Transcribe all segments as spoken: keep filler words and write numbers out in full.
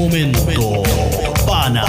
Momento Pana.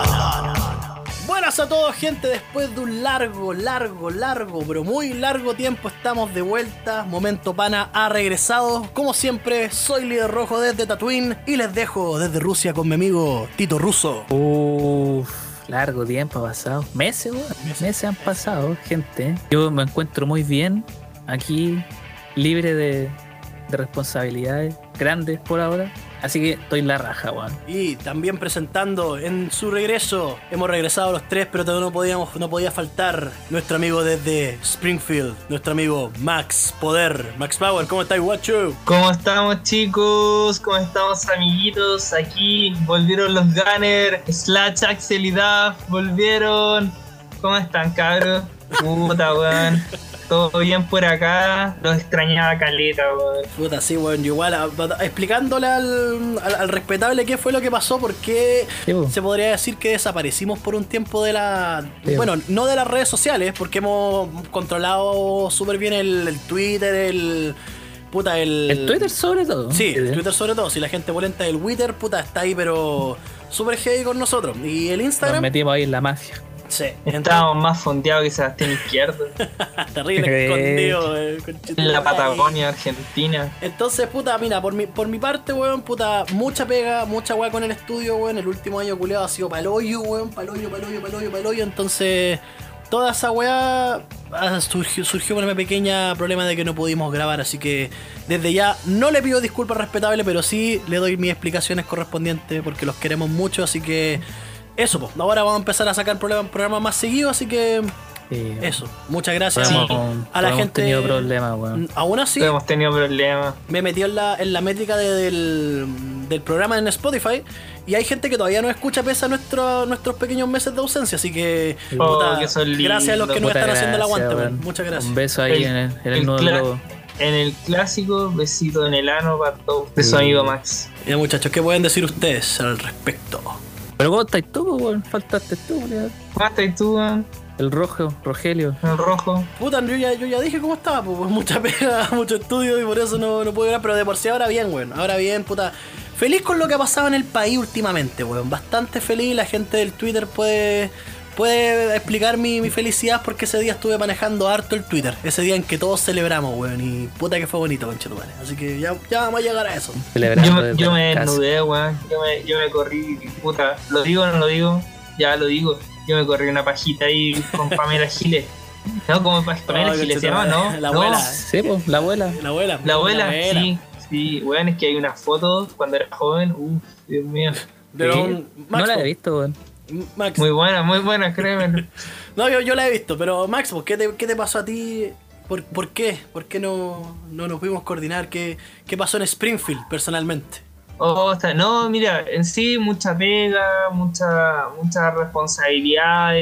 Buenas a todos, gente. Después de un largo, largo, largo, pero muy largo tiempo estamos de vuelta. Momento Pana ha regresado. Como siempre, soy Líder Rojo desde Tatooine y les dejo desde Rusia con mi amigo Tito Russo. Uff, largo tiempo ha pasado. Meses, weón. Meses, Meses han pasado, gente. Yo me encuentro muy bien aquí, libre de, de responsabilidades grandes por ahora. Así que estoy la raja, weón. Y también presentando en su regreso, hemos regresado los tres, pero todavía no podíamos, no podía faltar nuestro amigo desde Springfield, nuestro amigo Max Poder. Max Power, ¿cómo estáis, guacho? ¿Cómo estamos, chicos? ¿Cómo estamos, amiguitos? Aquí volvieron los Gunners, Slash, Axel y Duff, volvieron. ¿Cómo están, cabros? Puta, weón. Todo bien por acá, los extrañaba caleta, weón. Puta, sí, weón, yo igual, a, a, explicándole al, al, al respetable qué fue lo que pasó, porque sí, se podría decir que desaparecimos por un tiempo de la... Sí, bueno, no de las redes sociales, porque hemos controlado súper bien el, el Twitter, el... Puta, el... El Twitter sobre todo. Sí, el Twitter sobre todo. Si la gente volenta del Twitter, puta, está ahí, pero súper heavy con nosotros. Y el Instagram... Nos metimos ahí en la mafia. Sí. Estábamos más fondeados que Sebastián Izquierdo. Terrible escondido, eh, en la Patagonia, Argentina. Entonces, puta, mira, por mi, por mi parte, weón, puta, mucha pega, mucha weá con el estudio, weón. El último año culiado ha sido paloyo, weón, paloyo, paloyo, paloyo, paloyo. Entonces, toda esa weá surgió, surgió por una pequeña problema de que no pudimos grabar. Así que, desde ya, no le pido disculpas respetables, pero sí le doy mis explicaciones correspondientes porque los queremos mucho, así que... Eso, pues. Ahora vamos a empezar a sacar programas programa más seguidos, así que... Sí, eso. Muchas gracias sí, a la hemos gente. Hemos tenido problemas, weón. Aún así... Hemos tenido problemas. Me metí en la, en la métrica de, del, del programa en Spotify y hay gente que todavía no escucha pese a nuestro, nuestros pequeños meses de ausencia, así que... Oh, puta, que son gracias a los que nos están gracias, haciendo el aguante, weón. weón. Muchas gracias. Un beso ahí el, en el, en el, el nuevo cla- logo. En el clásico, besito en el ano para todos. De su amigo Max. Ya, muchachos, ¿qué pueden decir ustedes al respecto? Pero ¿cómo estás tú, weón? Faltaste tú, weón. ¿Cómo estás tú, weón? El rojo, Rogelio. El rojo. Puta, yo ya, yo ya dije cómo estaba, pues mucha pega, mucho estudio y por eso no, no puedo grabar, pero de por sí ahora bien, weón. Ahora bien, puta. Feliz con lo que ha pasado en el país últimamente, weón. Bastante feliz, la gente del Twitter puede... Puede explicar mi, mi felicidad porque ese día estuve manejando harto el Twitter. Ese día en que todos celebramos, weón. Y puta que fue bonito, conchetumare. Así que ya, ya vamos a llegar a eso. Yo, yo me desnudé, weón. Yo me, yo me corrí, puta. ¿Lo digo o no lo digo? Ya lo digo. Yo me corrí una pajita ahí con Pamela Giles. No, como Pamela no, Giles se llama, ¿no? La abuela. No. Sí, pues, la abuela. La abuela. La abuela, la abuela. sí. Sí, weón, es que hay unas fotos cuando era joven. Uff, Dios mío. Pero, Sí, Max, no la he visto, weón. Max. Muy buena, muy buena, créeme. No, yo, yo la he visto, pero Max, ¿qué te, qué te pasó a ti? ¿Por, por qué? ¿Por qué no, no nos pudimos coordinar? ¿Qué, ¿Qué pasó en Springfield, personalmente? Oh, está, no, mira, en sí mucha pega, mucha, muchas responsabilidades,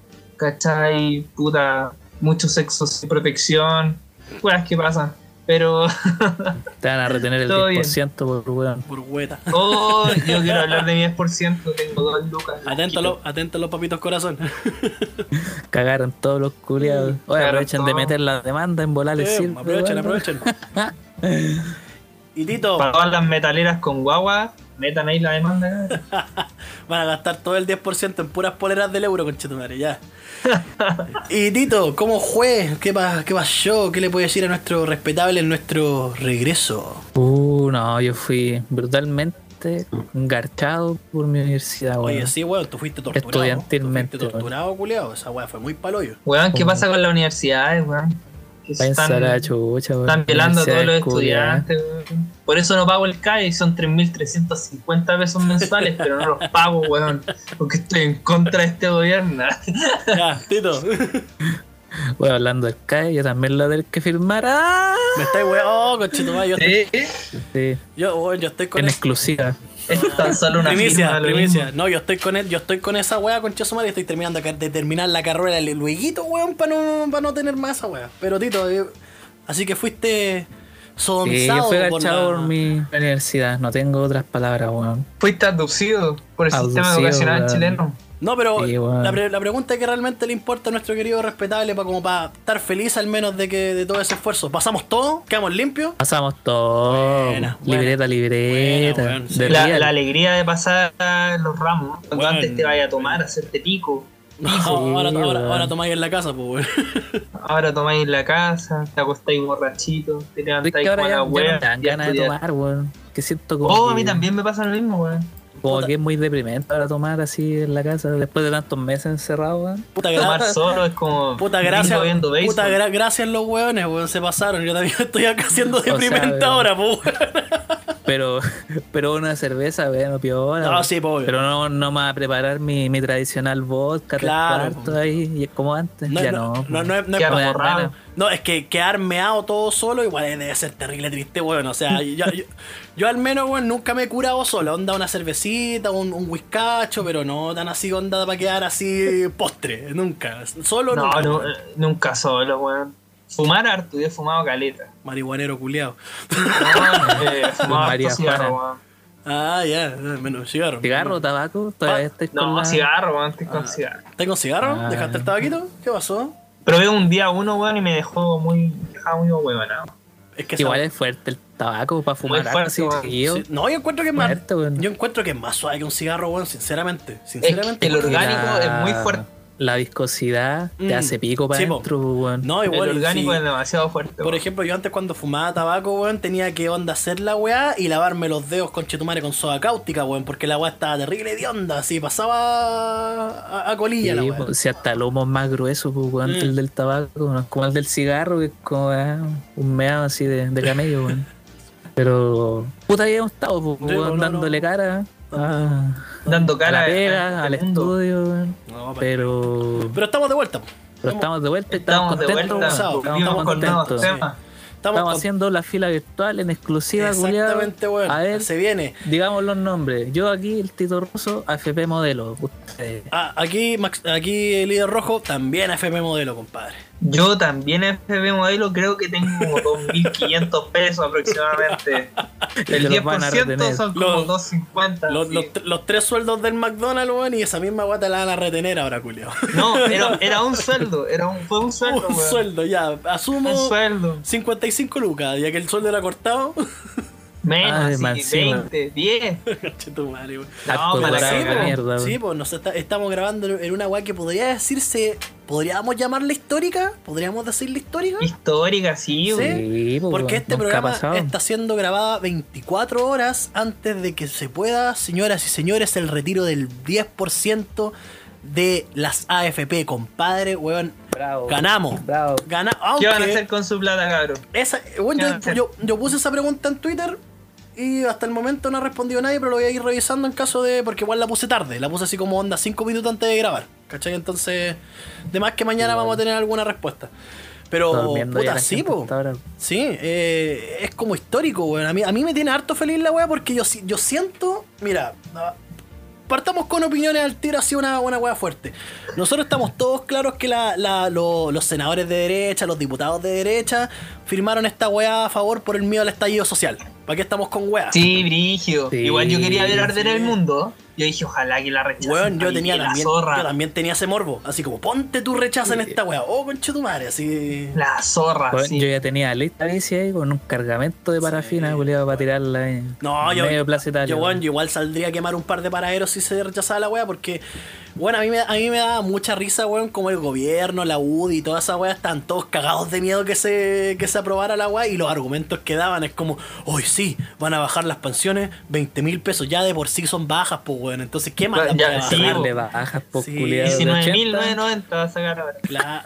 ¿cachai? Puta, mucho sexo sin protección, cosas que pasan. Pero te van a retener el diez por ciento por weón. Por hueta. Oh, yo quiero hablar de mi diez por ciento, tengo dos lucas. Atento a, lo, atento a los papitos corazón. Cagaron todos los culiados. Oye, aprovechen todo. de meter la demanda en volar el Eh, circo. aprovechen, aprovechen. Y Tito, para todas las metaleras con guagua, metan ahí la demanda. van a gastar todo el diez por ciento en puras poleras del euro, conchetumare, ya. Y Tito, ¿cómo fue? ¿Qué, pa- ¿Qué pasó? ¿Qué le puede decir a nuestro respetable en nuestro regreso? Uh, no, yo fui brutalmente engarchado por mi universidad, weón. Oye, sí, weón, tú fuiste torturado. Estudiantilmente, Tú fuiste torturado, culiao. Esa weá fue muy paloyo. Weón, ¿qué pasa con las universidades, weón? Que se Váyanse están, a la chucha, weón. están violando a todos los Universidades culiadas. estudiantes, weón. Por eso no pago el C A E y son tres mil trescientos cincuenta pesos mensuales, pero no los pago, weón, porque estoy en contra de este gobierno. Ya, Tito. Bueno, hablando del C A E, yo también lo tengo que firmar. ¡Ah! Me estáis weón. Oh, conchetumare, yo estoy. ¿Sí? Sí, Yo, weón, yo estoy con en el- exclusiva. Esto es tan solo una primicia, firma, lo primicia. mismo. No, yo estoy con él, yo estoy con esa weá, con Chesumar, y estoy terminando acá de terminar la carrera del lueguito, weón, para no, pa no tener más esa weá. Pero Tito, yo- así que fuiste Sí, sodomizado yo fui por agachado la- por mi universidad, no tengo otras palabras, weón. Fuiste abducido por el sistema Abducido, educacional weón. chileno. No, pero Sí, bueno. la, pre- la pregunta que realmente le importa a nuestro querido respetable, para como para estar feliz al menos de que de todo ese esfuerzo. ¿Pasamos todo? ¿Quedamos limpios? Pasamos todo. Buena, buena. libreta, libreta. Buena, weón, sí. de La, real. la alegría de pasar los ramos. Cuando Bueno. antes te vaya a tomar, hacerte pico. No, ahora, ahora, weón. ahora tomáis en la casa, pues, weón. Ahora tomáis en la casa, te acostáis borrachito, te Es levantáis que ahora con ya, la ya no wea. me dan y a ganas de estudiar. tomar, weón. Que siento como. Oh, que, a mí también me pasa lo mismo, weón. Como Puta. que es muy deprimente ahora tomar así en la casa después de tantos meses encerrados, weón. Puta, Tomar gra- solo es como. puta gringo gracias. viendo béisbol. Puta gra- gracias los weones, weón. Se pasaron. Yo también estoy acá siendo sea, deprimente weón. ahora, pues, weón. Pero, pero una cerveza, bueno, piola. No, weón. sí, pues, obvio. Pero no, no me va a preparar mi, mi tradicional vodka, tres Claro, cuartos po. ahí, y como antes. No, ya no, no. no, no, es- no es Quedar pa- me dan borrado. ganas. No, es que quedar meado todo solo igual debe ser terrible triste, weón. O sea, yo, yo, yo al menos, weón, nunca me he curado solo. Onda una cervecita, un, un whiskacho, pero no tan así onda para quedar así postre. Nunca. Solo No, nunca. no, weón. eh, nunca solo, weón. Fumar harto, yo he fumado caleta. Marihuanero culiao. No, eh, he fumado María harto cigarro, Juana. weón. Ah, ya, menos cigarro. ¿Cigarro, tabaco? ¿Todavía Ah, estáis con No, la- cigarro, weón, estoy con cigarro. ¿Tengo cigarro? Ah. ¿Dejaste el tabaquito? ¿Qué pasó? Probé un día uno, weón, y me dejó muy. Dejaba muy huevonado. Es que Igual esa- es fuerte el tabaco para fumar fuerte, así weón. seguido. sí. No, yo encuentro que es más. Fuerte, weón. Yo encuentro que es más suave que un cigarro, weón, sinceramente. Es Sinceramente. que el porque- orgánico es muy fuerte. La viscosidad Mm. te hace pico para Sí, po. adentro, weón. No, igual. el orgánico sí. es demasiado fuerte. Por weón. ejemplo, yo antes cuando fumaba tabaco, weón, tenía que onda hacer la weá y lavarme los dedos con chetumare con soda cáustica, weón, porque la weá estaba terrible de onda, así pasaba a, a colilla la Sí, weá. po, si hasta el humo es más grueso, pues, weón, que Mm. el del tabaco, no es como el del cigarro, que es como ah, un meado así de, de camello, weón. Pero, puta, ahí hemos estado, pues, Sí, weón, no, no, dándole no. cara a, Dando a cara la a- pega, a al este mundo. estudio, weón. No, pa- Pero, Pero estamos de vuelta. po. pero estamos de vuelta y estamos, Estamos de contentos, vuelta, weón. estamos volvimos con nuevos contentos. temas. Estamos, Estamos con- haciendo la fila virtual en exclusiva, culiado. Exactamente, weón. A ver, Se viene. digamos los nombres. Yo aquí, el Tito Rosso, A F P Modelo. Ustedes. Ah, aquí, Max, aquí el líder rojo también F M modelo, compadre. Yo también F B modelo creo que tengo como dos mil quinientos pesos aproximadamente. Te El los diez van por a ciento retener. son como Los- doscientos cincuenta. Los, sí. los, los tres sueldos del McDonald's, weón, y esa misma weá te la van a retener ahora, culiao. No, era, era un sueldo, era un, fue un sueldo, Un weón. sueldo, ya. Asumo Un sueldo. cincuenta y cinco lucas, ya que el sueldo era cortado. Menos, Ay, así, más encima. veinte, diez. Che tu madre, weón. Harto para colorado, la sí, la po. mierda, weón. Sí, pues nos está- estamos grabando en una weá que podría decirse. ¿Podríamos llamarla histórica? ¿Podríamos decirla histórica? Histórica, sí, Sí. weón. Sí, po, Porque weón, este nunca ha programa pasado. está siendo grabada veinticuatro horas antes de que se pueda, señoras y señores, el retiro del diez por ciento de las A F P, compadre, weón. Bravo. Ganamos. Bravo. Gana, ¿Qué van a aunque hacer con su plata, cabrón? esa, bueno, ¿Qué van a yo, hacer? yo, yo puse esa pregunta en Twitter y hasta el momento no ha respondido nadie, pero lo voy a ir revisando en caso de. Porque igual la puse tarde, la puse así como onda cinco minutos antes de grabar, ¿cachai? Entonces, de más que mañana Igual. vamos a tener alguna respuesta. Pero, Durmiendo ya puta, la sí, gente po. hasta ahora. Sí, eh, es como histórico, weón. A mí, a mí me tiene harto feliz la weá porque yo, si- yo siento. Mira, ah, partamos con opiniones al tiro, así una, una weá fuerte. Nosotros estamos todos claros que la, la- lo- los senadores de derecha, los diputados de derecha, firmaron esta weá a favor por el miedo al estallido social. ¿Para qué estamos con weá? Sí, Brigio. Sí, Igual yo quería ver arder sí. el mundo. Yo dije, ojalá que la rechacen. Weón, yo Ay, tenía la también, zorra. yo también tenía ese morbo. Así como, ponte tu rechazo en esta weá. Oh, conche tu madre, así. La zorra, Weón, sí. Yo ya tenía lista bici ahí con un cargamento de parafina, culiado, para tirarla ahí. No, en yo, medio de Plaza Italia, yo, weón, weón. yo igual saldría a quemar un par de paraderos si se rechazaba la weá, porque, bueno, a mí, me, a mí me da mucha risa, weón, como el gobierno, la U D I y toda esa weá están todos cagados de miedo que se, que se aprobara la weá, y los argumentos que daban es como, hoy sí, van a bajar las pensiones veinte mil pesos, ya de por sí son bajas, pues, weón, entonces, ¿qué más? Ya, las voy a sí, bajar? Darle bajas, po, Sí. culiado, de diecinueve mil ochenta. novecientos noventa va a sacar ahora.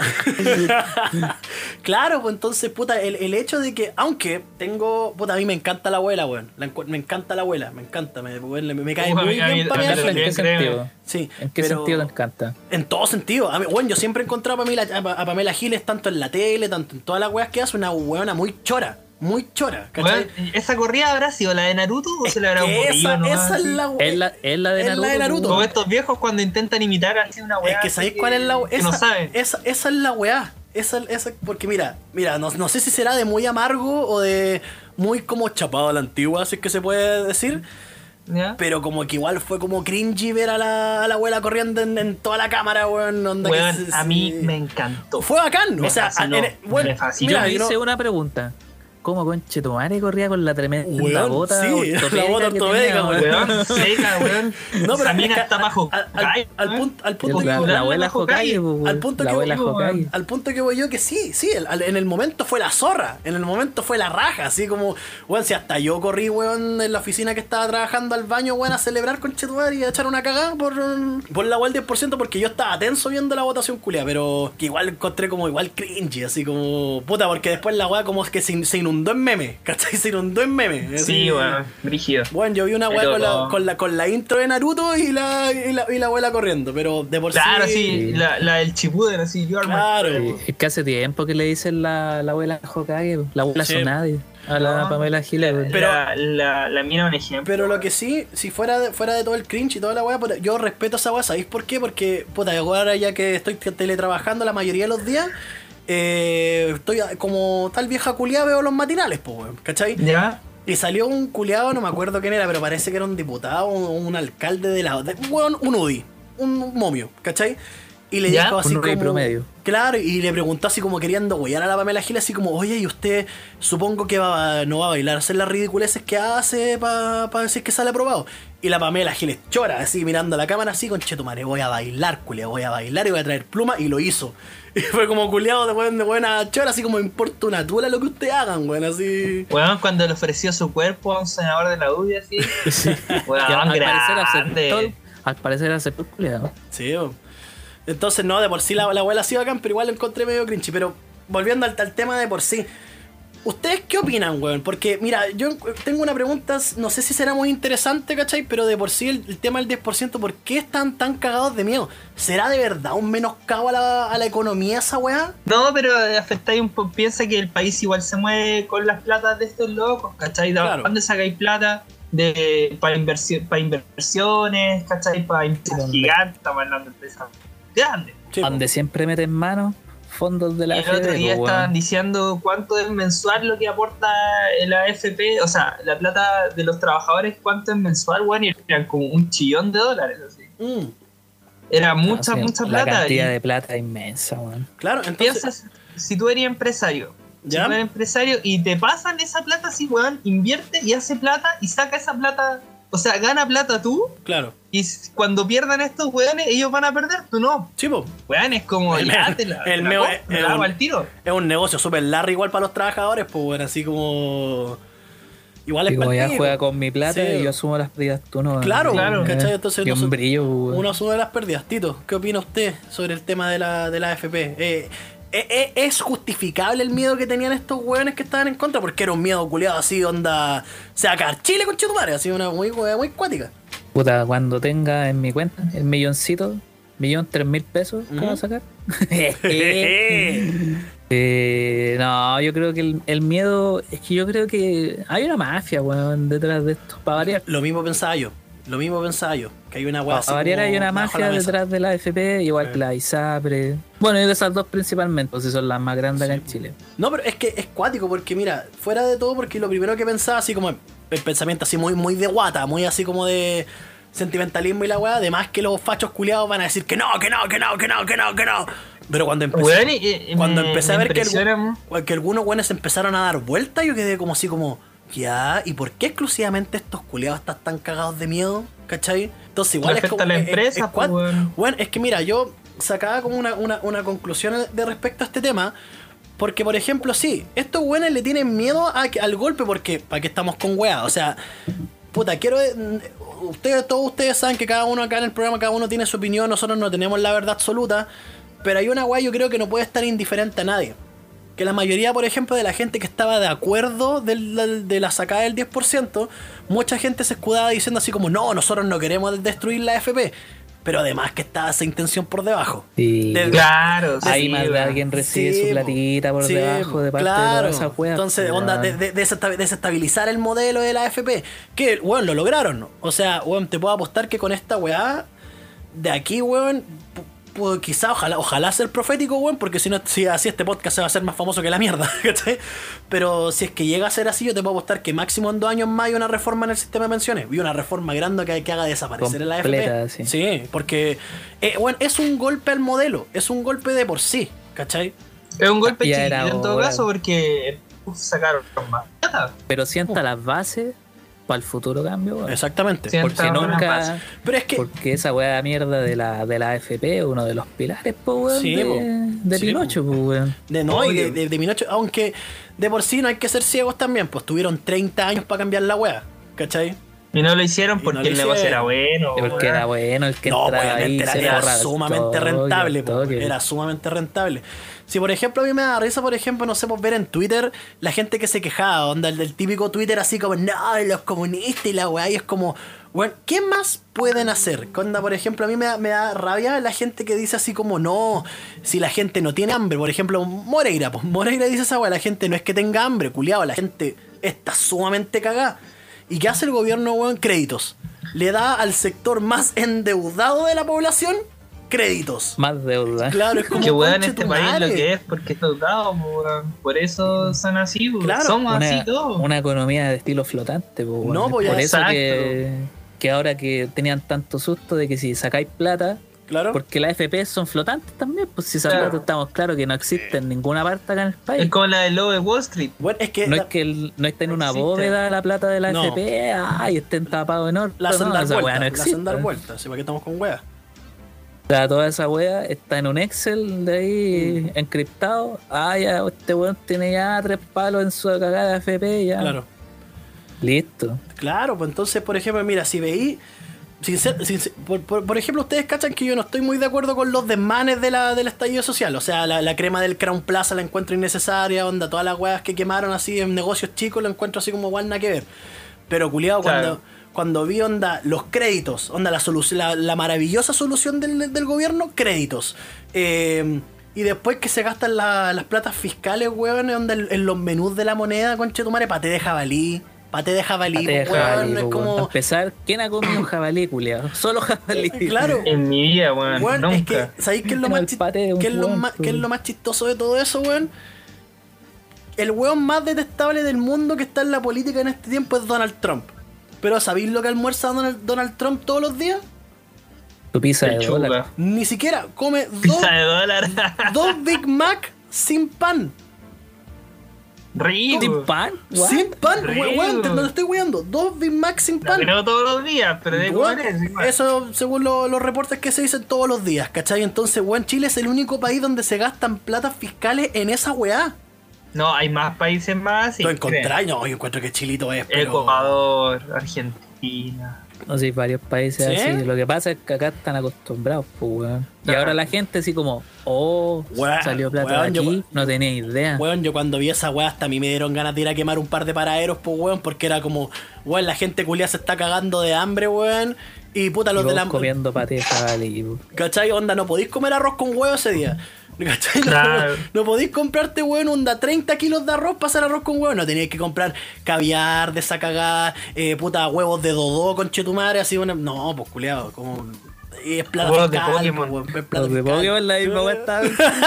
Cla- claro, pues entonces, puta, el, el hecho de que, aunque tengo, puta, a mí me encanta la abuela, weón. La encu- me encanta la abuela, me encanta, me, weón, me, me cae Uh, a muy mí- a mí- bien para a mí. mí ¿En también, qué créeme. sentido? Sí, ¿En qué pero- sentido te encanta? En todo sentido. A mí, bueno, yo siempre he encontrado a Pamela, a, a Pamela Giles, tanto en la tele, tanto en todas las weas que hace, una weona muy chora. Muy chora, ¿cachai? Weón, ¿esa corrida habrá sido la de Naruto o se le habrá Que ocurrido esa, nomás, esa es así? la Es la, es la de Es la Naruto. de Naruto. po, Como weón. estos viejos cuando intentan imitar así una weá. Es que así ¿sabéis cuál es la que esa, no saben. Esa, esa es la weá. Esa, esa, porque mira, mira, no, no sé si será de muy amargo o de muy como chapado a la antigua, si es que se puede decir. ¿Ya? Pero como que igual fue como cringy ver a la, a la abuela corriendo en, en toda la cámara, weón. Onda Weón, que se- a mí se- me encantó. Fue bacán, Me o sea, fascinó, en- bueno, me fascinó. Yo mira, me yo no- hice una pregunta. ¿Cómo conche tu madre corría con la tremenda Weón, bota sí, ortopédica la bota que ortopédica, tenía, weón. Weón, seca, weón. No, pero Esa es mina que está al- bajo. al- al- al punto- al punto La, que- la abuela Hokage, po, weón. Al punto la que abuela voy, Hokage. al punto que voy yo que sí, sí, el- al- en el momento fue la zorra, en el momento fue la raja, así como, weón, si hasta yo corrí, weón, en la oficina que estaba trabajando al baño, weón, a celebrar con Chetumal y a echar una cagada por, por la web diez por ciento porque yo estaba tenso viendo la votación culia, pero que igual encontré como igual cringy, así como, puta, porque después la weá como es que se, se inundó en meme, ¿cachai? Se inundó en meme. Sí, weón, brígido. Bueno, yo vi una weá Pero- con la, con, la, con la intro de Naruto y la, y la, y la abuela corriendo, pero de por Claro, sí. sí, la, la del Chipuden, así, yo Claro. Sí, es que hace tiempo que le dicen la, la abuela Hokage, po. La abuela Sí. Sonadi, a la No. Pamela Giles. Pero- la, la, la mina un ejemplo. Pero lo que sí, si fuera de, fuera de todo el cringe y toda la weá, puta, yo respeto esa weá, ¿sabéis por qué? Porque, puta, ahora ya que estoy teletrabajando la mayoría de los días, eh, estoy a- como tal vieja culiada, veo los matinales, pues, weón, ¿cachai? ¿Ya? Y salió un culiado, no me acuerdo quién era, pero parece que era un diputado o un alcalde de la... De, weón, un U D I, un momio, ¿cachai? Y le ¿Ya? dijo así Un rey como... promedio. Claro, y le preguntó así como queriendo huear a la Pamela Giles, así como, oye, ¿y usted supongo que va, no va a bailar, hacer las ridiculeces que hace para pa decir que sale aprobado? Y la Pamela Giles chora, así mirando a la cámara, así, conchetumare, voy a bailar, culiao, voy a bailar y voy a traer pluma, y lo hizo. Y fue como culiado de, buen- de buena chora, así como importa una tula lo que ustedes hagan, weón, así... Weón, cuando le ofreció su cuerpo a un senador de la U D I, así. Sí. Weón, Que al parecer grande. aceptó, al parecer aceptó el culiao. Sí, bo. Entonces, no, de por sí la, la abuela sí bacán, pero igual lo encontré medio cringy. Pero volviendo al, al tema de por sí, ¿ustedes qué opinan, weón? Porque, mira, yo tengo una pregunta, no sé si será muy interesante, ¿cachai? Pero de por sí el, el tema del diez por ciento, ¿por qué están tan cagados de miedo? ¿Será de verdad un menoscabo a la, a la economía esa weá? No, pero afectáis un poco. Piensa que el país igual se mueve con las platas de estos locos, ¿cachai? ¿De Claro. dónde sacáis plata? De, para, inversión, para inversiones, ¿cachai? Para empresas ¿Dónde? gigantes, estamos hablando de empresas grandes. Sí, po. Donde siempre meten mano fondos de la Y el otro A F P, día po, estaban weón. diciendo cuánto es mensual lo que aporta la A F P, o sea, la plata de los trabajadores, cuánto es mensual, weón, y eran como un chillón de dólares, así. Mm, Era O mucha, sea, mucha la plata. cantidad y de plata inmensa, weón. claro, entonces... piensas, si tú eres empresario, si ¿Ya? tú eres empresario y te pasan esa plata así, weón, invierte y hace plata y saca esa plata, o sea, gana plata tú, Claro. y s- cuando pierdan estos weones, ellos van a perder, tú no. Sí, po. Weón, es como, El- ya, te la, el te la meo- compro, el- la hago al tiro. Es un negocio súper largo igual para los trabajadores, pues, bueno, así como... Igual es Y como ya pa'l juega pico. con mi plata Sí. y yo asumo las pérdidas, tú no. Claro, Claro. ¿cachai? Entonces y un noso- brillo, weón. uno asume las pérdidas. Tito, ¿qué opina usted sobre el tema de la, de la A F P? Eh, eh, eh, ¿Es justificable el miedo que tenían estos hueones que estaban en contra? Porque era un miedo culiado así, onda... Se va a caer Chile con Chetumare, así una muy, muy cuática. Puta, cuando tenga en mi cuenta el milloncito, millón tres mil pesos, ¿qué Ujú. va a sacar? Eh, no, yo creo que el, el miedo, es que yo creo que hay una mafia, weón, detrás de esto, para variar. Lo mismo pensaba yo. Lo mismo pensaba yo. Que hay una hueá así Para variar como hay una bajo la mafia mesa. detrás de la A F P, igual Sí. que la ISAPRE. Bueno, y de esas dos principalmente, pues si son las más grandes acá en Chile. No, pero es que es cuático porque, mira, fuera de todo, porque lo primero que pensaba, así como el pensamiento así muy, muy de guata, muy así como de sentimentalismo y la weá, además que los fachos culiados van a decir que no, que no, que no, que no, que no, que no. Pero cuando empecé, Weón, y- y cuando me- empecé a me ver que, impresiona, algu- que algunos weones empezaron a dar vueltas, yo quedé como así como, ya, ¿y por qué exclusivamente estos culiados están tan cagados de miedo? ¿Cachai? Entonces igual Le es afecta como... a la es- es- empresa, es pues, cuat- weón. Bueno, es que mira, yo sacaba como una, una, una conclusión de respecto a este tema. Porque, por ejemplo, sí, estos weones le tienen miedo a que- al golpe porque, ¿para qué estamos con weas? O sea, puta, quiero... Ustedes, todos ustedes saben que cada uno acá en el programa, cada uno tiene su opinión, nosotros no tenemos la verdad absoluta. Pero hay una wea yo creo que no puede estar indiferente a nadie. Que la mayoría, por ejemplo, de la gente que estaba de acuerdo del- del- de la sacada del diez por ciento, mucha gente se escudaba diciendo así como, no, nosotros no queremos destruir la A F P. Pero además que estaba esa intención por debajo. Y De- Claro, hay sí, más de weón. alguien recibe Sí, su platita por sí, debajo de parte claro. de todas esas weas. Entonces, pues, onda, de, weón. de- desesta- desestabilizar el modelo de la A F P. Que, weón, lo lograron. O sea, weón, te puedo apostar que con esta weá, de aquí, weón, pu- pues quizá, ojalá, ojalá ser profético, weón, porque si no, si así este podcast se va a hacer más famoso que la mierda, ¿cachai? Pero si es que llega a ser así, yo te puedo apostar que máximo en dos años más hay una reforma en el sistema de pensiones, y una reforma grande que, que haga desaparecer el A F P. Sí. sí, porque, eh, bueno, es un golpe al modelo, es un golpe de por sí, ¿cachai? Es un golpe Ya chiquito era en todo hora. caso porque uf, sacaron más plata. Pero sienta las bases para el futuro cambio, weón. Exactamente. Sí. Porque Sienta unas nunca. bases. Pero es que, Porque esa weá de mierda de la, de la A F P, uno de los pilares, pues, weón, Sí, de, po. de Sí, Pinocho, pues, weón. de no, y Obvio. de, de, de Pinocho, aunque de por sí no hay que ser ciegos también, pues tuvieron treinta años para cambiar la wea, ¿cachai? Y no lo hicieron Y porque no lo el negocio hicieron. era bueno. Porque weón. era bueno el que No, entraba ahí, obviamente era, se era forraba sumamente todo, rentable, y po, todo, que- era sumamente rentable. Si por ejemplo a mí me da risa, por ejemplo, no sé, pues ver en Twitter la gente que se quejaba, onda, el del típico Twitter así como, no, los comunistas y la weá, y es como, bueno, ¿qué más pueden hacer? Onda, por ejemplo, a mí me da, me da rabia la gente que dice así como, no, si la gente no tiene hambre, por ejemplo, Moreira, pues Moreira dice esa weá, la gente no es que tenga hambre, culiado, la gente está sumamente cagada. ¿Y qué hace el gobierno, weón? Créditos. Le da al sector más endeudado de la población créditos. Más deuda. Claro, es como Que weón, conche este tu país madre. lo que es porque está educado, po, weón. Por eso son así, po. Claro, Somos Una, así todos. una economía de estilo flotante, pues, weón. No, pues, Por ya, eso exacto. que, que ahora que tenían tanto susto de que si sacáis plata, Claro. porque las A F P son flotantes también, pues si esa Claro. plata estamos claros que no existe en ninguna parte acá en el país. Es como la del lobo de Wall Street. Bueno, es que No la, es que el- no está en no una existe. bóveda la plata de la No. A F P, ay, estén tapados en oro. la hacen no, dar esa weá vueltas, no la existe. hacen dar vueltas, ¿sí? ¿Para qué estamos con weas? O sea, toda esa wea está en un Excel de ahí encriptado. Ah, ya, este weón tiene ya tres palos en su cagada de A F P, ya. Claro. Listo. Claro, pues entonces, por ejemplo, mira, si veí. sincer- sincer- por, por- por ejemplo, ustedes cachan que yo no estoy muy de acuerdo con los desmanes de la, del estallido social. O sea, la, la crema del Crown Plaza la encuentro innecesaria. Onda, todas las weas que quemaron así en negocios chicos la encuentro así como igual nada que ver. Pero culiado, Claro. cuando, cuando vi onda los créditos, onda la solución, la, la maravillosa solución del, del gobierno, créditos. Eh, y después que se gastan la- las platas fiscales, weón, onda en, en los menús de la moneda, conche tu madre, paté de jabalí. Paté de jabalí, Paté de weón, jabalí, es po, weón. como. Para empezar, ¿quién ha comido un jabalí, culiado? Solo jabalí. Claro. En mi vida, weón. Weón, es que, Nunca. ¿sabéis qué es lo Como más, el chi- paté de un qué es lo weón, más, pues. qué es lo más chistoso de todo eso, weón? El weón más detestable del mundo que está en la política en este tiempo es Donald Trump. Pero ¿sabéis lo que almuerza Donald, Donald Trump todos los días? Tu pizza de Lechuga. dólar. Ni siquiera come dos, Pizza de dólar. dos Big Mac sin pan. Rico. ¿Sin pan? What? Sin pan, Rico. we- weón, te, no te estoy weando. Dos Big Mac sin No pan. creo todos los días, pero de Weón, comer es igual. eso según lo- los reportes que se dicen todos los días, ¿cachai? Entonces, weón, Chile es el único país donde se gastan platas fiscales en esa weá. No, hay más países más. ¿Tú Sí, encontrás? No, yo encuentro que Chilito es, pero... Ecuador, Argentina. No sé, varios países ¿Sí? así. Lo que pasa es que acá están acostumbrados, pues, weón. Y Ajá. ahora la gente así como, oh, Weón, salió plata weón, de aquí, yo- no tenía idea. Weón, yo cuando vi esa weá hasta a mí me dieron ganas de ir a quemar un par de paraderos, pues, weón, porque era como, weón, la gente culia se está cagando de hambre, weón, y puta, Y los de vos la... comiendo paté de jabalí, po. ¿Cachai? Onda, no podéis comer arroz con huevo ese día. ¿Cachai? No, Claro. no podéis comprarte, weón, onda, treinta kilos de arroz para hacer arroz con huevo. No teníais que comprar caviar de esa cagada, eh, puta, huevos de dodó con chetumare, así, una... No, pues, culiado, como... y es plata Huevos de fiscal, Pokémon. pues, weón, es plata Los de fiscal. Pokémon la misma weá está.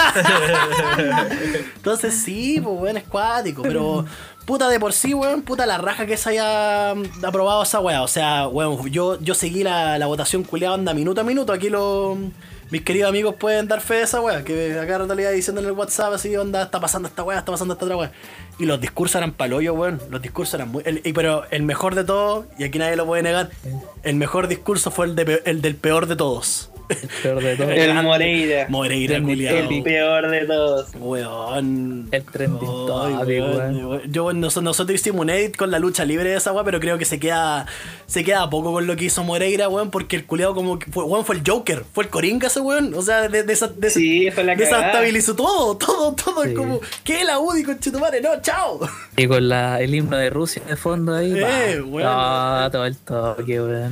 Entonces sí, pues weón, es cuático, pero puta de por sí, weón, puta la raja que se haya mm, aprobado esa weá. O sea, weón, yo, yo seguí la, la votación culiada onda minuto a minuto. Aquí los mis queridos amigos pueden dar fe de esa weá, que acá rato le iba diciendo en el WhatsApp así, onda, está pasando esta weá, está pasando esta otra weá. Y los discursos eran palollo, weón. Los discursos eran muy. el- y- pero el mejor de todo, y aquí nadie lo puede negar, el mejor discurso fue el, de, pe- el del peor de todos. El peor de todo. El Moreira. Moreira, El- culiado. El peor de todos. Weón. El trending Ay, topic, weón, weón. weón. Yo, bueno, nosotros, nosotros hicimos un edit con la lucha libre de esa weá, pero creo que se queda se queda poco con lo que hizo Moreira, weón, porque el culiado como que fue, weón, fue el Joker, fue el Coringa ese weón. O sea, de, de, esa- de, Sí, fue la cagada. desestabilizó todo, todo, todo. Sí. Es como, ¿qué la U D I, conchetumare? No, chao. Y con la, el himno de Rusia de fondo ahí. Eh, pa. weón. Ah, todo el toque, weón.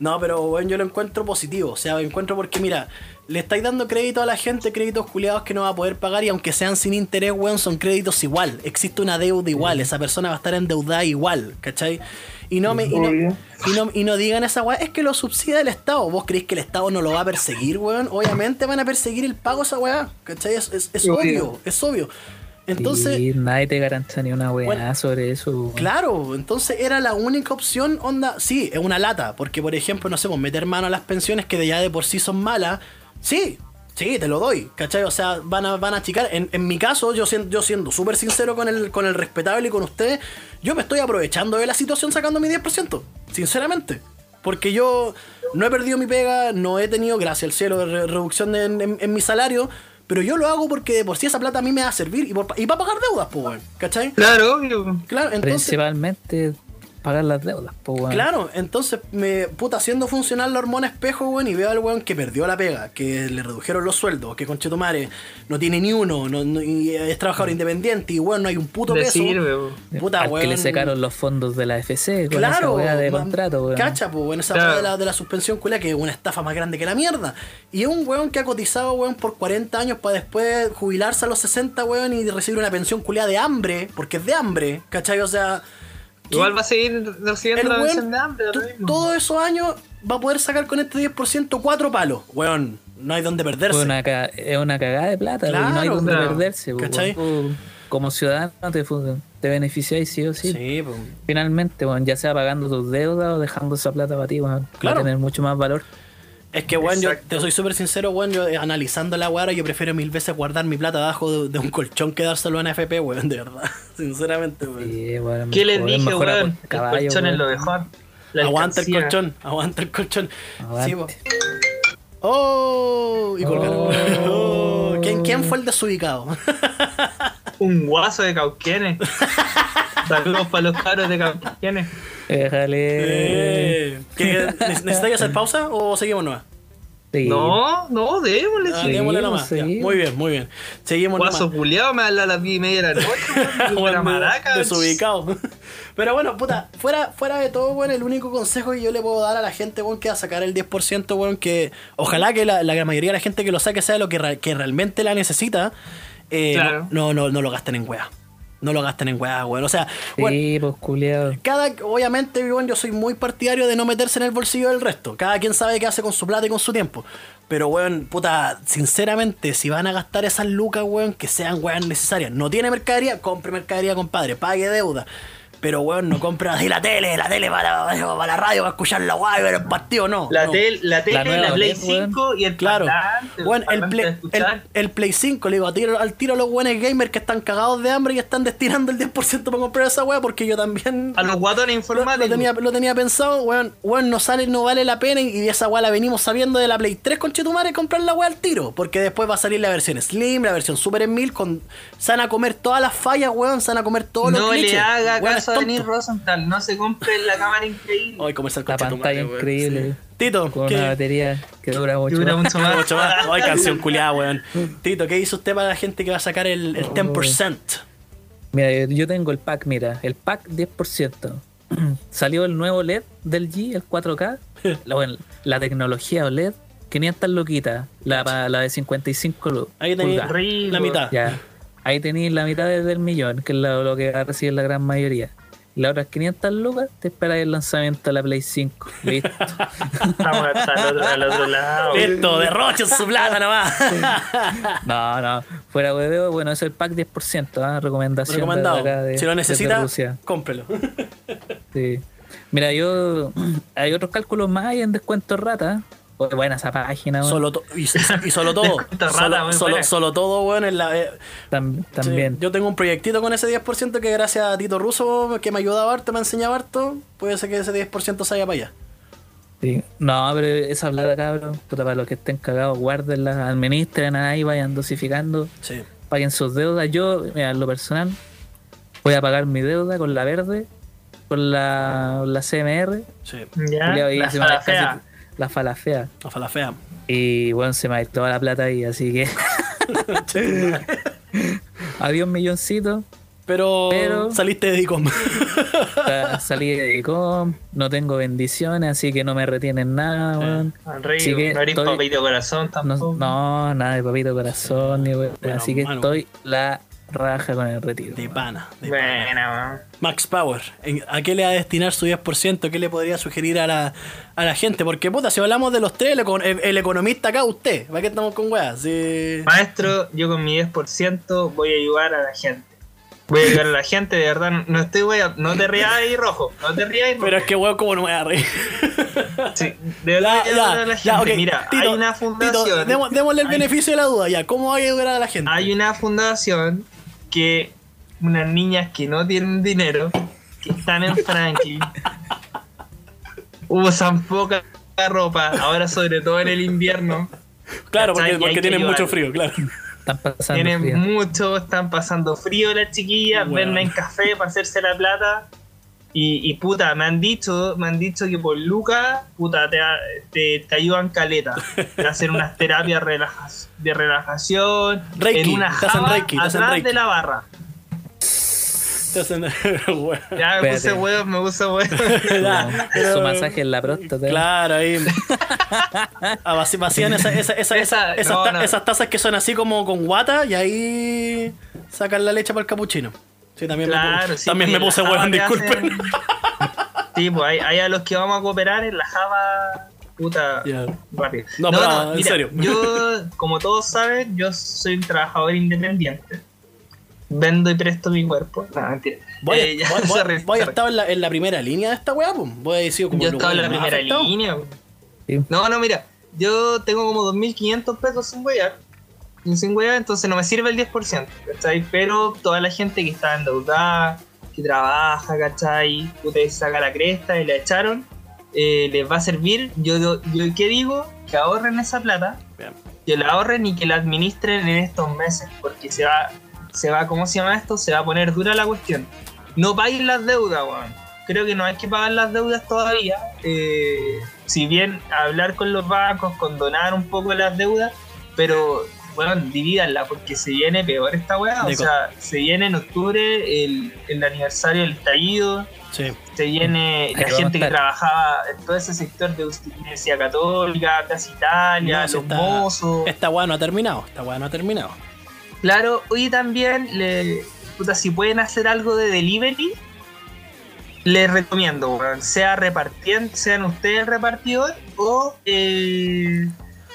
No, pero bueno, yo lo encuentro positivo. O sea, lo encuentro porque, mira, le estáis dando crédito a la gente, créditos culiados que no va a poder pagar, y aunque sean sin interés, weón, son créditos igual. Existe una deuda igual, esa persona va a estar endeudada igual, ¿cachai? Y no me y no, y no, y no digan esa weá, es que lo subsidia el Estado. ¿Vos creéis que el Estado no lo va a perseguir, weón? Obviamente van a perseguir el pago a esa weá, ¿cachai? Es, es, es obvio, es obvio. Entonces, y nadie te garantiza ni una weá bueno, sobre eso. Weón. Claro, entonces era la única opción, onda, sí, es una lata, porque por ejemplo, no sé, pues meter mano a las pensiones que ya de por sí son malas, sí, sí, te lo doy, ¿cachai? O sea, van a, van a achicar. En, en mi caso, yo siendo, yo siendo súper sincero con el, con el respetable y con ustedes, yo me estoy aprovechando de la situación sacando mi diez por ciento, sinceramente. Porque yo no he perdido mi pega, no he tenido, gracias al cielo, re reducción de, en, en, en mi salario. Pero yo lo hago porque de por sí esa plata a mí me va a servir y, por, y para pagar deudas, pues, weón. ¿Cachai? Claro, obvio. Claro, entonces, principalmente pagar las deudas, pues, weón. Claro, entonces, me puta, haciendo funcionar la hormona espejo, weón, y veo al weón que perdió la pega, que le redujeron los sueldos, que conchetumare no tiene ni uno, no, no, y es trabajador independiente, y weón, no hay un puto le peso. Sirve, weón. Puta, Al weón. Que le secaron los fondos de la F C, con claro, esa weá de man, contrato, weón. Cacha, pues, weón, esa claro. weá de la, de la suspensión culia, que es una estafa más grande que la mierda. Y es un weón que ha cotizado, weón, por cuarenta años para después jubilarse a los sesenta, weón, y recibir una pensión culia de hambre, porque es de hambre, ¿cachai? O sea. Igual va a seguir recibiendo la pensión de hambre. Todos esos años va a poder sacar con este diez por ciento cuatro palos. Weón, no hay donde perderse. Es una, es una cagada de plata, claro, no hay donde claro. perderse. ¿Cachai? Weón. Como ciudadano te, te beneficiáis sí o sí. Sí, pues. Finalmente, bueno, ya sea pagando tus deudas o dejando esa plata para ti, bueno, claro. Va a tener mucho más valor. Es que, weón, yo te soy súper sincero, weón, yo eh, analizando la weá, yo prefiero mil veces guardar mi plata abajo de, de un colchón que dárselo en F P, weón, de verdad. Sinceramente, weón. Sí, bueno, ¿qué les mejor, dije, mejor weón? caballo, El colchón weón. es lo mejor. La Aguanta el alcancía. colchón, aguanta el colchón. Aguante. Sí, po. ¡Oh! Y colgaron. Oh. Oh. ¿Quién, ¿Quién fue el desubicado? Un guaso de Cauquenes. Saludos para los cabros de Cauquenes. Déjale. Eh, ¿qué- ¿Necesitáis hacer pausa o seguimos nomás? Sí. No, no, démosle. Ah, sí. démosle nomás. Ya. seguimos. Muy bien, muy bien. Seguimos Guaso nomás. culiao me habla a las diez y media de la noche. Bueno, Una maraca. desubicado. Pero bueno, puta, fuera, fuera de todo, weón, el único consejo que yo le puedo dar a la gente, weón, que va a sacar el diez por ciento, weón, que ojalá que la, la gran mayoría de la gente que lo saque sea lo que, re- que realmente la necesita, eh, Claro. no, no, no lo gasten en weá. No lo gasten en weá, weón. O sea, weón, Sí, pues culiado. cada, obviamente, weón, yo soy muy partidario de no meterse en el bolsillo del resto. Cada quien sabe qué hace con su plata y con su tiempo. Pero, weón, puta, sinceramente, si van a gastar esas lucas, weón, que sean, weón, necesarias. No tiene mercadería, compre mercadería, compadre, pague deuda. Pero, weón, no compre así la tele, la tele para, para la radio, para escuchar la guay, ver el partido, no. La, no. tel, la tele, La la, nueva Play O L E D, cinco y el Claro. parlante, Bueno, el parlante Play, de el, escuchar. el Play cinco, le digo, a tiro, al tiro a los buenos gamers que están cagados de hambre y están destinando el diez por ciento para comprar esa weá, porque yo también A los guatones lo, informáticos. lo tenía, lo tenía pensado, weón, weón, no sale, no vale la pena, y, y esa weá la venimos sabiendo de la Play tres con Chetumare, comprar la weá al tiro, porque después va a salir la versión Slim, la versión Super en mil, con, se van a comer todas las fallas, weón, se van a comer todos los No glitches. le haga Weón, caso es a tonto. Denis Rosenthal, no se compre la cámara increíble. Ay, comercial La con pantalla Chetumare, weón, increíble. sí. Tito, Con ¿qué? una batería que dura mucho. Dura más. mucho más. Mucho más. Ay, canción culiada, weón. Tito, ¿qué hizo usted para la gente que va a sacar el, el diez por ciento? Mira, yo, yo tengo el pack, mira, el pack diez por ciento. Salió el nuevo L E D del G, el cuatro K. La, bueno, la tecnología O L E D, quinientas loquitas. La, pa- la de cincuenta y cinco lu- Ahí tenéis pulgadas. Rico. la mitad. Ya. Ahí tenéis la mitad del millón, que es lo, lo que va a recibir la gran mayoría. Y las otras quinientas lucas te esperáis el lanzamiento de la Play cinco. Listo. Estamos hasta el otro, al otro lado. Listo, derrochen su plata nomás. No, no. Fuera hueveo, bueno, es el pack diez por ciento, ¿ah? Recomendación. Recomendado. de acá de- Si lo desde necesita, Rusia. cómprelo. Sí. Mira, yo. Hay otros cálculos más ahí en descuento rata. Oh, buena esa página, weón. Solo to- y, y solo todo. Descuento rata, solo, muy solo, buena. solo todo, weón, en la. eh, Tam- también. sí, yo tengo un proyectito con ese diez por ciento que gracias a Tito Russo, que me ha ayudado harto, me ha enseñado harto, puede ser que ese diez por ciento se vaya para allá. Sí. No, pero esa plata, cabrón, puta, para los que estén cagados, guárdenla, administren ahí, vayan dosificando, Sí. paguen sus deudas. Yo, mira, en lo personal, voy a pagar mi deuda con la verde, con la, la C M R, Sí. Ya, Culeado, y la se me va sala casi- fea. la falafea. La fala fea. Y bueno, se me ha ido toda la plata ahí, así que. Había un milloncito. Pero, Pero- saliste de Dicom. Nunca salí de ICOM, no tengo bendiciones, así que no me retienen nada, weón. Así que no eres estoy- papito corazón tampoco. No, no, nada de papito corazón, ni weón. Bueno, Así que mano. estoy la raja con el retiro. De weón. pana. De pana. Buena, weón. Max Power, ¿en- ¿a qué le va a destinar su diez por ciento? ¿Qué le podría sugerir a la, a la gente? Porque, puta, si hablamos de los tres, el, econ- el- el economista acá, usted. ¿Para qué estamos con weas? Sí. Maestro, yo con mi diez por ciento voy a ayudar a la gente. Voy a ayudar a la gente, de verdad. No estoy, voy a, no te rías ahí, rojo. No te rías ahí, rojo. Pero es que, weón, ¿cómo no me voy a reír? Sí, de verdad, voy a ayudar a la gente. ya, ok. Mira, Tito, hay una fundación. Tito, demo- démosle el hay- beneficio de la duda, ya. ¿Cómo va a ayudar a la gente? Hay una fundación que unas niñas que no tienen dinero, que están en Franklin, usan poca ropa, ahora sobre todo en el invierno. Claro, porque, ¿cachai? Y hay porque que tienen mucho ayudar. frío, claro. Están pasando Tienen frío. mucho, están pasando frío las chiquillas, Bueno. venden café para hacerse la plata. Y, y puta, me han dicho, me han dicho que por lucas, puta, te, te, te ayudan caleta. Te hacen unas terapias relaja- de relajación Reiki, en una te hacen java reiki, te hacen atrás reiki. de la barra. Te hacen- weón. Ya me puse Espérate. huevos, me puse huevos. Ya, Su pero- masaje en la próstata. Claro, ahí. Ah, vaci- vacían esa- esa- esa- Esa- esas no, ta- no. esas tazas que son así como con guata y ahí sacan la leche para el capuchino. Sí, también me, Claro, pu- sí, también me pues, puse la huevón, java te disculpen. hacen- Sí, pues hay, hay a los que vamos a cooperar en la Java, puta, Ya. rápido. No, pero, en serio. Yo, como todos saben, yo soy un trabajador independiente. Vendo y presto mi cuerpo. No, mentira. Voy, Eh, ya, voy, voy- sorry, voy a sorry. estar en la, en la primera línea de esta weá, pues. Voy a decir como Yo los estaba en la weones más primera afectados. línea. pues. Sí. No, no, mira, yo tengo como dos mil quinientos pesos sin huear. Sin huear, entonces no me sirve el diez por ciento, ¿cachai? Pero toda la gente que está endeudada, que trabaja, ¿cachai? Puta, se saca la cresta y la echaron, eh, les va a servir. Yo, yo, yo, ¿qué digo? Que ahorren esa plata, Bien. que la ahorren y que la administren en estos meses, porque se va, se va, ¿cómo se llama esto? Se va a poner dura la cuestión. No paguen las deudas, weón. Creo que no hay que pagar las deudas todavía. Eh, si bien hablar con los bancos, condonar un poco las deudas, pero bueno, divídanla porque se viene peor esta weá. O De co- sea, se viene en octubre el, el aniversario del estallido. Sí. Se viene Ahí la vamos gente a que estar. trabajaba en todo ese sector de Universidad Católica, Plaza Italia, No, si los esta- mozos. Esta weá no ha terminado. Esta weá no ha terminado. Claro, y también, le, puta, si pueden hacer algo de delivery, les recomiendo, weón, sea repartiendo, sean ustedes el repartidor o, eh,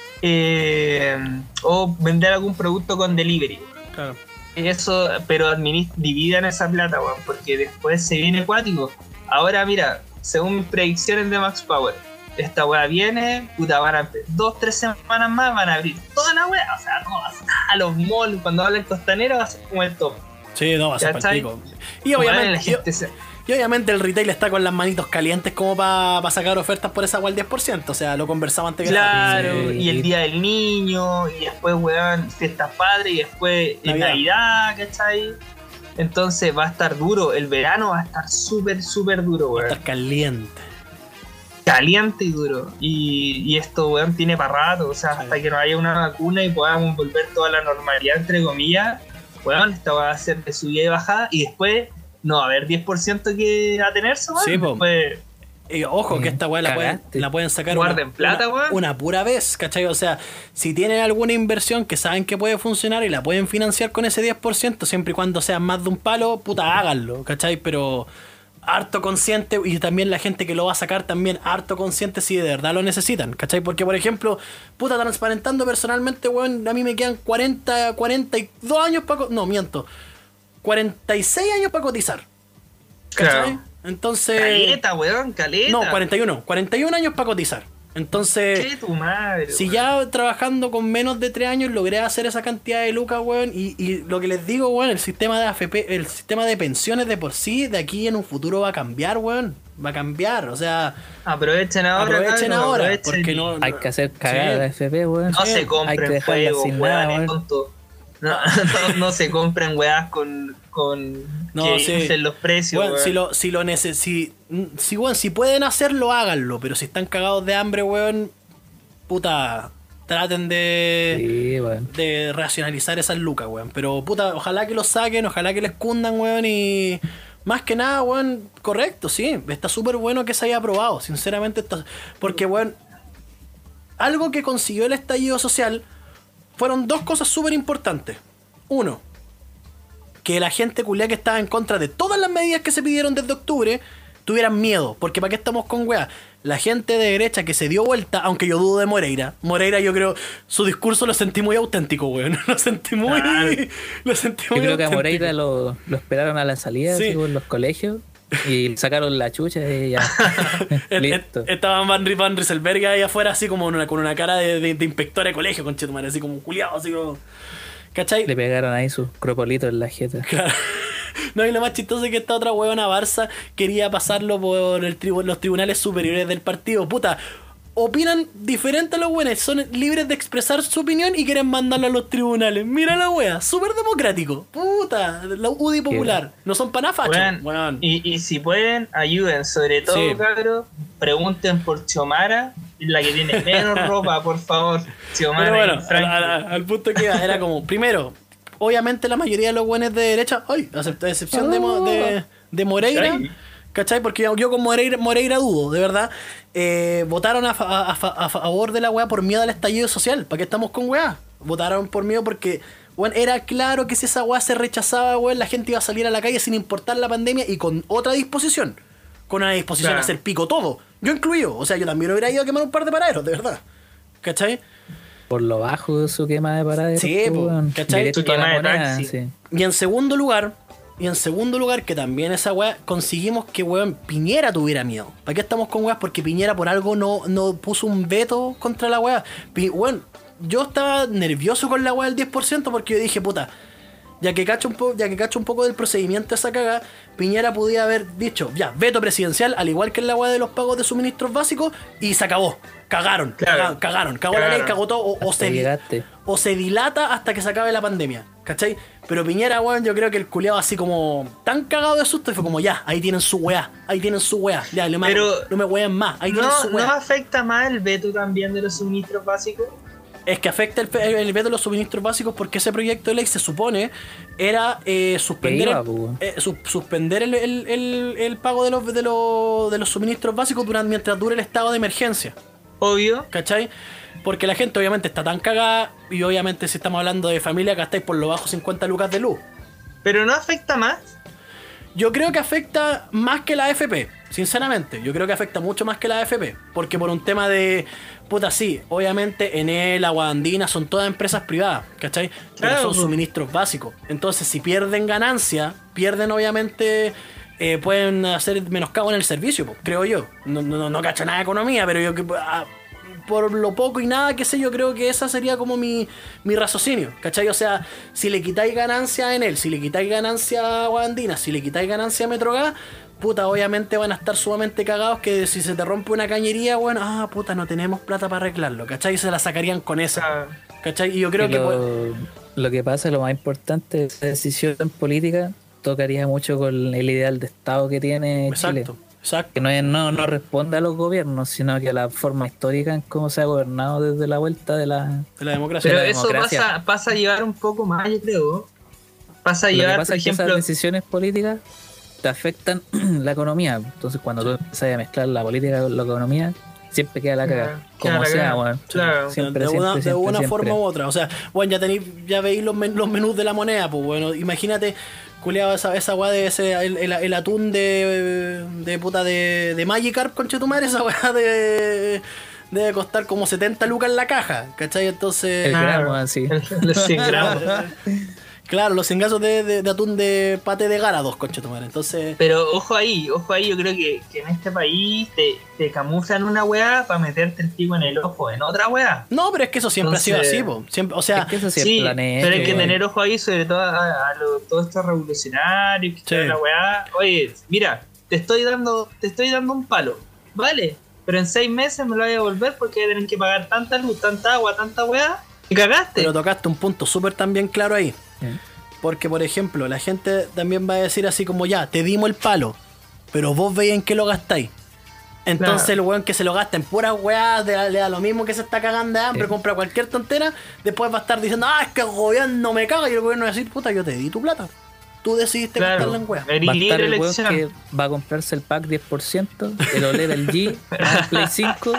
eh, o vender algún producto con delivery. Claro. Eso, pero administ- dividan esa plata, weón, porque después se viene acuático. Ahora, mira, según mis predicciones de Max Power, esta weá viene, puta, van a dos, tres semanas más van a abrir toda la weá, o sea, todas, a los malls, cuando hablan costanera va a ser como el top. Sí, no, va a ser ¿Cachai? palpico. Y Weón, obviamente, la gente se- y obviamente el retail está con las manitos calientes como para sacar ofertas por esa weá al diez por ciento. O sea, lo conversaba antes que nada. Claro, Sí. y el día del niño, y después, weón, fiestas padres, y después en Navidad. Navidad, ¿cachai? Entonces va a estar duro, el verano va a estar súper, súper duro, Va a weón. estar caliente. Caliente y duro. Y, y esto, weón, tiene para rato, o sea, Sí. hasta que no haya una vacuna y podamos volver toda la normalidad, entre comillas, weón, esta va a ser de subida y bajada, y después no va a haber diez por ciento que atenerse, weón. Sí, po. Después, Y ojo, que esta weá la pueden, Cagaste. la pueden sacar Guarden una, plata, una- weón. una pura vez, ¿cachai? O sea, si tienen alguna inversión que saben que puede funcionar y la pueden financiar con ese diez por ciento, siempre y cuando sean más de un palo, puta, háganlo, ¿cachai? Pero harto consciente, y también la gente que lo va a sacar también harto consciente si de verdad lo necesitan, ¿cachai? Porque, por ejemplo, puta, transparentando personalmente, weón, a mí me quedan cuarenta, cuarenta y dos años para... No, miento. cuarenta y seis años para cotizar. ¿Cachai? Claro. Entonces... caleta, weón, caleta. No, cuarenta y uno. cuarenta y un años para cotizar. Entonces, ¿Qué tu madre? si weón? ya trabajando con menos de tres años logré hacer esa cantidad de lucas, weón, y, y lo que les digo, weón, el sistema de A F P, el sistema de pensiones de por sí, de aquí en un futuro va a cambiar, weón. Va a cambiar, o sea, Aprovechen ahora, aprovechen cabrón, ahora, aprovechen. porque no... Hay que hacer cagada Sí. de F P, weón. No Sí, se hay que compren dejarla juegos, sin nada, weón, weón. tonto. No, no, no se compren weas con, con No, que sí. inflen los precios, Weón, weón. si lo, si lo neces si, si, weón, si pueden hacerlo, háganlo, pero si están cagados de hambre, weón, puta, traten de... Sí, weón. de racionalizar esas lucas, weón. Pero puta, ojalá que los saquen, ojalá que les cundan, weón, y Más que nada, weón, correcto, sí. Está súper bueno que se haya aprobado. Sinceramente, está... porque, weón, algo que consiguió el estallido social fueron dos cosas súper importantes. Uno, que la gente culia que estaba en contra de todas las medidas que se pidieron desde octubre tuvieran miedo. Porque ¿para qué estamos con weá? La gente de derecha que se dio vuelta, aunque yo dudo de Moreira. Moreira, yo creo, su discurso lo sentí muy auténtico, weón. Lo sentí muy... Ah, lo sentí yo muy creo que a auténtico. Moreira lo, lo esperaron a la salida, Sí. así, en los colegios. Y sacaron la chucha y ya. Listo. Estaba Van, Van Rieselberg ahí afuera así como una, con una cara de, de, de inspector de colegio, conchetumare, así como culiado, así como... ¿Cachai? Le pegaron ahí sus cropolitos en la jeta. Claro. No, y lo más chistoso es que esta otra huevona Barça quería pasarlo por el tribu los tribunales superiores del partido. Puta, opinan diferente a los buenos, son libres de expresar su opinión y quieren mandarlo a los tribunales. Mira la wea, súper democrático. Puta, la U D I popular. No son panafachos. Weón, Weón. y, y si pueden, ayuden. Sobre todo, Sí. cabros, pregunten por Xiomara, la que tiene menos ropa, por favor. Xiomara Pero bueno, y al, Franco. al- al punto que iba, era como, primero, obviamente la mayoría de los buenos de derecha, ay, a excepto- a excepción de, Mo- de, de Moreira, Ay. ¿cachai? Porque yo, yo con Moreira, Moreira dudo, de verdad, eh, votaron a, fa- a fa- a favor de la weá por miedo al estallido social. ¿Para qué estamos con weá? Votaron por miedo porque, bueno, era claro que si esa weá se rechazaba, weón, la gente iba a salir a la calle sin importar la pandemia y con otra disposición. Con una disposición Claro. a hacer pico todo. Yo incluido. O sea, yo también hubiera ido a quemar un par de paraderos, de verdad. ¿Cachai? Por lo bajo de su quema de paraderos. Sí, pues, po, weón. ¿cachai? Directo Su a la quema de moneda, taxi. sí. Y en segundo lugar, y en segundo lugar, que también esa weá, conseguimos que weón Piñera tuviera miedo. ¿Para qué estamos con weas? Porque Piñera por algo no, no puso un veto contra la weá. Pi- Weón, yo estaba nervioso con la weá del diez por ciento porque yo dije, puta, ya que cacho un poco, ya que cacho un poco del procedimiento de esa caga, Piñera podía haber dicho, ya, veto presidencial, al igual que en la weá de los pagos de suministros básicos, y se acabó. Cagaron, Claro. caga- cagaron, cagó la Cagaron. ley, cagó todo, o, o Hasta se, llegaste. o se dilata hasta que se acabe la pandemia, ¿cachai? Pero Piñera, weón, yo creo que el culiado así como tan cagado de susto y fue como, ya, ahí tienen su weá, ahí tienen su weá, ya, no me, Pero no me wean más, ahí tienen ¿No, su ¿No weá. afecta más el veto también de los suministros básicos? Es que afecta el, el, el veto de los suministros básicos porque ese proyecto de ley se supone era eh, suspender, Que iba, el, pues, weón. eh, su- suspender el, el, el, el pago de los, de, los, de los suministros básicos durante, mientras dure el estado de emergencia. Obvio. ¿Cachai? Porque la gente obviamente está tan cagada y obviamente si estamos hablando de familia gastáis por lo bajo cincuenta lucas de luz. Pero no afecta más. Yo creo que afecta más que la A F P, sinceramente. Yo creo que afecta mucho más que la A F P. Porque por un tema de... Puta, sí, obviamente Enel, Agua Andina son todas empresas privadas, ¿cachai? Pero Claro, son pues. suministros básicos. Entonces, si pierden ganancia, pierden obviamente... eh, pueden hacer menoscabo en el servicio, pues, creo yo. No, no, no cacho nada de economía, pero yo que... ah, por lo poco y nada que sé, yo creo que esa sería como mi, mi raciocinio, ¿cachai? O sea, si le quitáis ganancia a Enel, si le quitáis ganancia a Agua Andina, si le quitáis ganancia a Metrogas, puta, obviamente van a estar sumamente cagados que si se te rompe una cañería, bueno, ah, puta, no tenemos plata para arreglarlo, ¿cachai? Y se la sacarían con esa, Claro. ¿cachai? Y yo creo Y que... lo, pues, lo que pasa, lo más importante, esa decisión política tocaría mucho con el ideal de Estado que tiene Chile. exacto, exacto. Que no, es- no, no responde a los gobiernos, sino que a la forma histórica en cómo se ha gobernado desde la vuelta de la... De la democracia. Pero la eso democracia. pasa, pasa a llevar un poco más, yo creo. Pasa a Lo que llevar, pasa por es que esas ejemplo... decisiones políticas te afectan la economía. Entonces, cuando tú empiezas a mezclar la política con la economía, siempre queda la cagada. Queda Como la sea, cagada. weón. Claro. Siempre, de, siempre, una, de siempre, una siempre. forma u otra. O sea, bueno, ya tenéis, ya veis los, men- los menús de la moneda, pues bueno, imagínate, culeado, esa, esa weá de ese, el, el- el atún de, de puta de, de Magikarp, conchetumare, esa weá de debe costar como setenta lucas en la caja, ¿cachai? Entonces, El Claro. gramo, así. Los cien gramos. claro, los cingazos de, de, de atún de pate de Garados, conchetumare. Entonces, Pero ojo ahí, ojo ahí, yo creo que, que en este país te, te camuflan una weá para meterte el pico en el ojo en otra weá. no, pero es que eso siempre ha Entonces- sido así, po. Siempre, o sea, Es que eso sí, Sí, es planeta, pero hay que weón. tener ojo ahí, sobre todo a, a lo- todos estos revolucionarios que Sí. están en la weá. Oye, mira, te estoy dando, te estoy dando un palo, vale, pero en seis meses me lo voy a devolver porque voy a tener que pagar tanta luz, tanta agua, tanta weá. Y cagaste. pero tocaste un punto súper también claro ahí. Sí. Porque, por ejemplo, la gente también va a decir así como, ya, te dimos el palo, pero vos veis en qué lo gastáis. Entonces Claro. el weón que se lo gasta en puras weas, le da, le da lo mismo que se está cagando de hambre, Sí. compra cualquier tontera, después va a estar diciendo, ah, es que el gobierno me caga, y el gobierno va a decir, puta, yo te di tu plata. tú decidiste Claro. gastarla en weá. Eres Va a estar libre el weón elección. que va a comprarse el pack diez por ciento, el O L E D del G, el Play cinco,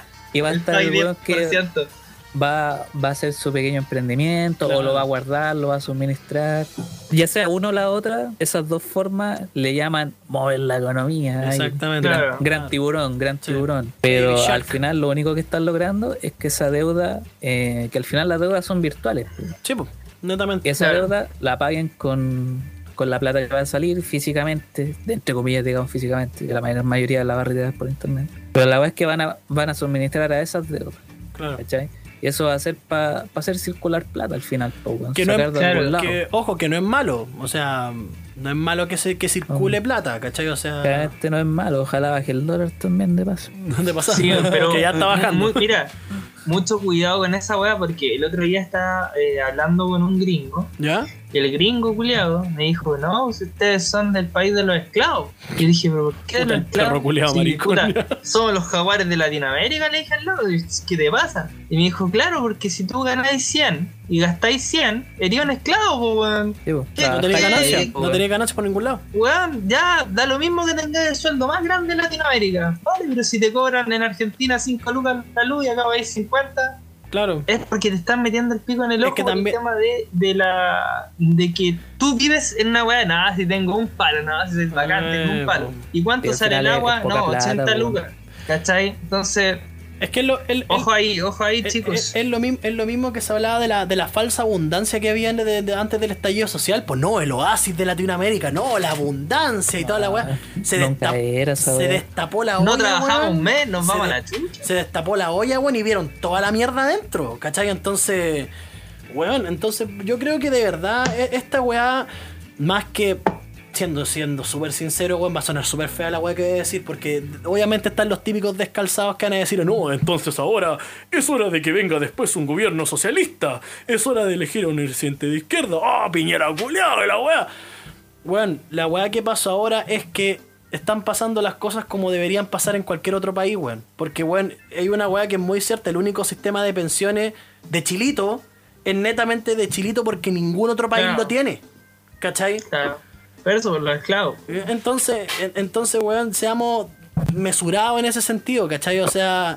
y va a estar el weón que diez por ciento. va, va a hacer su pequeño emprendimiento, Claro. o lo va a guardar, lo va a suministrar. Ya sea uno o la otra, esas dos formas le llaman mover la economía. Ay, Exactamente. Claro. gran tiburón, gran Sí. tiburón. Pero Baby Shark. al final lo único que están logrando es que esa deuda, eh, que al final las deudas son virtuales. Sí, pues, netamente. Que esa Claro. deuda la paguen con, con la plata que va a salir físicamente, de entre comillas, digamos físicamente, que la mayor mayoría la va a retirar por internet. Pero la verdad es que van a, van a suministrar a esas deudas, Claro. ¿cachai? Y eso va a ser para pa hacer circular plata al final, po, weón, Que no sacar es, de claro, algún lado. que, ojo, que no es malo. O sea, no es malo que se que circule plata, ¿cachai? O sea, Claramente no es malo, ojalá baje el dólar también de paso. ¿dónde pasa? Sí, pero que ya está bajando. mu- mira, mucho cuidado con esa weá porque el otro día estaba eh, hablando con un gringo ¿Ya? y el gringo culiado me dijo, no, si ustedes son del país de los esclavos. Y yo dije, pero ¿por qué de Puta, los el perro esclavos? culiao, Sí, maricón. puta, somos los jaguares de Latinoamérica, le dije al loco, ¿qué te pasa? Y me dijo, claro, porque si tú ganáis cien y gastáis cien, eres un esclavo, po, weón. Sí, po, ¿Qué? No trabajar tenía Ay, ganancia. ay, No weón. tenía ganancia por ningún lado. Weón, ya da lo mismo que tengas el sueldo más grande de Latinoamérica. Vale, pero si te cobran en Argentina cinco lucas la luz y acá vais cincuenta, Claro. es porque te están metiendo el pico en el Es ojo que por también- el tema de, de la de que tú vives en una weá, nada, si tengo un palo, nada, si soy bacán, tengo Eh, un palo. po. ¿Y cuánto Y al sale el final es- agua? es poca No, plata, ochenta po. lucas. ¿Cachai? Entonces, Es que es lo, el, el- ojo ahí, ojo ahí, es, chicos. es- es lo mismo, es lo mismo que se hablaba de la, de la falsa abundancia que había de- de- antes del estallido social. Pues no, el oasis de Latinoamérica, no, la abundancia y toda la weá. Se, nunca destap- era esa se weá. destapó la olla. No trabajamos weón. un mes, nos Se vamos a de- la chucha. Se destapó la olla, weón, y vieron toda la mierda adentro, ¿cachai? Entonces, weón, entonces yo creo que de verdad e- esta weá, más que siendo siendo súper sincero, weón, va a sonar súper fea la weá que voy a decir, porque obviamente están los típicos descalzados que van a decir, no, entonces ahora es hora de que venga después un gobierno socialista, es hora de elegir a un presidente de izquierda, ah, Piñera culiao, la weá. Weón, la weá que pasó ahora es que están pasando las cosas como deberían pasar en cualquier otro país, weón. Porque, weón, hay una weá que es muy cierta. El único sistema de pensiones de Chilito es netamente de Chilito porque ningún otro país Claro. lo tiene. ¿Cachai? Claro. Pero eso por los esclavos. Entonces, en- entonces, weón, seamos mesurados en ese sentido, ¿cachai? O sea,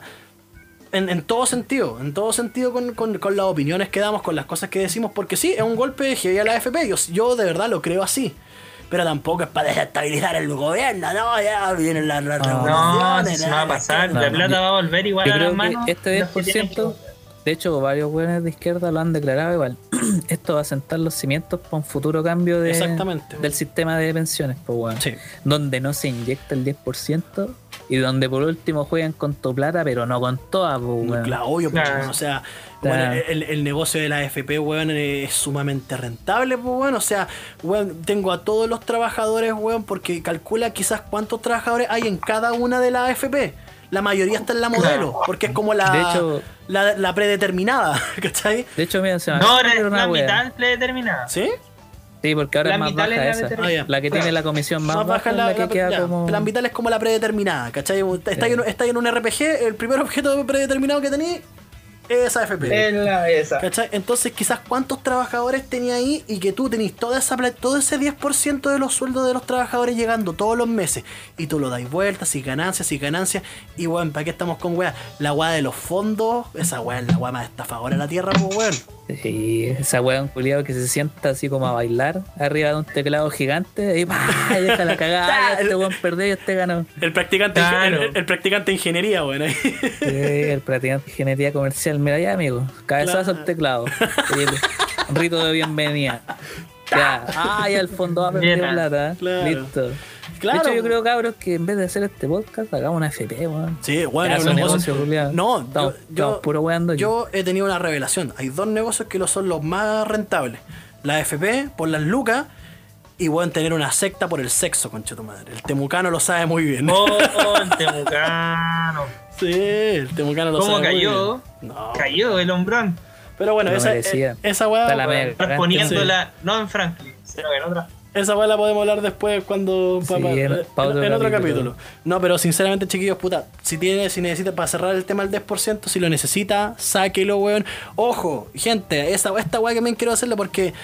en, en todo sentido, en todo sentido con, con, con las opiniones que damos, con las cosas que decimos, porque sí, es un golpe de heavy a la A F P, yo, yo de verdad lo creo así. Pero tampoco es para desestabilizar el gobierno, no, ya vienen las las No, No, revoluciones. eso no va a pasar. no, la no. plata va a volver igual Yo a las creo manos. que este de diez los por que tienen ciento, que- de hecho, varios buenos de izquierda lo han declarado igual. Esto va a sentar los cimientos para un futuro cambio de, Exactamente. del sistema de pensiones, pues, weón. Sí. Donde no se inyecta el diez por ciento y donde por último juegan con tu plata, pero no con toda, pues, weón. Claro, obvio, pues, Claro. o sea, Claro. bueno, el, el negocio de la A F P, weón, es sumamente rentable, pues, weón, o sea, weón, tengo a todos los trabajadores, weón, porque calcula quizás cuántos trabajadores hay en cada una de las A F P. La mayoría está en la modelo, porque es como la, De hecho- la, la predeterminada, ¿cachai? De hecho, mira, se me No, acaba de era ocurrir una la wea. mitad predeterminada. ¿Sí? Sí, porque ahora La es más mitad es baja la esa. determinada. Ah, ya. La que Claro. tiene la comisión más, Más baja, es la, que queda ya, como... plan vital es como la predeterminada, ¿cachai? Está, en, está en un R P G, el primer objeto predeterminado que tenéis es A F P. Es la esa. ¿Cachai? Entonces quizás cuántos trabajadores tenía ahí y que tú tenés toda esa pla- todo ese diez por ciento de los sueldos de los trabajadores llegando todos los meses y tú lo dais vueltas y ganancias y ganancias y weón, ¿para qué estamos con weá? La weá de los fondos, esa weá es la weá más estafadora de la tierra, pues weón. Sí, esa weá un culiado que se sienta así como a bailar arriba de un teclado gigante y ¡pah! Y deja la cagada, este weón perdió y este ganó. El practicante, Claro. el, el practicante de ingeniería, weón. ahí. Sí, el practicante de ingeniería comercial. Mira ya, amigo, cabezazo Claro. al teclado. Y el rito de bienvenida. Ya, ah, ya al fondo va a perder Bien, plata. claro. Listo. Claro. De hecho, yo creo, cabros, que en vez de hacer este podcast, hagamos una F P, weón. Sí, weón, Ya, es son un negocios, negocio. culiao. No, Estamos- yo, estamos yo, puro weando aquí. yo he tenido una revelación. Hay dos negocios que lo son los más rentables. La F P por las lucas y pueden tener una secta por el sexo, concha tu madre. El temucano lo sabe muy bien. Oh, oh, el temucano. Sí, el temucano lo ¿Cómo sabe cayó? muy bien. No. Cayó el hombrón. Pero bueno, Lo esa, merecía. eh, esa weá, Está la weón, mega. Estás poniéndola, no en Franklin, sino en otra. esa weá la podemos hablar después cuando Sí, pa- pa- en- en, pa' otro en otro capítulo. capítulo. No, pero sinceramente, chiquillos, puta, si tiene, si necesita para cerrar el tema del diez por ciento, si lo necesita, sáquelo, weón. Ojo, gente, esta, esta weá que me quiero hacerle porque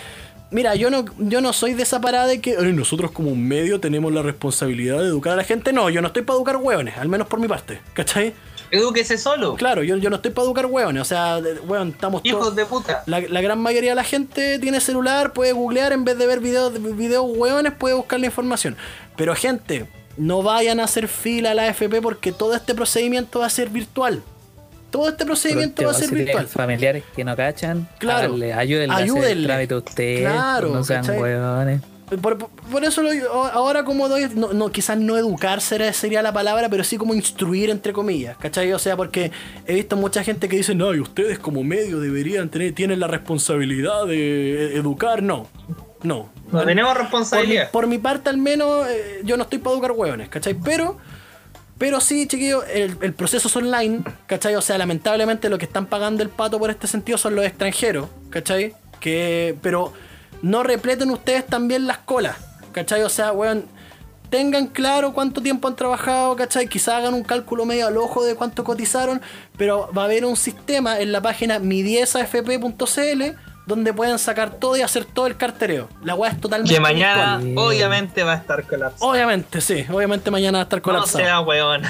Mira, yo no, yo no soy de esa parada de que "Ay, nosotros como un medio tenemos la responsabilidad de educar a la gente". No, yo no estoy para educar hueones, al menos por mi parte, ¿cachai? Edúquese solo. Claro, yo, yo no estoy para educar hueones, o sea, de- hueón, estamos Hijos todos... de puta. La, la gran mayoría de la gente tiene celular, puede googlear, en vez de ver videos, videos hueones, puede buscar la información. Pero gente, no vayan a hacer fila a la A F P porque todo este procedimiento va a ser virtual. Todo este procedimiento va a ser Si tienen virtual. familiares que no cachan, Claro. háganle, ayúdenle, a hacer Ayúdenle. el trámite a ustedes. Claro, no sean ¿cachai? huevones. Por, por- por eso lo- ahora como doy, no, no, quizás no educar sería, sería la palabra, pero sí como instruir entre comillas, ¿cachai? O sea, porque he visto mucha gente que dice, no, y ustedes como medio deberían tener, tienen la responsabilidad de educar. No, no. No tenemos Por mi, responsabilidad. por mi parte al menos, eh, yo no estoy para educar hueones, ¿cachai? Pero, pero sí, chiquillos, el, el proceso es online, ¿cachai? O sea, lamentablemente lo que están pagando el pato por este sentido son los extranjeros, ¿cachai? Que, pero no repleten ustedes también las colas, ¿cachai? O sea, weón, tengan claro cuánto tiempo han trabajado, ¿cachai? Quizás hagan un cálculo medio al ojo de cuánto cotizaron, pero va a haber un sistema en la página mi diez a f p punto c l donde pueden sacar todo y hacer todo el cartereo. La weá es totalmente Que mañana, virtual. obviamente, va a estar colapsado. Obviamente, sí, obviamente mañana va a estar No colapsado. sea weón.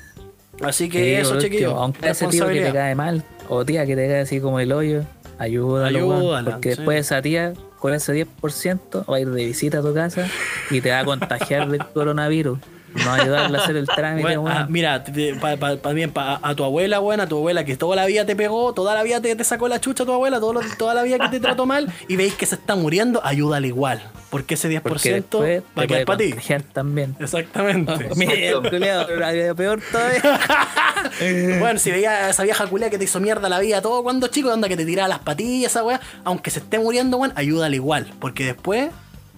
Así que Sí, eso, por chiquillos. último, aunque ese tío que te cae mal, o tía que te cae así como el hoyo, ayúdalo, weón, Ayúdala, porque sí. después esa tía, con ese diez por ciento, va a ir de visita a tu casa y te va a contagiar del coronavirus. No va a ayudarle a hacer el trámite, Bueno, weón. ah, mira, para pa, pa, bien, pa- a tu abuela, weón, a tu abuela que toda la vida te pegó, toda la vida te, te sacó la chucha a tu abuela, todo lo- toda la vida que te trató mal, y veis que se está muriendo, ayúdale igual. Porque ese diez por Porque ciento después va a te quedar puede para ti. contagiar también. Exactamente. Mira, culiao, peor todavía. Bueno, si veías a esa vieja culea que te hizo mierda la vida todo cuando chico, onda que te tiraba las patillas, esa weá, aunque se esté muriendo, weón, ayúdale igual. Porque después,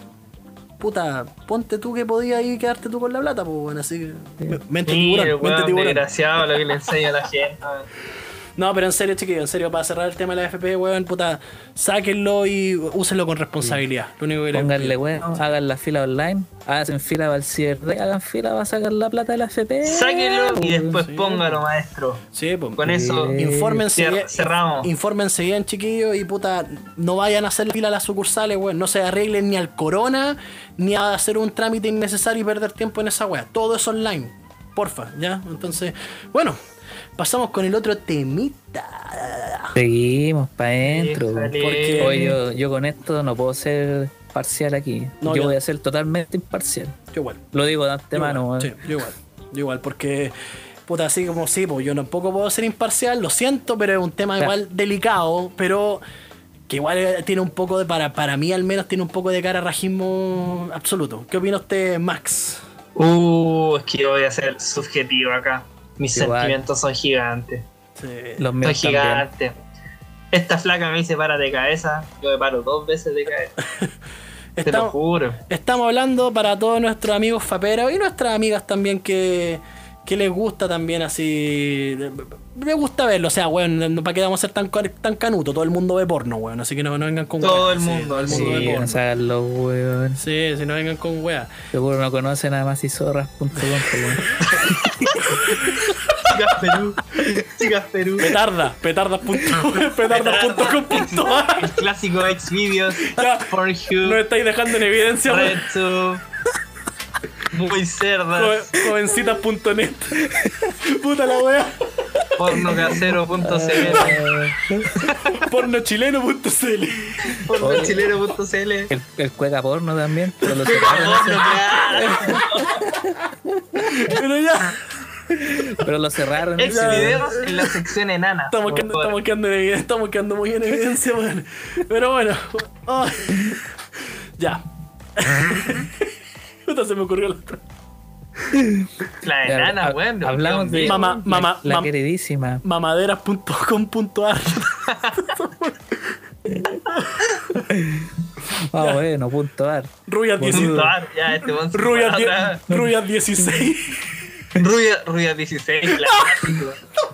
puta, ponte tú que podías ir quedarte tú con la plata, pues, bueno, así que. me- Mente Sí, el tiburón, mente weón tiburón. desgraciado lo que le enseña a la gente. No, pero en serio, chiquillos, en serio, para cerrar el tema de la A F P, weón, puta, sáquenlo y úsenlo con responsabilidad. Lo único que les Pónganle, pido. weón, hagan la fila online, hacen fila para el cierre, hagan fila para sacar la plata de la F P. Sáquenlo y después sí. póngalo, maestro. Sí, pues. Con eso, Sí. Infórmense cier- bien, cerramos. infórmense bien, chiquillos, y puta, no vayan a hacer fila a las sucursales, weón. No se arreglen ni al corona, ni a hacer un trámite innecesario y perder tiempo en esa weá. Todo es online. Porfa, ¿ya? Entonces, bueno, pasamos con el otro temita. Seguimos para adentro. Híjole. Porque- Oye, yo, yo con esto no puedo ser parcial aquí. No, yo yo- voy a ser totalmente imparcial. Yo igual. Lo digo de Yo antemano, igual, weón. sí, yo igual. Yo igual, porque, puta, así como sí, pues yo tampoco puedo ser imparcial, lo siento, pero es un tema Ya. igual delicado, pero que igual eh, tiene un poco de, para, para mí al menos, tiene un poco de cara a rajismo absoluto. ¿Qué opina usted, Max? Uh, es que yo voy a ser subjetivo acá. Mis Igual. sentimientos son gigantes. Sí. Los Son míos también. gigantes. Esta flaca me dice para de cabeza. Yo me paro dos veces de cabeza. Te lo Estamos, juro. estamos hablando para todos nuestros amigos faperos y nuestras amigas también que, que les gusta también así. Me gusta verlo, o sea, weón, no para qué vamos a ser tan, tan canuto. Todo el mundo ve porno, weón, así que no, no vengan con Todo weas, el sí, mundo, todo el sí, mundo ve Sí, porno. no se hagan los weón. Sí, si no vengan con weas. Seguro no conocen a más y zorras punto com, pues, weón. Chicas Perú. Chicas Perú. Petarda, petardas punto- petardas punto com punto a r. El clásico Xvideos. Ya, Pornhub. Nos estáis dejando en evidencia, weón. RedTube. Muy cerdas. Jo- Jovencitas punto net. Puta la wea. Pornocasero punto c l. Pornochileno punto c l. Pornochileno punto c l. El, el cueca porno también, pero lo cerraron, Pero ya, pero lo cerraron. Xvideos en la sección enana. estamos por quedando, favor. estamos quedando en evidencia, estamos quedando muy en evidencia, weón. Pero bueno. Ay. Ya. Puta, se me ocurrió la otra. La Ya, enana, ha- weón. Hablamos de Mamá, la- mamá, la mam- queridísima. Mamaderas punto com punto a r. Ah, bueno, punto ar. Rubias dieciséis. Ya, este monstruo. Rubias die- Otra. Rubias dieciséis. Rubia, Rubia dieciséis. clásico.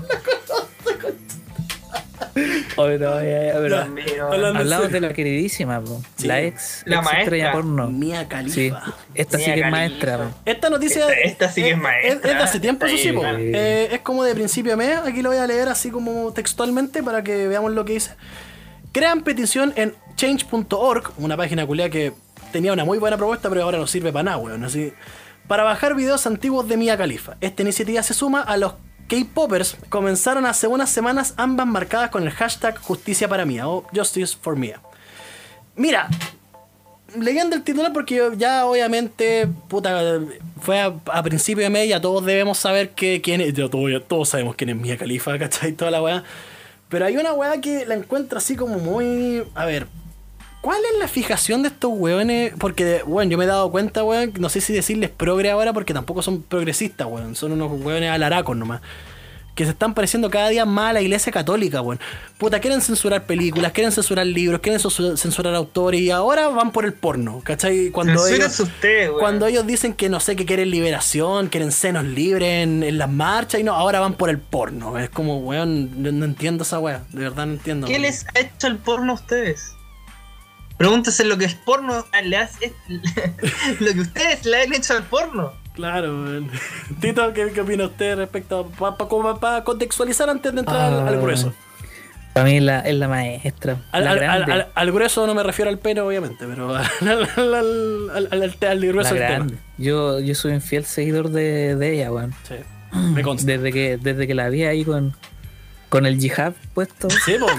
Oye, no, ya, ya, pero Ya. mío. Hablando en hablamos de serio. la queridísima, po. Sí. La ex, La ex estrella maestra. porno. Mía Khalifa. Sí, esta sí Mia que es Khalifa. maestra, po. Esta noticia Esta- esta sí que es maestra. Es, de hace tiempo, eso sí, po. Sí. Eh, es como de principio de mes. Aquí lo voy a leer así como textualmente para que veamos lo que dice. Crean petición en change punto org, una página culiada que tenía una muy buena propuesta, pero ahora no sirve para nada, weón. Así, para bajar videos antiguos de Mia Khalifa. Esta iniciativa se suma a los K-Poppers. Comenzaron hace unas semanas, ambas marcadas con el hashtag Justicia para Mia o Justice for Mia. Mira, leyendo el titular, porque yo ya obviamente, puta, fue a, a principio de mes, ya todos debemos saber que, quién es, ya todos, ya todos sabemos quién es Mia Khalifa, ¿cachai? Toda la weá. Pero hay una weá que la encuentro así como muy... A ver, ¿cuál es la fijación de estos weones? Porque, bueno, yo me he dado cuenta, weón, no sé si decirles progre ahora, porque tampoco son progresistas, weón. Son unos weones alaracos nomás. Que se están pareciendo cada día más a la iglesia católica, weón. Puta, quieren censurar películas, quieren censurar libros, quieren censurar autores y ahora van por el porno, ¿cachai? Cuando ellos, usted, cuando ellos dicen que no sé, que quieren liberación, quieren senos libres en, en las marchas y no, ahora van por el porno. Es como, weón, no, no entiendo esa weá, de verdad no entiendo. ¿Qué weón. les ha hecho el porno a ustedes? Pregúntese lo que es porno, le hace, lo que ustedes le han hecho al porno. Claro, weón. Tito, ¿qué, ¿qué opina usted respecto a... Para pa, pa contextualizar antes de entrar Ah, al, al grueso? Para mí la, es la maestra. Al, la al, grande. al, al, al grueso no me refiero al pene, obviamente, pero al, al, al, al, al, al, al grueso la del grande. tema. Yo, yo soy un fiel seguidor de, de ella, weón. Sí, me consta. Desde que, desde que la vi ahí con, con el jihad puesto. Sí, po.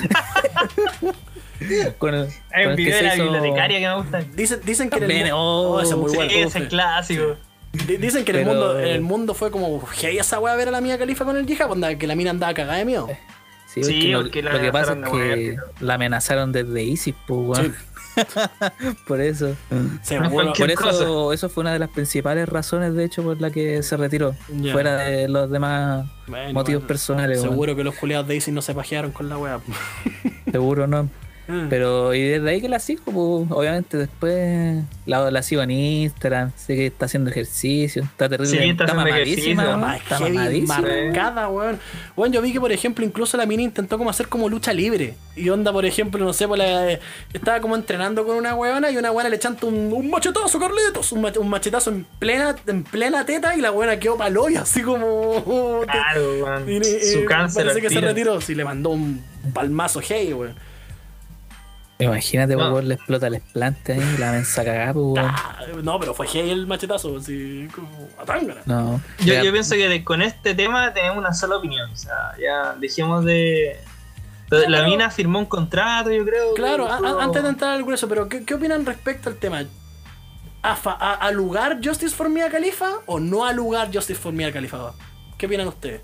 Con el, Hay con un el que video de se la hizo- bibliotecaria que me gusta. Dicen, dicen que en el También, mundo... oh, Oh, ese es muy Sí, bueno. es el clásico. D- Dicen que en, el Pero- mundo, en el mundo fue como... Hey, esa weá ver a la Mia Khalifa con el yihad, onda, que la mina andaba cagada de miedo. Sí, Sí, porque lo, porque la lo que pasa es amenazaron de que muerte. la amenazaron desde ISIS, pues, weón. Por eso. Seguro. cualquier- Por eso, eso fue una de las principales razones, de hecho, por la que se retiró. Ya. Fuera de los demás Bueno, motivos bueno, personales, weón. Seguro que los culiados de ISIS no se pajearon con la weá. Seguro no. Mm. Pero, y desde ahí que la sigo, pues, obviamente después la, la sigo en Instagram, sé que está haciendo ejercicio, está terrible, Sí, está haciendo mamadísima, ejercicio. weón, Más está heavy, mamadísima. marcada, weón. Weón, yo vi que, por ejemplo, incluso la mina intentó como hacer como lucha libre. Y onda, por ejemplo, no sé, por la, eh, estaba como entrenando con una weona y una weona le chanta un, un machetazo, Carlitos. Un, mach- un machetazo en plena, en plena teta y la weona quedó pa'l hoyo, así como... Claro, weón. Y- y- Su cáncer. Parece al que se tiro. retiró. Sí, le mandó un palmazo hey, weón. Imagínate, No. por le explota el esplante ahí, la mensa cagada, pues, weón. Ah, no, pero fue hey el machetazo, así como a tángana. No. Yo, Ya, yo pienso que de- con este tema tenemos una sola opinión. O sea, ya dejemos de. La pero- mina firmó un contrato, yo creo. Claro, que a- a- todo- antes de entrar al grueso, pero ¿qué, qué opinan respecto al tema? ¿A, fa- a, a lugar Justice for Mia Khalifa o no a lugar Justice for Mia Khalifa? ¿Qué opinan ustedes?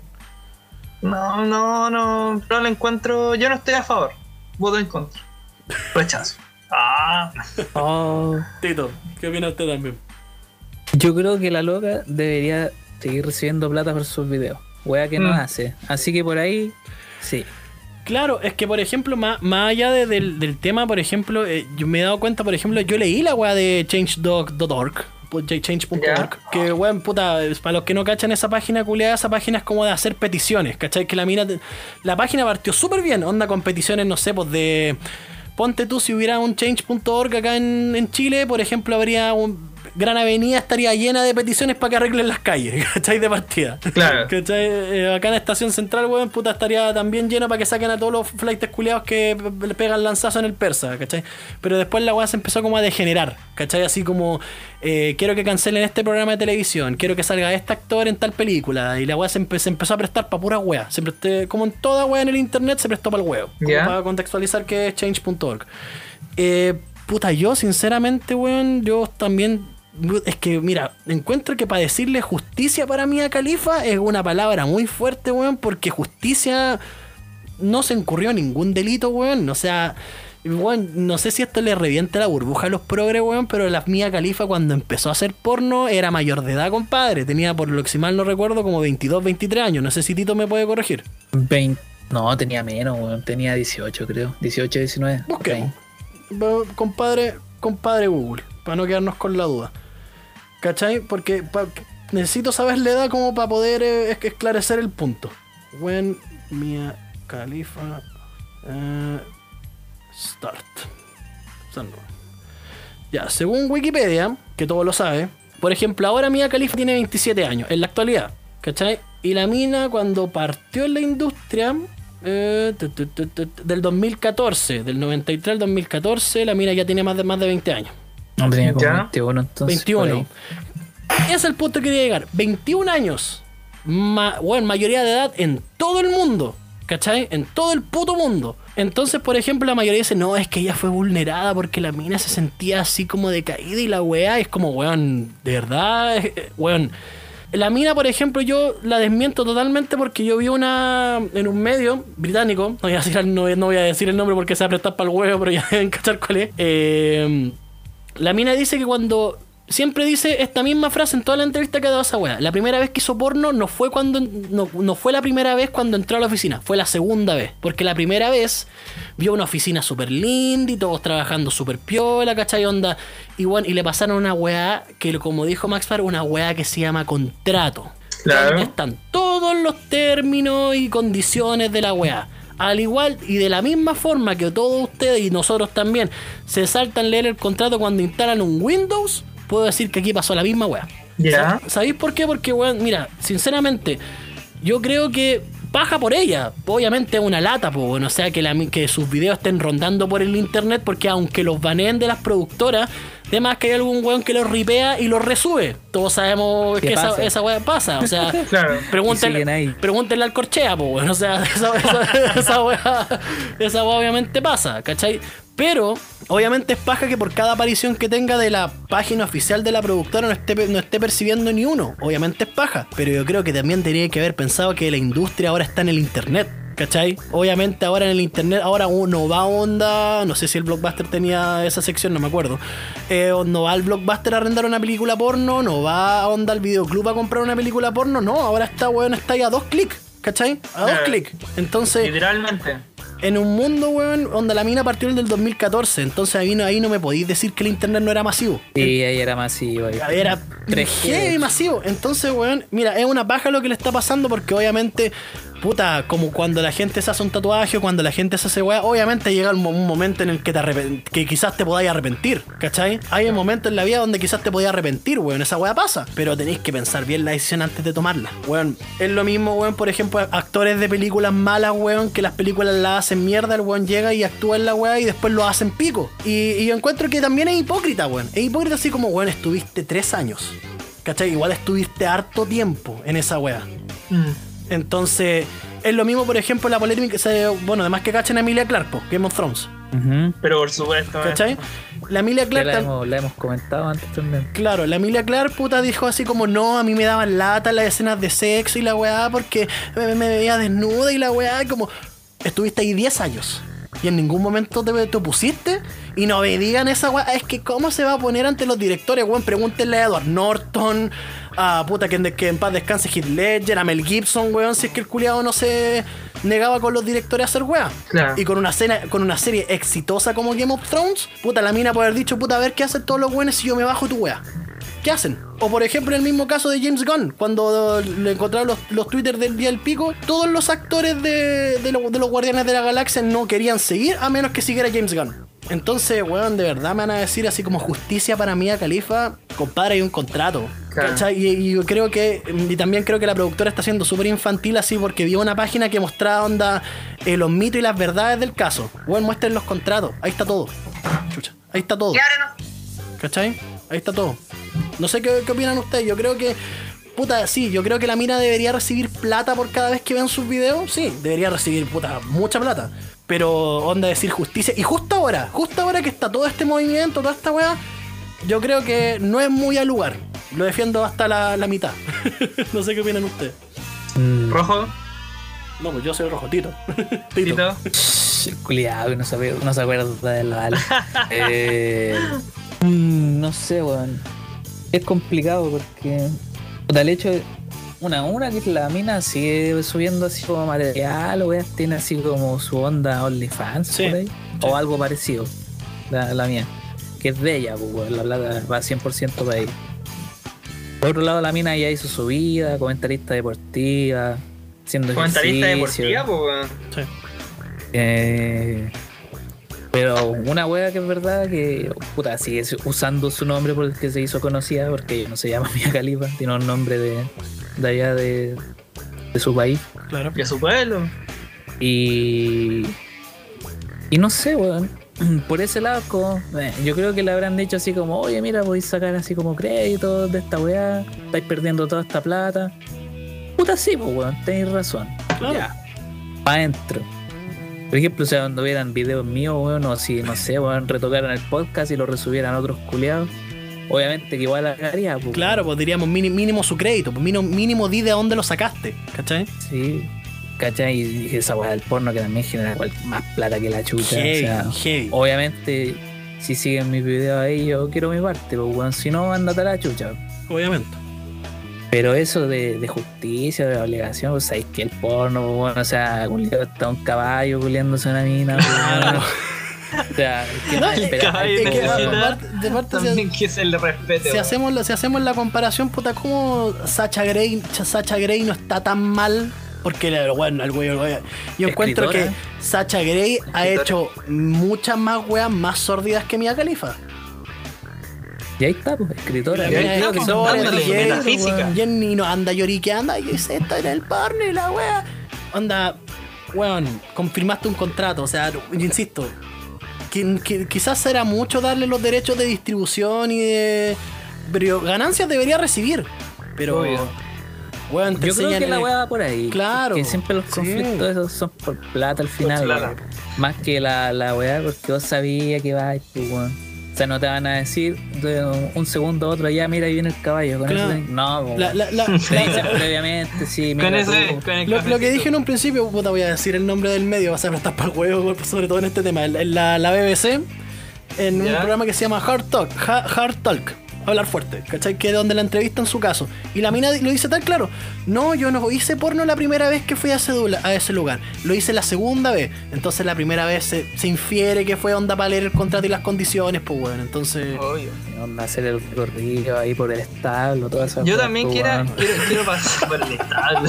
No, no, no. No lo encuentro. Yo no estoy a favor. Voto en contra. Rechazo. Ah, oh, Tito, ¿qué opina usted también? yo creo que la loca debería seguir recibiendo plata por sus videos. Wea que no Mm. hace. Así que por ahí, sí. Claro, es que por ejemplo, más, más allá de- del, del tema, por ejemplo, eh, yo me he dado cuenta, por ejemplo, yo leí la weá de change punto org, change punto org, que weón, puta, es- para los que no cachan esa página culiada, esa página es como de hacer peticiones, ¿cachai? Que la mina, te- la página partió súper bien, onda con peticiones, no sé, pues de... Ponte tú, si hubiera un change punto org acá en, en Chile, por ejemplo, habría un... Gran Avenida estaría llena de peticiones para que arreglen las calles, ¿cachai? De partida. Claro. ¿Cachai? Eh, acá en Estación Central, weón, puta, estaría también llena para que saquen a todos los flightes culiados que p- le pegan lanzazo en el persa, ¿cachai? Pero después la weá se empezó como a degenerar, ¿cachai? Así como, eh, quiero que cancelen este programa de televisión, quiero que salga este actor en tal película, y la weá se, empe- se empezó a prestar para pura weá. Se presté- como en toda weá en el internet se prestó para el huevo. Como Ya. para contextualizar que es change punto org. Eh, puta, yo sinceramente, weón, yo también... Es que, mira, encuentro que para decirle justicia para Mia Khalifa es una palabra muy fuerte, weón, porque justicia no se incurrió en ningún delito, weón. O sea, weón, no sé si esto le revienta la burbuja a los progres, weón, pero la Mia Khalifa cuando empezó a hacer porno era mayor de edad, compadre. Tenía, por lo que si mal no recuerdo, como veintidós, veintitrés años. No sé si Tito me puede corregir. veinte, no, tenía menos, weón. Tenía dieciocho, creo. dieciocho, diecinueve. Busquemos. Va, Compadre, compadre Google, para no quedarnos con la duda. ¿Cachai? Porque pa- necesito saber la edad como para poder eh, es- esclarecer el punto. When Mia Khalifa eh, start. O sea, no. Ya, según Wikipedia, que todo lo sabe, por ejemplo, ahora Mia Khalifa tiene veintisiete años, en la actualidad, ¿cachai? Y la mina cuando partió en la industria, Eh, tu, tu, tu, tu, del dos mil catorce, del noventa y tres al dos mil catorce, la mina ya tiene más de, más de veinte años. No, tenía como ¿Ya? veintiuno entonces. veintiuno. Ese es el punto que quería llegar. veintiún años. Ma, bueno, mayoría de edad en todo el mundo. ¿Cachai? En todo el puto mundo. Entonces, por ejemplo, la mayoría dice, no, es que ella fue vulnerada porque la mina se sentía así como decaída y la weá es como, weón, de verdad, eh, weón. La mina, por ejemplo, yo la desmiento totalmente porque yo vi una en un medio británico, no voy a decir, no, no voy a decir el nombre porque se va a prestar para el huevo, pero ya deben cachar cuál es. Eh, la mina dice que cuando... Siempre dice esta misma frase en toda la entrevista que ha dado esa weá. La primera vez que hizo porno no fue cuando no, no fue la primera vez cuando entró a la oficina, fue la segunda vez. Porque la primera vez vio una oficina súper linda y todos trabajando súper piola, ¿cachai? Onda. Y bueno, y le pasaron una weá que, como dijo Max Farr, una weá que se llama contrato. Claro. Donde están todos los términos y condiciones de la weá. Al igual y de la misma forma que todos ustedes y nosotros también se saltan leer el contrato cuando instalan un Windows, puedo decir que aquí pasó la misma weá. Ya. ¿Sabéis por qué? Porque, weón, mira, sinceramente, yo creo que paja por ella. Obviamente es una lata, pues, bueno, o sea, que, la, que sus videos estén rondando por el internet, porque aunque los baneen de las productoras, además que hay algún weón que los ripea y los resube. Todos sabemos que esa, esa weá pasa. O sea, claro. pregúntenle, pregúntenle al Corchea, pues, bueno, o sea, esa, esa, esa weá, esa weá obviamente pasa, ¿cachai? Pero, obviamente es paja que por cada aparición que tenga de la página oficial de la productora no esté, no esté percibiendo ni uno. Obviamente es paja. Pero yo creo que también tenía que haber pensado que la industria ahora está en el internet. ¿Cachai? Obviamente ahora en el internet, ahora uno va a onda, no sé si el Blockbuster tenía esa sección, no me acuerdo. Eh, no va al Blockbuster a arrendar una película porno, no va a onda al videoclub a comprar una película porno, no, ahora está weón, está ahí a dos clics, ¿cachai? A dos Claro. clics. Entonces... Literalmente. En un mundo, weón, donde la mina partió en el dos mil catorce, entonces ahí no, ahí no me podéis decir que el internet no era masivo. Sí, ahí era masivo. Ahí. Era tres heavy G. masivo. Entonces, weón, mira, es una paja lo que le está pasando porque obviamente, puta, como cuando la gente se hace un tatuaje o cuando la gente se hace weá, obviamente llega un, un momento en el que te arrepent- que quizás te podáis arrepentir, ¿cachai? Hay un momento en la vida donde quizás te podías arrepentir, weón, esa weá pasa, pero tenéis que pensar bien la decisión antes de tomarla, weón. Es lo mismo, weón, por ejemplo, actores de películas malas, weón, que las películas las hacen mierda, el weón llega y actúa en la weá y después lo hacen pico. Y, y yo encuentro que también es hipócrita, weón. Es hipócrita así como, weón, estuviste tres años, ¿cachai? Igual estuviste harto tiempo en esa weá. Mm. Entonces, es lo mismo, por ejemplo, la polémica, se, bueno, además que cachen a Emilia Clarke, po, Game of Thrones, Uh-huh. Pero por supuesto. eh. ¿cachai? La Emilia Ya Clarke, la tam- hemos, la hemos comentado antes también. claro, la Emilia Clarke, puta, dijo así como, no, a mí me daban lata las escenas de sexo y la weá porque me, me veía desnuda y la weá, y como, estuviste ahí diez años y en ningún momento te, te opusiste y no me digan esa weá, es que cómo se va a poner ante los directores, weón, pregúntenle a Edward Norton, a puta que en, que en paz descanse Heath Ledger, a Mel Gibson, weón, si es que el culiado no se negaba con los directores a hacer weá. Claro. Y con una cena, con una serie exitosa como Game of Thrones, puta, la mina puede haber dicho, puta, a ver qué hacen todos los weones si yo me bajo tu weá. ¿Qué hacen? O por ejemplo, en el mismo caso de James Gunn, cuando le encontraron los, los twitters del día del pico, todos los actores de, de, lo- de los Guardianes de la Galaxia no querían seguir a menos que siguiera James Gunn. Entonces, weón, de verdad me van a decir así como justicia para Mia Khalifa, compadre, hay un contrato. Claro. ¿Cachai? Y, y yo creo que, y también creo que la productora está siendo súper infantil así porque vio una página que mostraba onda eh, los mitos y las verdades del caso. Weón, muestren los contratos, ahí está todo. Chucha, ahí está todo. ¿Cachai? Ahí está todo. No sé qué, qué opinan ustedes, yo creo que... Puta, sí, yo creo que la mina debería recibir plata por cada vez que vean sus videos. Sí, debería recibir, puta, mucha plata. Pero, onda, decir justicia. Y justo ahora, justo ahora que está todo este movimiento, toda esta weá, yo creo que no es muy al lugar. Lo defiendo hasta la, la mitad. No sé qué opinan ustedes. Mm. Rojo, No, pues yo soy rojo, Tito. Tito. Tito. El culiado que no se, acuerda- no se acuerda de la vale. eh, mm, no sé, weón. Es complicado porque. Puta, el hecho de. Una, una que la mina sigue subiendo así como material, o weón, tiene así como su onda OnlyFans Sí, por ahí. sí. O algo parecido. La, la mía. Que es de ella, pues, weón. La plata va cien por ciento para ahí. Por otro lado, la mina ya hizo su vida, comentarista deportiva, haciendo Comentarista ejercicio. deportiva, pues, weón. Sí. Eh, pero una wea que es verdad que puta sigue usando su nombre por el que se hizo conocida, porque no se llama Mia Khalifa, tiene un nombre de, de allá de, de su país. Claro. Y a su pueblo. Y. Y no sé, weón. Por ese lado, como, eh, yo creo que le habrán dicho así como, oye, mira, podéis sacar así como créditos de esta weá, estáis perdiendo toda esta plata. Puta, sí, pues, weón, tenéis razón. Claro. Ya, pa' adentro. Por ejemplo, o sea, cuando vieran videos míos, weón, o si, no sé, weón, retocaran el podcast y lo resubieran a otros culiados, obviamente que igual haría, pues. Claro, pues diríamos mínimo, mínimo su crédito, pues mínimo, mínimo di de dónde lo sacaste, ¿cachai? Sí. ¿Cachai? Y esa weá del porno que también genera más plata que la chucha. Heavy, o sea, heavy. obviamente, si siguen mis videos ahí, yo quiero mi parte, pues, weón. Si no, ándate a la chucha. Obviamente. Pero eso de, de justicia, de obligación, pues sabéis que el porno, pues, bueno, o sea, culiado está un caballo culiándose una mina, pues, bueno. O sea, ¿qué No, más es esperas? que- es que, necesita de parte- de parte, si- También que se le respete. Si weón. hacemos, la, si hacemos la comparación, puta, ¿cómo Sacha Grey, Sacha Grey no está tan mal? Porque, bueno, el güey, el güey- yo encuentro Escritora. que Sacha Grey ha Escritora. hecho muchas más weas más sórdidas que Mia Khalifa. Y ahí está, pues, escritora. La Y ahí mina está, es pues, escritora, dándole y Jenny, metafísica. weón, Jenny no anda lloriqueando y dice, esto era el porno y la wea. Onda, weón, confirmaste un contrato, o sea, yo insisto, que, que- quizás será mucho darle los derechos de distribución y de... Pero ganancias debería recibir. Pero, Obvio. weón, te Yo creo enseñan que la el- weá va por ahí. Claro, Que siempre los sí. conflictos esos son por plata al final. plata. weón. Más que la, la weá, porque vos sabías que va, pues, weón. O sea, no te van a decir de un segundo a otro, ya mira, ahí viene el caballo. Con Claro. eso, no, pues, La- la- la- te dicen previamente, sí, mira. Con ese, tú. con el Lo, lo que cafecito. dije en un principio, puta, voy a decir el nombre del medio, vas a estar para el huevo, sobre todo en este tema. En la, la B B C, en un ¿Ya? programa que se llama Hard Talk, Ha- Hard Talk, hablar fuerte, ¿cachai? Que es donde la entrevista en su caso. Y la mina lo dice tan claro: no, yo no hice porno la primera vez que fui a ese, dula- a ese lugar, lo hice la segunda vez. Entonces la primera vez se, se infiere que fue onda para leer el contrato y las condiciones, pues bueno, entonces. Obvio. Onda, hacer el recorrido ahí por el establo, todas esas Yo weas, también pues, quiero, weón. quiero, quiero pasar por el establo.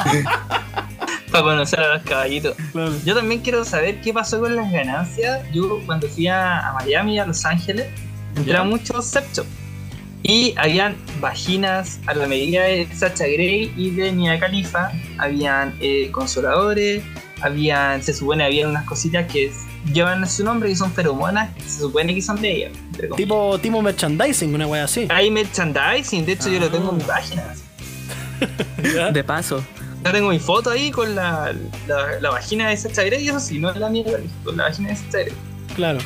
Para conocer a los caballitos. Yo también quiero saber qué pasó con las ganancias. Yo cuando fui a, a Miami, a Los Ángeles, era mucho sex shop. Y habían vaginas a la medida de Sacha Grey y de Mia Khalifa. Habían eh, consoladores. Habían, se supone, habían unas cositas que es- llevan su nombre y son feromonas. Que se supone que son de ella. entre comillas. Tipo, tipo merchandising, una wea así. Hay merchandising. De hecho, yo lo tengo en mi Ah. página. De paso. Yo tengo mi foto ahí con la, la, la vagina de Sacha Grey. Y eso sí, no es la mía, con la vagina de Sacha Grey. Claro.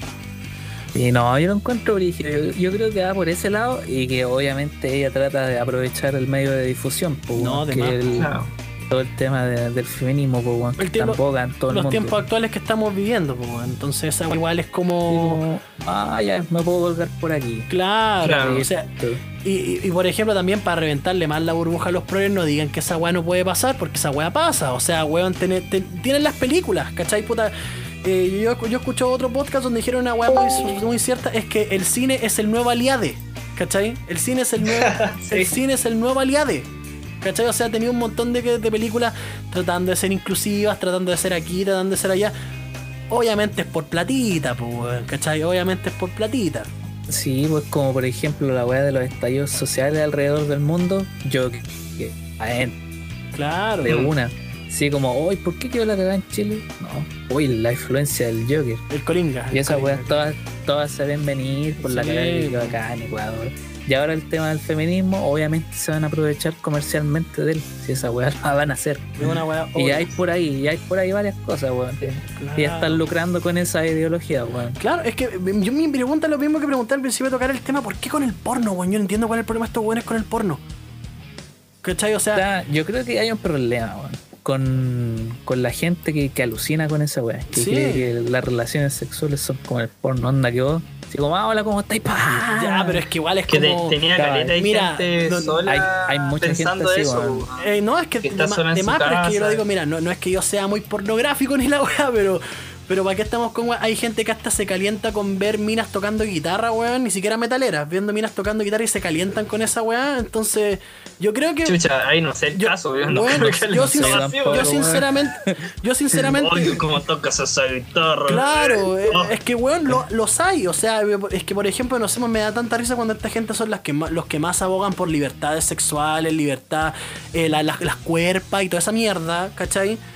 Y no, yo lo encuentro brígido. Yo, yo creo que va por ese lado y que obviamente ella trata de aprovechar el medio de difusión. Pues, No, weón, de que más, el- Claro. todo el tema de- del feminismo, pues, weón, que El está en tiempo- boga en todo el Los mundo. tiempos actuales que estamos viviendo, pues, bueno, entonces esa igual es Y como. como, ah, ya, me puedo colgar por aquí. Claro, Claro. o sea, y, y- y por ejemplo también para reventarle más la burbuja a los progres, no digan que esa weá no puede pasar, porque esa weá pasa, o sea, weón, tiene- ten- tienen las películas, ¿cachai? Puta, eh, yo, yo escuché otro podcast donde dijeron una weá muy, muy cierta, es que el cine es el nuevo aliade, ¿cachai? El cine es el nuevo, Sí. el cine es el nuevo aliade. ¿Cachai? O sea, ha tenido un montón de, de películas tratando de ser inclusivas, tratando de ser aquí, tratando de ser allá. Obviamente es por platita, pues, weón, ¿cachai? Obviamente es por platita. Sí, pues como por ejemplo la weá de los estallidos sociales alrededor del mundo, yo que, que adentro Claro. de una, sí como, hoy, ¿por qué quedó la cagada en Chile? No, uy, la influencia del Joker. El Coringa. Y el esas Coringa. weas todas, todas se ven venir por la Sí. cagada que quedó acá en Ecuador. Y ahora el tema del feminismo, obviamente se van a aprovechar comercialmente de él, si esas weas la van a hacer. Es una weá. Y obvia. hay por ahí, y hay por ahí varias cosas, weón. que- Claro. Y ya están lucrando con esa ideología, weón. Claro, es que yo me pregunto lo mismo que pregunté al principio de tocar el tema, ¿por qué con el porno, weón? Yo no entiendo cuál es el problema de estos weones con el porno. ¿Cachai? O O sea, sea, yo creo que hay un problema, weón, con, con la gente que, que alucina con esa weá. Que Sí. cree que las relaciones sexuales son como el porno, onda que vos, así como, ah, hola, ¿cómo estáis? ¡Pah! ya, pero es que igual es Que te- como... tenía Claro, caleta y mira, gente no- sola hay- hay mucha pensando gente así, eso. weón. weón. Eh, no, es que, Que de, está ma- sola en de su más, pero es que yo lo casa. digo, mira, no, no es que yo sea muy pornográfico ni la weá, pero... Pero ¿para qué estamos con weá? Hay gente que hasta se calienta con ver minas tocando guitarra, weón, ni siquiera metaleras, viendo minas tocando guitarra y se calientan con esa weá, entonces yo creo que... Chucha, ahí no sé el Yo- caso, weón. No bueno, creo que yo, le sin- sea tampoco, así, yo weón. sinceramente, yo sinceramente, Oye, cómo tocas esa guitarra. claro, eh, Oh. es que weón, lo- los hay, o sea, es que por ejemplo, no sé, me da tanta risa cuando esta gente son las que más, los que más abogan por libertades sexuales, libertad, eh, la- las, las cuerpas y toda esa mierda, ¿cachai?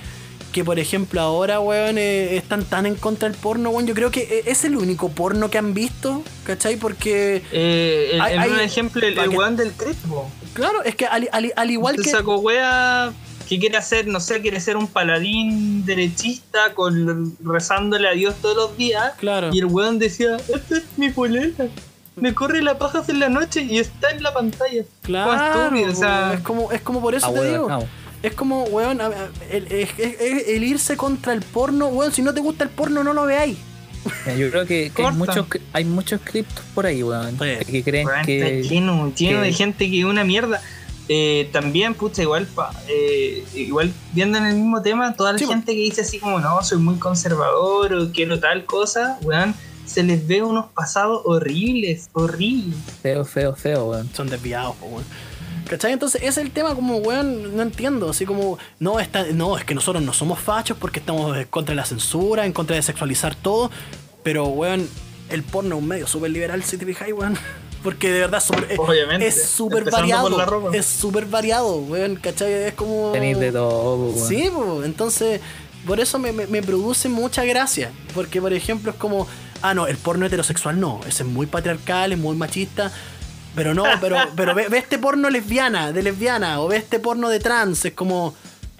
que por ejemplo ahora, weón, eh, están tan en contra del porno, weón. Yo creo que eh, es el único porno que han visto, ¿cachai? Porque... Eh, el, hay, en hay, un ejemplo, el, el weón del Crespo. Claro, es que al, al, al igual Usted que... sacó wea que quiere hacer, no sé, quiere ser un paladín derechista con rezándole a Dios todos los días. Claro. Y el weón decía, esta es mi polera. Me corre la paja en la noche y está en la pantalla. Claro, como estúpido, o sea, es como, es como por eso Ah, te bueno, digo. no. Es como, weón, el, el, el, el irse contra el porno, weón, si no te gusta el porno no lo veáis. Ya, yo creo que, que hay, muchos, hay muchos criptos por ahí, weón, Sí. que creen weón, que... está lleno, lleno que- de gente que es una mierda. Eh, también, pucha, igual, pa, eh, igual viendo en el mismo tema, toda la Sí, gente que dice así como, no, soy muy conservador o quiero tal cosa, weón, se les ve unos pasados horribles, horribles. Feo, feo, feo, weón. Son desviados, po, weón. ¿Cachai? Entonces ese es el tema como, weón, no entiendo, así como, no, está, no, es que nosotros no somos fachos porque estamos en contra de la censura, en contra de sexualizar todo, pero, weón, el porno es un medio súper liberal, si te fijáis, weón. Porque de verdad es súper- es- Obviamente, es súper empezando variado, por la ropa. es súper variado, weón, ¿cachai? Es como... Tenéis de todo, weón. Sí, pues, entonces, por eso me, me, me produce mucha gracia. Porque, por ejemplo, es como, ah, no, el porno heterosexual no, ese es muy patriarcal, es muy machista. Pero no, pero, pero ve, ve este porno lesbiana, de lesbiana, o ve este porno de trans, es como,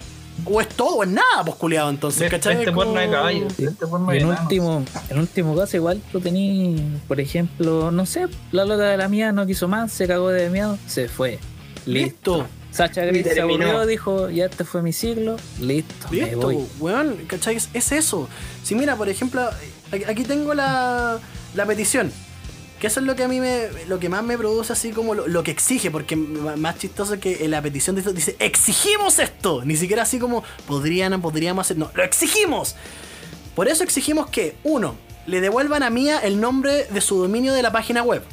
o es todo o es nada, pues culiado, entonces, Este, ¿cachai? este Es como- porno de caballo, Sí. este porno Y de en enanos. último, en último caso, igual tú tenías, por ejemplo, no sé, la loca de la mía no quiso más, se cagó de miedo, se fue. Listo. Listo. Sacha Gris se Terminó. aburrió, dijo, ya este fue mi siglo, listo, me Listo, voy. weón, ¿cachai? Es, es eso. Si mira, por ejemplo, aquí- aquí tengo la, la petición. Que eso es lo que a mí me, lo que más me produce así como lo, lo que exige, porque m- más chistoso que en la petición dice, dice, exigimos esto. Ni siquiera así como podrían, podríamos hacer, no, lo exigimos. Por eso exigimos que, uno, le devuelvan a Mía el nombre de su dominio de la página web.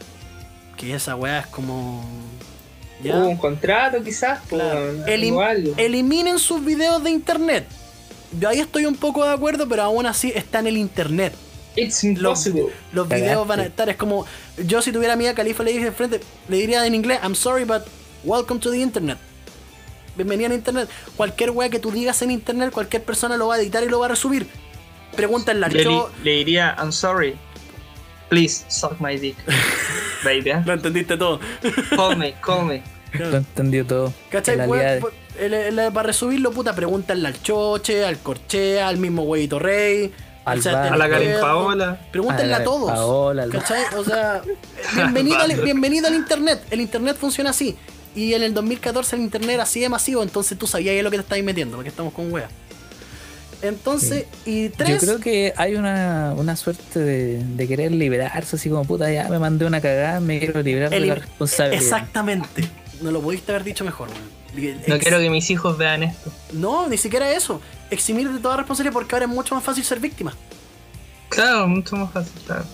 Que esa weá es como... ¿ya? Hubo un contrato quizás, Claro. pues, Elim- igual. eliminen sus videos de internet. Yo ahí estoy un poco de acuerdo, pero aún así está en el internet. It's Los, impossible. los Cagaste. videos van a estar, es como, yo si tuviera a Mia Khalifa le dije enfrente, le diría en inglés, I'm sorry, but welcome to the internet. Bienvenida al internet. Cualquier wea que tú digas en internet, cualquier persona lo va a editar y lo va a resubir. Pregúntale al Le, show. le diría, I'm sorry. Please suck my dick. Baby, ¿eh? Lo entendiste todo. Call me, call me. Lo entendió todo. ¿Cachai? El Wea, aliado. por- el- el- para resubirlo, puta, pregúntale al Choche, al Corchea, al mismo huevito Rey, Al Sebastián Bar- A la Karen Izquierdo. Paola. Pregúntenle A a la todos. Paola, al- ¿Cachai? O sea, bienvenido al, bienvenido al internet. El internet funciona así. Y en el dos mil catorce el internet era así de masivo, entonces tú sabías lo que te estabas metiendo, porque estamos con wea. Entonces, y Yo tres. creo que hay una, una suerte de, de querer liberarse, así como puta, ya me mandé una cagada, me quiero liberar de el- la responsabilidad. Exactamente. No lo pudiste haber dicho mejor, weón. No Ex- quiero que mis hijos vean esto. No, ni siquiera eso. Eximir de toda responsabilidad porque ahora es mucho más fácil ser víctima. Claro, mucho más fácil, claro.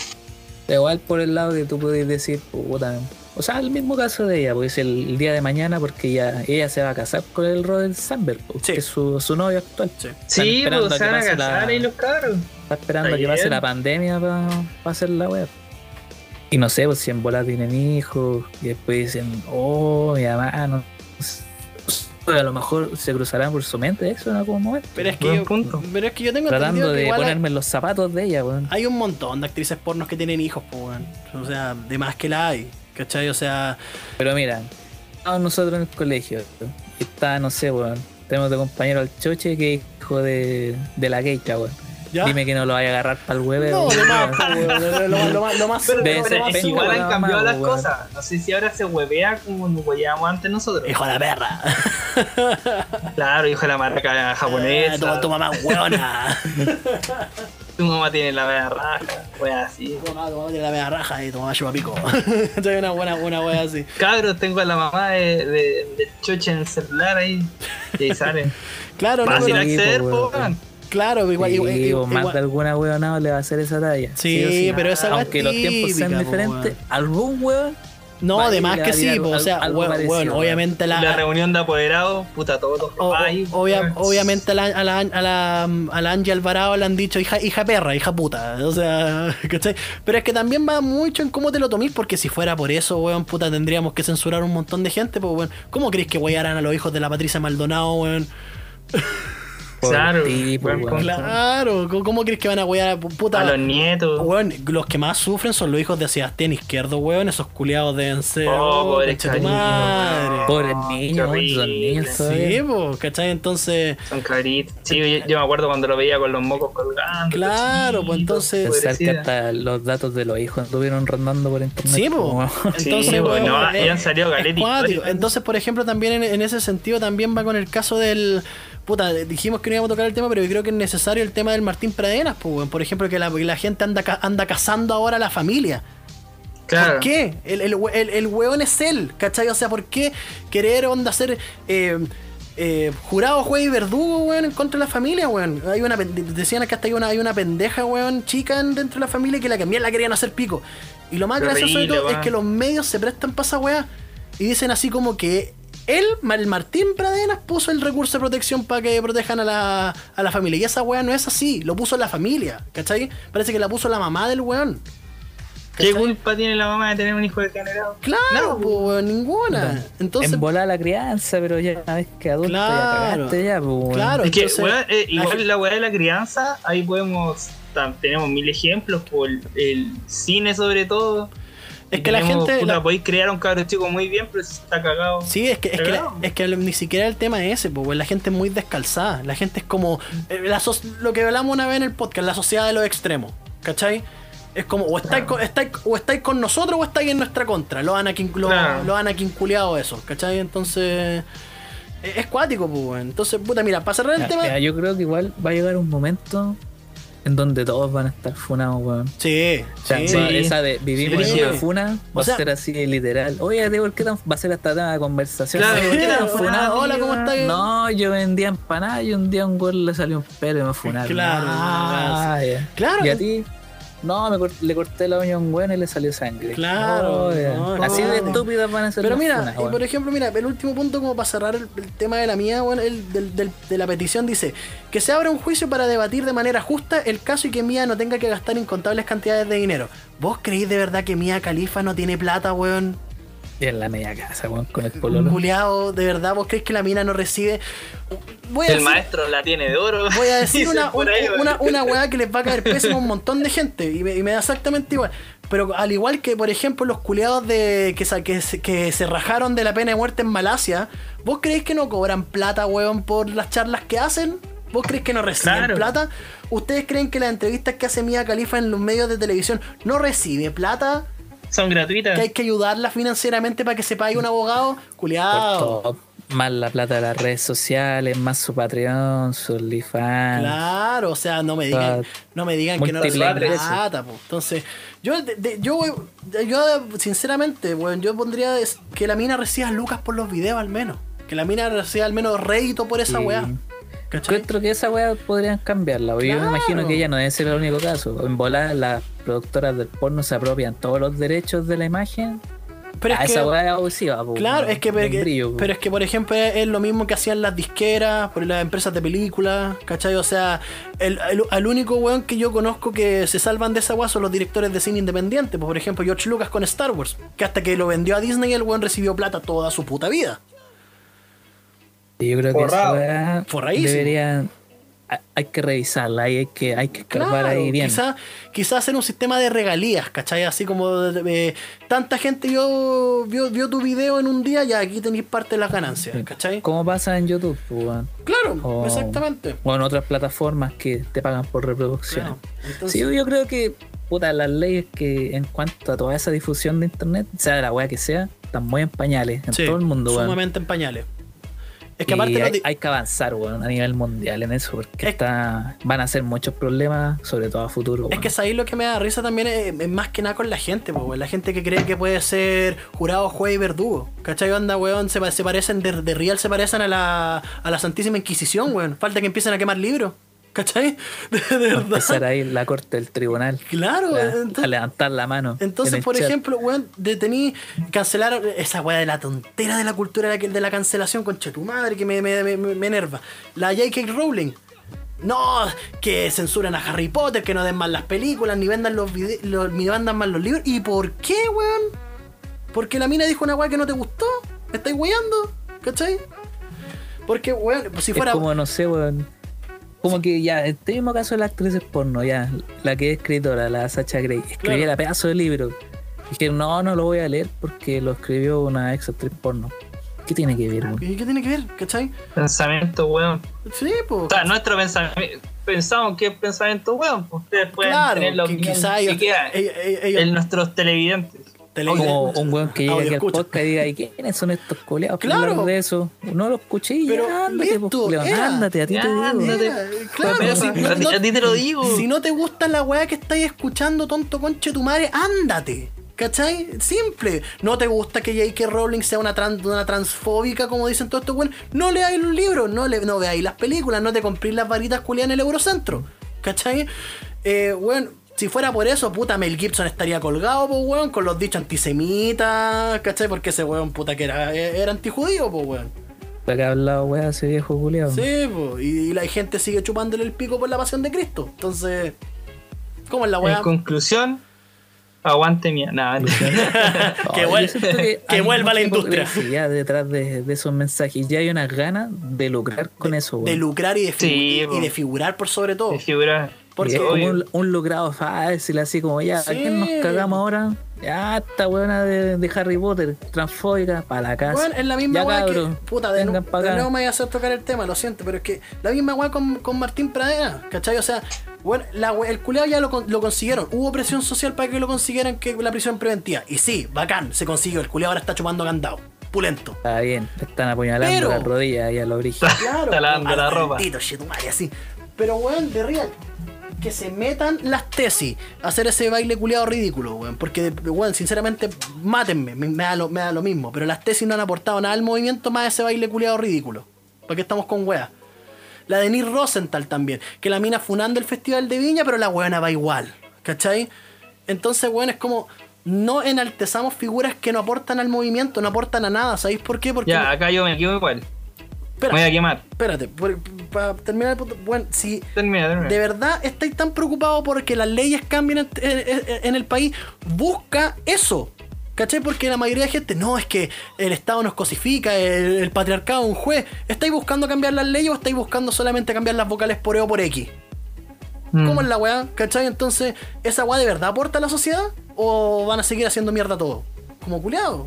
Igual por el lado que tú puedes decir, puta. O sea, el mismo caso de ella, pues el, el día de mañana, porque ya, ella se va a casar con el Robert Sandberg, pues, Sí. que es su, su novio actual. Sí. Están Sí, esperando pues a se que van a pase la- casar ahí los cabros. Está esperando a que Está pase bien. la pandemia para hacer la web. Y no sé, pues si en bola tienen hijos, y después dicen, oh, mi mamá, no sé. A lo mejor se cruzarán por su mente eso en algún momento. Pero es que Buen yo, punto. pero es que yo tengo Tratando entendido que de igual hay- ponerme en los zapatos de ella, weón. hay un montón de actrices pornos que tienen hijos, pues, weón. O sea, de más que la hay. ¿Cachai? O sea, Pero mira, estamos nosotros en el colegio. Y está, no sé, weón. Tenemos de compañero al Choche que es hijo de, de la geisha, weón. ¿ya? Dime que no lo vaya a agarrar para el hueve. No, weón. de más, po, weón. Lo, lo- lo más- lo más Pero, Debe pero ser es que penca, igual weón, han cambiado mamá, las weón. cosas. No sé si ahora se huevea como nos hueveábamos antes nosotros. Hijo de la perra. Claro, hijo de la marca Eh, japonesa. tu, tu mamá es hueona. Tu mamá tiene la media raja. Wea así. Tu mamá, tu mamá tiene la media raja y tu mamá lleva pico. Hay una buena, una wea así. Cabros, tengo a la mamá de, de, de Choche en el celular ahí. Y ahí sale. Claro, no, Fácil pero, Sí, acceder, po, po, weón. weón. claro, igual, Sí, igual, o igual- más igual- de alguna weonada le va a hacer esa talla. Sí, o sí. pero esa wea es Aunque los tiempos sean típica, po, diferentes, weón. algún weón. No, Vale, además le va que a sí, tirar po, o sea, algo weón, parecido, weón, weón. obviamente La la, reunión de apoderados, puta, todos los O- papás ahí, obvia- weón. obviamente a la, a, la, a, la, a la Angie Alvarado le han dicho hija, hija perra, hija puta. O sea, ¿cachai? Pero es que también va mucho en cómo te lo tomís, porque si fuera por eso, weón, puta, tendríamos que censurar un montón de gente, pues, weón. ¿Cómo crees que weyaran a los hijos de la Patricia Maldonado, weón? Claro, tipo, buen weón. punto. Claro, ¿cómo, cómo crees que van a wear a puta? A los nietos. Weón, los que más sufren son los hijos de Sebastián Izquierdo, weón. Esos culiados deben ser. Oh, pobre concha tu cariño, madre. weón. Pobres Qué niños, weón, son horrible. niños todavía. Sí, pues, ¿cachai? Entonces, Son claritos. Sí, yo, yo me acuerdo cuando lo veía con los mocos colgando. Claro, pues, entonces- Pensar que pobrecita. hasta los datos de los hijos estuvieron rondando por internet. sí, como- pues. Sí, Entonces, pues, weón, no, es- ya han salido es caleta cuático. históricas. Entonces, por ejemplo, también en, en ese sentido, también va con el caso del. Puta, dijimos que no íbamos a tocar el tema, pero yo creo que es necesario el tema del Martín Pradenas, pues, weón. Por ejemplo, que la, que la gente anda, ca- anda cazando ahora a la familia. Claro. ¿Por qué? El, el, we- el, el weón es él, ¿cachai? O sea, ¿por qué querer onda ser eh, eh, jurado, juez y verdugo, weón, en contra de la familia, weón? Hay una, pen- decían que hasta hay una, hay una pendeja, weón, chica en- dentro de la familia que la que la querían hacer pico. Y lo más Qué gracioso de horrible, todo es weón. que los medios se prestan para esa weá y dicen así como que él, el Martín Pradenas, puso el recurso de protección para que protejan a la, a la familia. Y esa weá no es así, lo puso la familia, ¿cachai? Parece que la puso la mamá del weón. ¿Qué ¿cachai? culpa tiene la mamá de tener un hijo degenerado? Claro, No, pues, weón, ninguna. Entonces, en volar la crianza, pero ya una vez que adulto Claro, ya cagaste ya, pues, weón. claro. Es que, entonces, weón, eh, la igual gen- la weá de la crianza, ahí podemos. tam- Tenemos mil ejemplos, por el, el cine sobre todo. Es Y que la tenemos, gente. puta, la- podéis crear a un cabro chico muy bien, pero si está cagado. Sí, es que, es, que, Cagado. es que ni siquiera el tema es ese, pues, weón, la gente es muy descalzada. La gente es como. eh, la so- lo que hablamos una vez en el podcast, la sociedad de los extremos. ¿Cachai? Es como, o estáis, con, estáis, o estáis con nosotros o estáis en nuestra contra. Los Anakin, lo, Claro. los Anakin culiados esos, ¿cachai? Entonces. Es, es cuático, pues, weón. Entonces, puta, mira, para cerrar el Ya, tema. mira, yo creo que igual va a llegar un momento en donde todos van a estar funados, weón. Sí, O sea, sí. va- esa de vivimos Sí. en una funa va O sea- a ser así literal. Oye, ¿por qué tan, va a ser hasta tema de conversación? Claro, Oye, ¿por qué tan sí, funado? hola, ¿cómo estás? No, yo vendía empanadas y un día a un güey le salió un pelo y me funaron. Claro, Ah, ya. claro. ¿Y a ti? No, me cort- le corté la uña a un güey y le salió sangre. Claro, Oh, ya. no, Así no. de estúpidas van a ser Pero las mira, funas, y weón. por ejemplo, mira, el último punto como para cerrar el, el tema de la mía, bueno, el, del, del- de la petición dice que se abra un juicio para debatir de manera justa el caso y que Mía no tenga que gastar incontables cantidades de dinero. ¿Vos creéis de verdad que Mía Khalifa no tiene plata, weón? Y en la media casa, weón, con el pololo. Culeado, ¿de verdad vos creéis que la mina no recibe? Voy a El decir, maestro la tiene de oro. voy a decir Dicen una, por un- ahí, una, weón. una weá que les va a caer pésimo a un montón de gente y me, y me da exactamente igual. Pero al igual que, por ejemplo, los culeados de que, sa- que, se, que se rajaron de la pena de muerte en Malasia, ¿vos creéis que no cobran plata, weón, por las charlas que hacen? ¿Vos creéis que no reciben Claro. plata? ¿Ustedes creen que las entrevistas que hace Mia Khalifa en los medios de televisión no recibe plata? Son gratuitas. ¿Que hay que ayudarla financieramente para que se pague un abogado? Culeado. Por todo. Más la plata de las redes sociales, más su Patreon, su OnlyFans. Claro, o sea, no me digan, Ah, no me digan que no multiplica reciben eso. plata, po. Entonces, yo, de- de- yo, yo, sinceramente, bueno, yo pondría es- que la mina reciba lucas por los videos al menos. Que la mina reciba al menos rédito por esa Sí. weá. ¿Cachai? Encuentro que esa weá podrían cambiarla. porque Yo Claro. me imagino que ella no debe ser el único caso. En volar las productoras del porno se apropian todos los derechos de la imagen. Pero Ah, es esa que, weá es abusiva, po, claro, es que, con pero, brillo, po. pero es que, por ejemplo, es, es lo mismo que hacían las disqueras, por las empresas de películas, ¿cachai? O sea, el, el, al único weón que yo conozco que se salvan de esa weá son los directores de cine independiente. Pues, por ejemplo, George Lucas con Star Wars, que hasta que lo vendió a Disney el weón recibió plata toda su puta vida. Y yo creo que esa Forrado. weá Forradísimo. deberían. ha- Hay que revisarla, hay que, hay que escarbar Claro, ahí bien. quizás quizá hacer un sistema de regalías, ¿cachai? Así como eh, tanta gente vio, vio, vio tu video en un día, ya aquí tenéis parte de las ganancias, ¿cachai? ¿Cómo pasa en YouTube, po, weón? Claro, O- exactamente. O en otras plataformas que te pagan por reproducción. Claro. Entonces, Sí, yo creo que, puta, las leyes que en cuanto a toda esa difusión de internet, sea de la weá que sea, están muy en pañales en sí, todo el mundo, weón. sumamente en pañales. Es que Y aparte no hay, te- hay que avanzar, weón, a nivel mundial en eso, porque Es- está, van a ser muchos problemas, sobre todo a futuro, Es weón. que sabéis lo que me da risa también es, es más que nada con la gente, pues, la gente que cree que puede ser jurado, juez y verdugo. ¿Cachai? Onda, weón, se, pa- se parecen, de, de real se parecen a la, a la Santísima Inquisición, weón. Falta que empiecen a quemar libros. ¿Cachai? De, de Empezar verdad. ahí la corte del tribunal. Claro, a, entonces- a levantar la mano. en Entonces, el por chat. ejemplo, weón, detení, cancelaron esa weá de la tontera de la cultura de la, de la cancelación, concha tu madre, que me, me, me, me enerva. La J K. Rowling. No, que censuran a Harry Potter, que no den más las películas, ni vendan los vide- los- ni vendan más los libros. ¿Y por qué, weón? Porque la mina dijo una weá que no te gustó. ¿Me estáis weyando? ¿Cachai? Porque, weón, pues si Es fuera. como, no sé, weón. Como que ya, en este mismo caso de las actrices porno, ya, la que es escritora, la Sacha Grey, escribía la pedazo de libro. Dijeron, no, no lo voy a leer porque lo escribió una ex actriz porno. ¿Qué tiene que ver, weón? ¿Y qué tiene que ver? ¿Cachai? Pensamiento, weón. Sí, pues. O sea, nuestro pensamiento. Pensamos que es pensamiento, weón. Ustedes pueden claro, tener la que opinión quizá que ellos, quieran. ellos, ellos, En nuestros televidentes. Como un weón que llega aquí al escucha. podcast y diga, ¿y quiénes son estos coleados? Claro. De eso. No lo escuché y pero ya, ándate, listo, pues, culeado, era, ándate, a ti ya, te digo. ándate. Era, claro, Pero si, a, no, ti, no, a ti te lo digo. Si no te gusta la weá que estáis escuchando, tonto conche tu madre, ándate. ¿Cachai? Simple. No te gusta que J K Rowling sea una, trans, una transfóbica, como dicen todos estos weones. No leáis los libros, no, le, no veáis las películas, no te compréis las varitas culiadas en el Eurocentro. ¿Cachai? Eh, bueno, si fuera por eso, puta, Mel Gibson estaría colgado, pues, weón, con los dichos antisemitas, ¿cachai? Porque ese weón, puta, que era, era antijudío, pues, weón. ¿Para qué ha hablado, weón, ese viejo culiado? Sí, pues, y, y la gente sigue chupándole el pico por la pasión de Cristo. Entonces, ¿cómo es la weá? En conclusión, aguante mía. Nada, no. que, vuel que, que vuelva la industria. Ya detrás de, de esos mensajes, ya hay unas ganas de lucrar con de, eso, weón. De lucrar y de, sí, y de figurar por sobre todo. De figurar. Porque es como un, un lucrado fácil, así como ya, sí. ¿A quién nos cagamos ahora? Ya, esta buena de, de Harry Potter, transfóbica, para la casa. Bueno, es la misma weá que. Puta, de, no, de nuevo me voy a hacer tocar el tema, lo siento, pero es que la misma weá con, con Martín Pradena, ¿cachai? O sea, bueno, la, el culeado ya lo, lo consiguieron. Hubo presión social para que lo consiguieran, que la prisión preventiva. Y sí, bacán, se consiguió. El culeado ahora está chupando candado. Pulento. Está bien, te están apuñalando pero, las rodillas y a los orígenes. Claro, está lavando la ropa. Chetumare, así. Pero weón, de real. Que se metan las tesis a hacer ese baile culiado ridículo, weón. Porque, weón, sinceramente, mátenme, me, me, da lo, me da lo mismo. Pero las tesis no han aportado nada al movimiento más ese baile culiado ridículo. Porque estamos con weas. La de Nir Rosenthal también. Que la mina funando el Festival de Viña, pero la weona va igual. ¿Cachai? Entonces, weón, es como... No enaltezamos figuras que no aportan al movimiento, no aportan a nada. ¿Sabéis por qué? Porque... Ya, acá yo me quedo igual. Espérate, me voy a quemar. Espérate, para terminar el punto. Bueno, si termina, termina. de verdad estáis tan preocupados por que las leyes cambien en, en, en el país, busca eso. ¿Cachai? Porque la mayoría de gente, no, es que el Estado nos cosifica, el, el patriarcado es un juez. ¿Estáis buscando cambiar las leyes o estáis buscando solamente cambiar las vocales por E o por X? Mm. ¿Cómo es la weá? ¿Cachai? Entonces, ¿esa weá de verdad aporta a la sociedad? ¿O van a seguir haciendo mierda todo? Como culiado.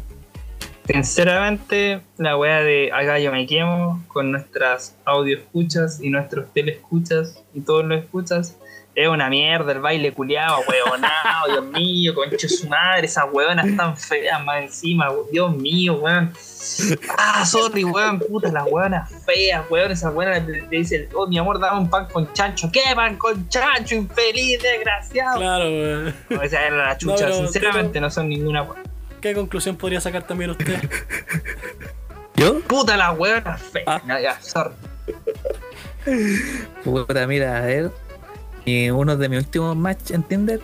Sinceramente, la weá de acá yo me quemo con nuestras audio escuchas y nuestros tele escuchas y todos los escuchas es una mierda, el baile culiado, huevonado, Dios mío, conche su madre, esas huevonas tan feas más encima, Dios mío, weón. Ah, sorry, weón, puta, las huevonas feas, weón, esas huevonas le, le dicen, oh, mi amor, dame un pan con chancho. ¿Qué pan con chancho, infeliz, desgraciado? Claro, weón. No, esa era la chucha, no, pero, sinceramente pero... no son ninguna weón. ¿Qué conclusión podría sacar también usted? ¿Yo? Puta la huevona fea. Ah. No, ya, sorry. Puta, mira, a ver. Y uno de mis últimos match en Tinder.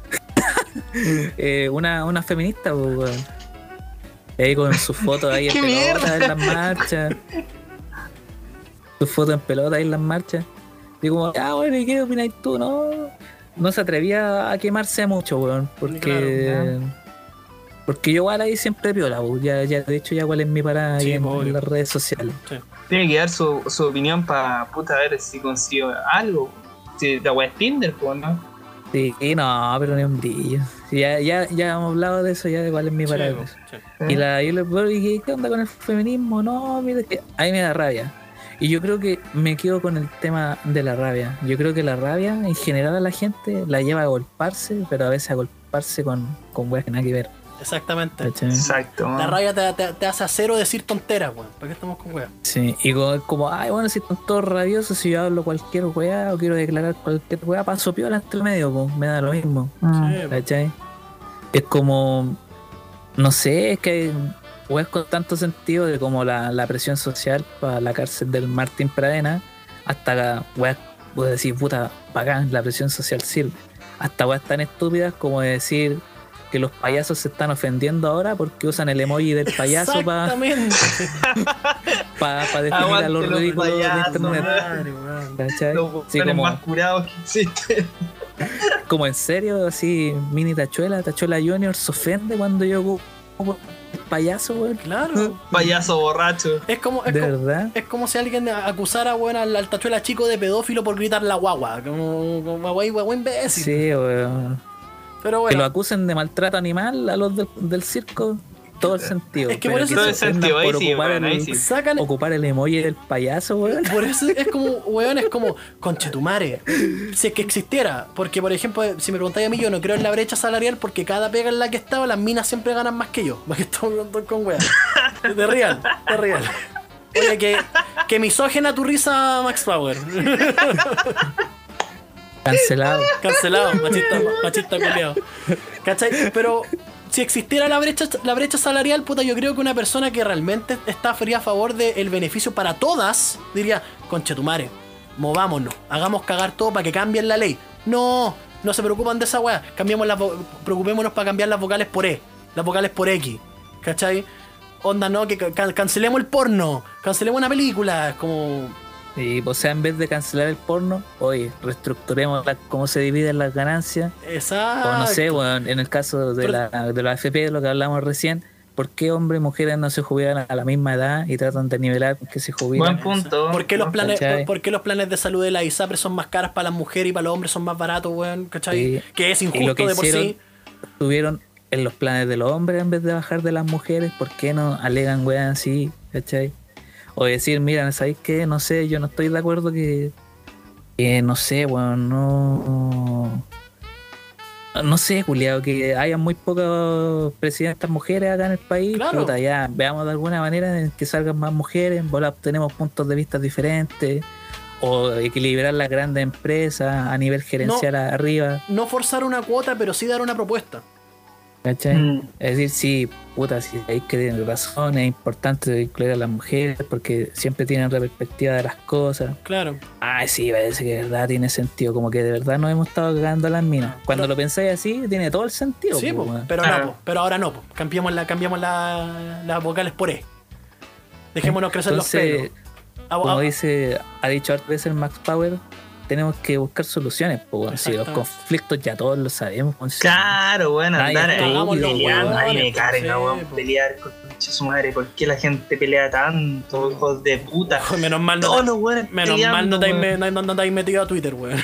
eh, una, una feminista, pues, weón. Ahí con sus fotos ahí en pelota en las marchas. Sus fotos en pelota ahí en las marchas. Digo, ah, bueno, ¿y qué opinas tú? No, no se atrevía a quemarse mucho, weón. Porque. Claro, Porque yo igual ahí siempre piola, ya, ya, de hecho ya igual es mi parada sí, en, en las redes sociales. Sí. Tiene que dar su, su opinión para puta ver si consigo algo. Si la wea es Tinder, pues, ¿no? Sí, no, pero ni un brillo. Sí, ya, ya, ya hemos hablado de eso, ya igual es mi parada. Sí, sí. Y la, yo le digo, ¿qué onda con el feminismo? No, mira, que ahí me da rabia. Y yo creo que me quedo con el tema de la rabia. Yo creo que la rabia en general a la gente la lleva a golparse, pero a veces a golparse con, con weas que nada que ver. Exactamente. Exacto. La rabia te, te, te hace a cero decir tonteras, weón. ¿Para qué estamos con weá? Sí, y como, como, ay, bueno, si están todos rabiosos, si yo hablo cualquier weá o quiero declarar cualquier weá, paso piola entre medio, pues, me da lo mismo. Sí, ¿cachai? Es como, no sé, es que hay weas con tanto sentido de como la, la presión social para la cárcel del Martín Pradena, hasta weas, voy a decir, puta, bacán, la presión social sirve. Hasta weas tan estúpidas como de decir que los payasos se están ofendiendo ahora porque usan el emoji del payaso para pa, pa definir Aguante a los ridículos de internet. ¿Cachai? Los sí, como, más curados que existen. Como en serio, así, mini Tachuela, Tachuela Junior se ofende cuando yo ocupo payaso, weón. Claro. Payaso borracho. Es como, es ¿De como, verdad? es como si alguien acusara, weón, al, al tachuela chico de pedófilo por gritar la guagua. Como, como guay, guay, imbécil. Sí, weón. Pero Que bueno. lo acusen de maltrato animal a los del, del circo, todo el sentido. Es que Pero por eso- se Todo el ofendan sentido, ahí por sí, ocupar, weón, ahí el, sí. Sacan. ocupar el emoji del payaso, weón. Por eso es como, weón, es como, conchetumare. Si es que existiera. Porque, por ejemplo, si me preguntáis a mí, yo no creo en la brecha salarial porque cada pega en la que estaba, las minas siempre ganan más que yo. Porque estamos hablando con weón. De real, de real. Oye, que, que misógena tu risa, Max Power. Cancelado. Cancelado, machista, machista culiao. ¿Cachai? Pero si existiera la brecha, la brecha salarial, puta, yo creo que una persona que realmente está fría a favor del beneficio para todas, diría, conchetumare, movámonos, hagamos cagar todo para que cambien la ley. No, no se preocupan de esa weá. Cambiemos las vo- preocupémonos para cambiar las vocales por E, las vocales por X. ¿Cachai? Onda, no, que ca- cancelemos el porno, cancelemos una película, es como. Y, o sea, en vez de cancelar el porno, oye, reestructuremos la- cómo se dividen las ganancias. Exacto. O no sé, weón, en el caso de, Pero- la, de la A F P, de lo que hablamos recién, ¿por qué hombres y mujeres no se jubilan a la misma edad y tratan de nivelar con que se jubilan? Buen punto. ¿Por qué, los planes, ¿Cachai? por, por qué los planes de salud de la ISAPRE son más caras para las mujeres y para los hombres son más baratos, weón? ¿Cachai? Sí. Que es Y lo injusto que de por hicieron, sí. tuvieron en los planes de los hombres en vez de bajar de las mujeres, ¿por qué no alegan weón así? ¿Cachai? O decir, mira, ¿sabéis qué? No sé, yo no estoy de acuerdo que, que no sé, weón, no... No sé, culiado, que haya muy pocas presidentas mujeres acá en el país. Claro. Puta, ya, veamos de alguna manera en que salgan más mujeres, bola, obtenemos puntos de vista diferentes, o equilibrar las grandes empresas a nivel gerencial arriba. No forzar una cuota, pero sí dar una propuesta. ¿Cachai? Mm. Es decir, sí, puta, si hay que tener razón, es importante incluir a las mujeres porque siempre tienen otra perspectiva de las cosas. Claro. Ay, sí, parece que de verdad tiene sentido, como que de verdad nos hemos estado cagando a las minas. Cuando Pero- lo pensáis así, tiene todo el sentido. Sí, po, po, weón. pero Claro. no, po, pero ahora no, po. Cambiamos, la, cambiamos la, las vocales por E. Dejémonos crecer Entonces, los pelos. Ah, como ah, dice, ha dicho hartas veces el Max Power, tenemos que buscar soluciones, po, weón. Si los Exactamente. conflictos ya todos lo sabemos. weón. Claro, bueno, Nadie andar está ahí hagámoslo, peleando. A mí me weón, carga, sí, weón, po. pelear con concha su madre. ¿Por qué la gente pelea tanto, hijos de puta? menos mal no, Todos los weones menos peleando, mal no te, weón. has me- no, no te has metido a Twitter, weón.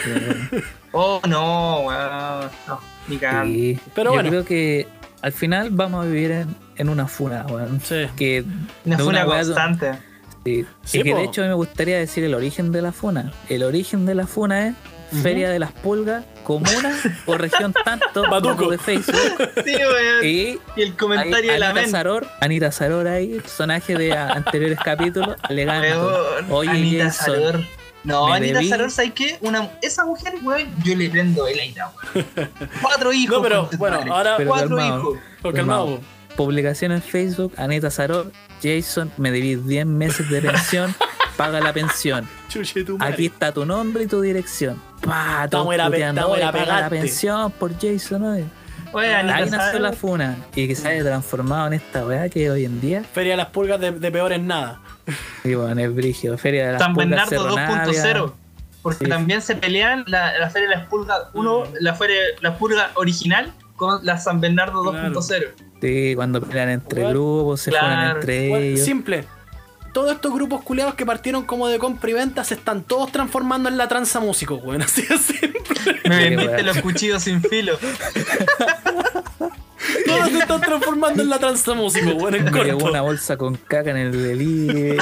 Oh, no, weón. No, ni cagando. Sí. Pero Yo bueno. creo que al final vamos a vivir en, en una funa, weón. Sí. Que Una de funa weá- constante. Sí. Sí, y que po. de hecho me gustaría decir el origen de la funa. El origen de la funa es Ujú. Feria de las Pulgas, comuna o región tanto Batuco. grupo de Facebook. Sí, weón. Y Y el comentario ahí de la Anita mente. Saror, Anita Saror ahí, personaje de a- anteriores capítulos, alegando. Weón, Oye, Anita Jason, Saror. No, me Anita debí- Saror, ¿sabes qué? Una, esa mujer, weón, yo le prendo el aire, weón. Cuatro hijos. No, pero concha tu bueno, madre. ahora. Pero Cuatro calmado. hijos. Por calmado, po. Publicación en Facebook, Anita Saror, Jason, me debís diez meses de pensión, paga la pensión. Chuche tu madre. Aquí está tu nombre y tu dirección. Pa, todos Estamos en la pe- puteando, estamos en "Oye, la paga la pegante". pensión por Jason, oye. Oye, Anita Ahí nació Saror. la funa y que se haya transformado en esta weá que hoy en día, Feria de las pulgas de, de peor en nada. y bueno, es brígido. Feria de las San Pulgas, Bernardo Cerro dos punto Navia. cero. Porque Sí. también se pelean la, la Feria de las Pulgas uno, la Feria la Pulga original con la San Bernardo dos punto cero. Sí, cuando pelean entre Bueno, grupos, se claro. fueron entre Bueno, ellos. simple. Todos estos grupos culiados que partieron como de compra y venta se están todos transformando en la tranza músicos, weón. Así de simple. Me Qué vendiste weá. los cuchillos sin filo. Todos se están transformando en la tranza músicos, weón, en Me llegó corto. una bolsa con caca en el delivery.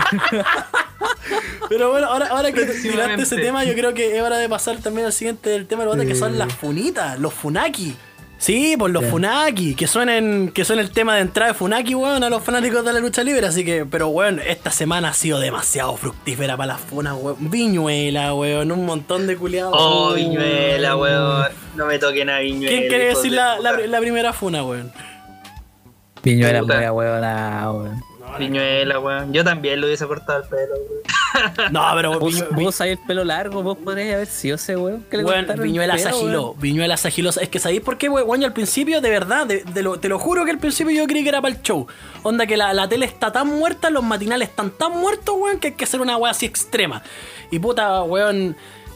Pero bueno, ahora, ahora que tiraste Próximamente. ese tema, yo creo que es hora de pasar también al siguiente del tema, lo otro, que son Sí. las funitas, los funaki. Sí, pues los Ya. funaki, que suenen, que suena el tema de entrada de funaki, weón, a los fanáticos de la lucha libre. Así que, pero weón, esta semana ha sido demasiado fructífera para las funas, weón. Viñuela, weón, un montón de culiados. Oh, Viñuela, weón. No me toquen a Viñuela. ¿Quién quiere hijos decir de la, puta. la, la primera funa, weón? Viñuela Puta. muy ahueonada, weón. Viñuela, weón. Yo también le hubiese cortado el pelo, weón. No, pero Vos, Viñu- vos sabés el pelo largo, vos podrías haber sido ese weón que le Weón, cortaron el Viñuela se pelo, agiló, weón. Viñuela se agiló. Es que ¿sabéis por qué, weón? Yo al principio, de verdad, de, de lo, te lo juro que al principio yo creí que era para el show. Onda que la, la tele está tan muerta, los matinales están tan muertos, weón, que hay que hacer una weá así extrema. Y puta, weón,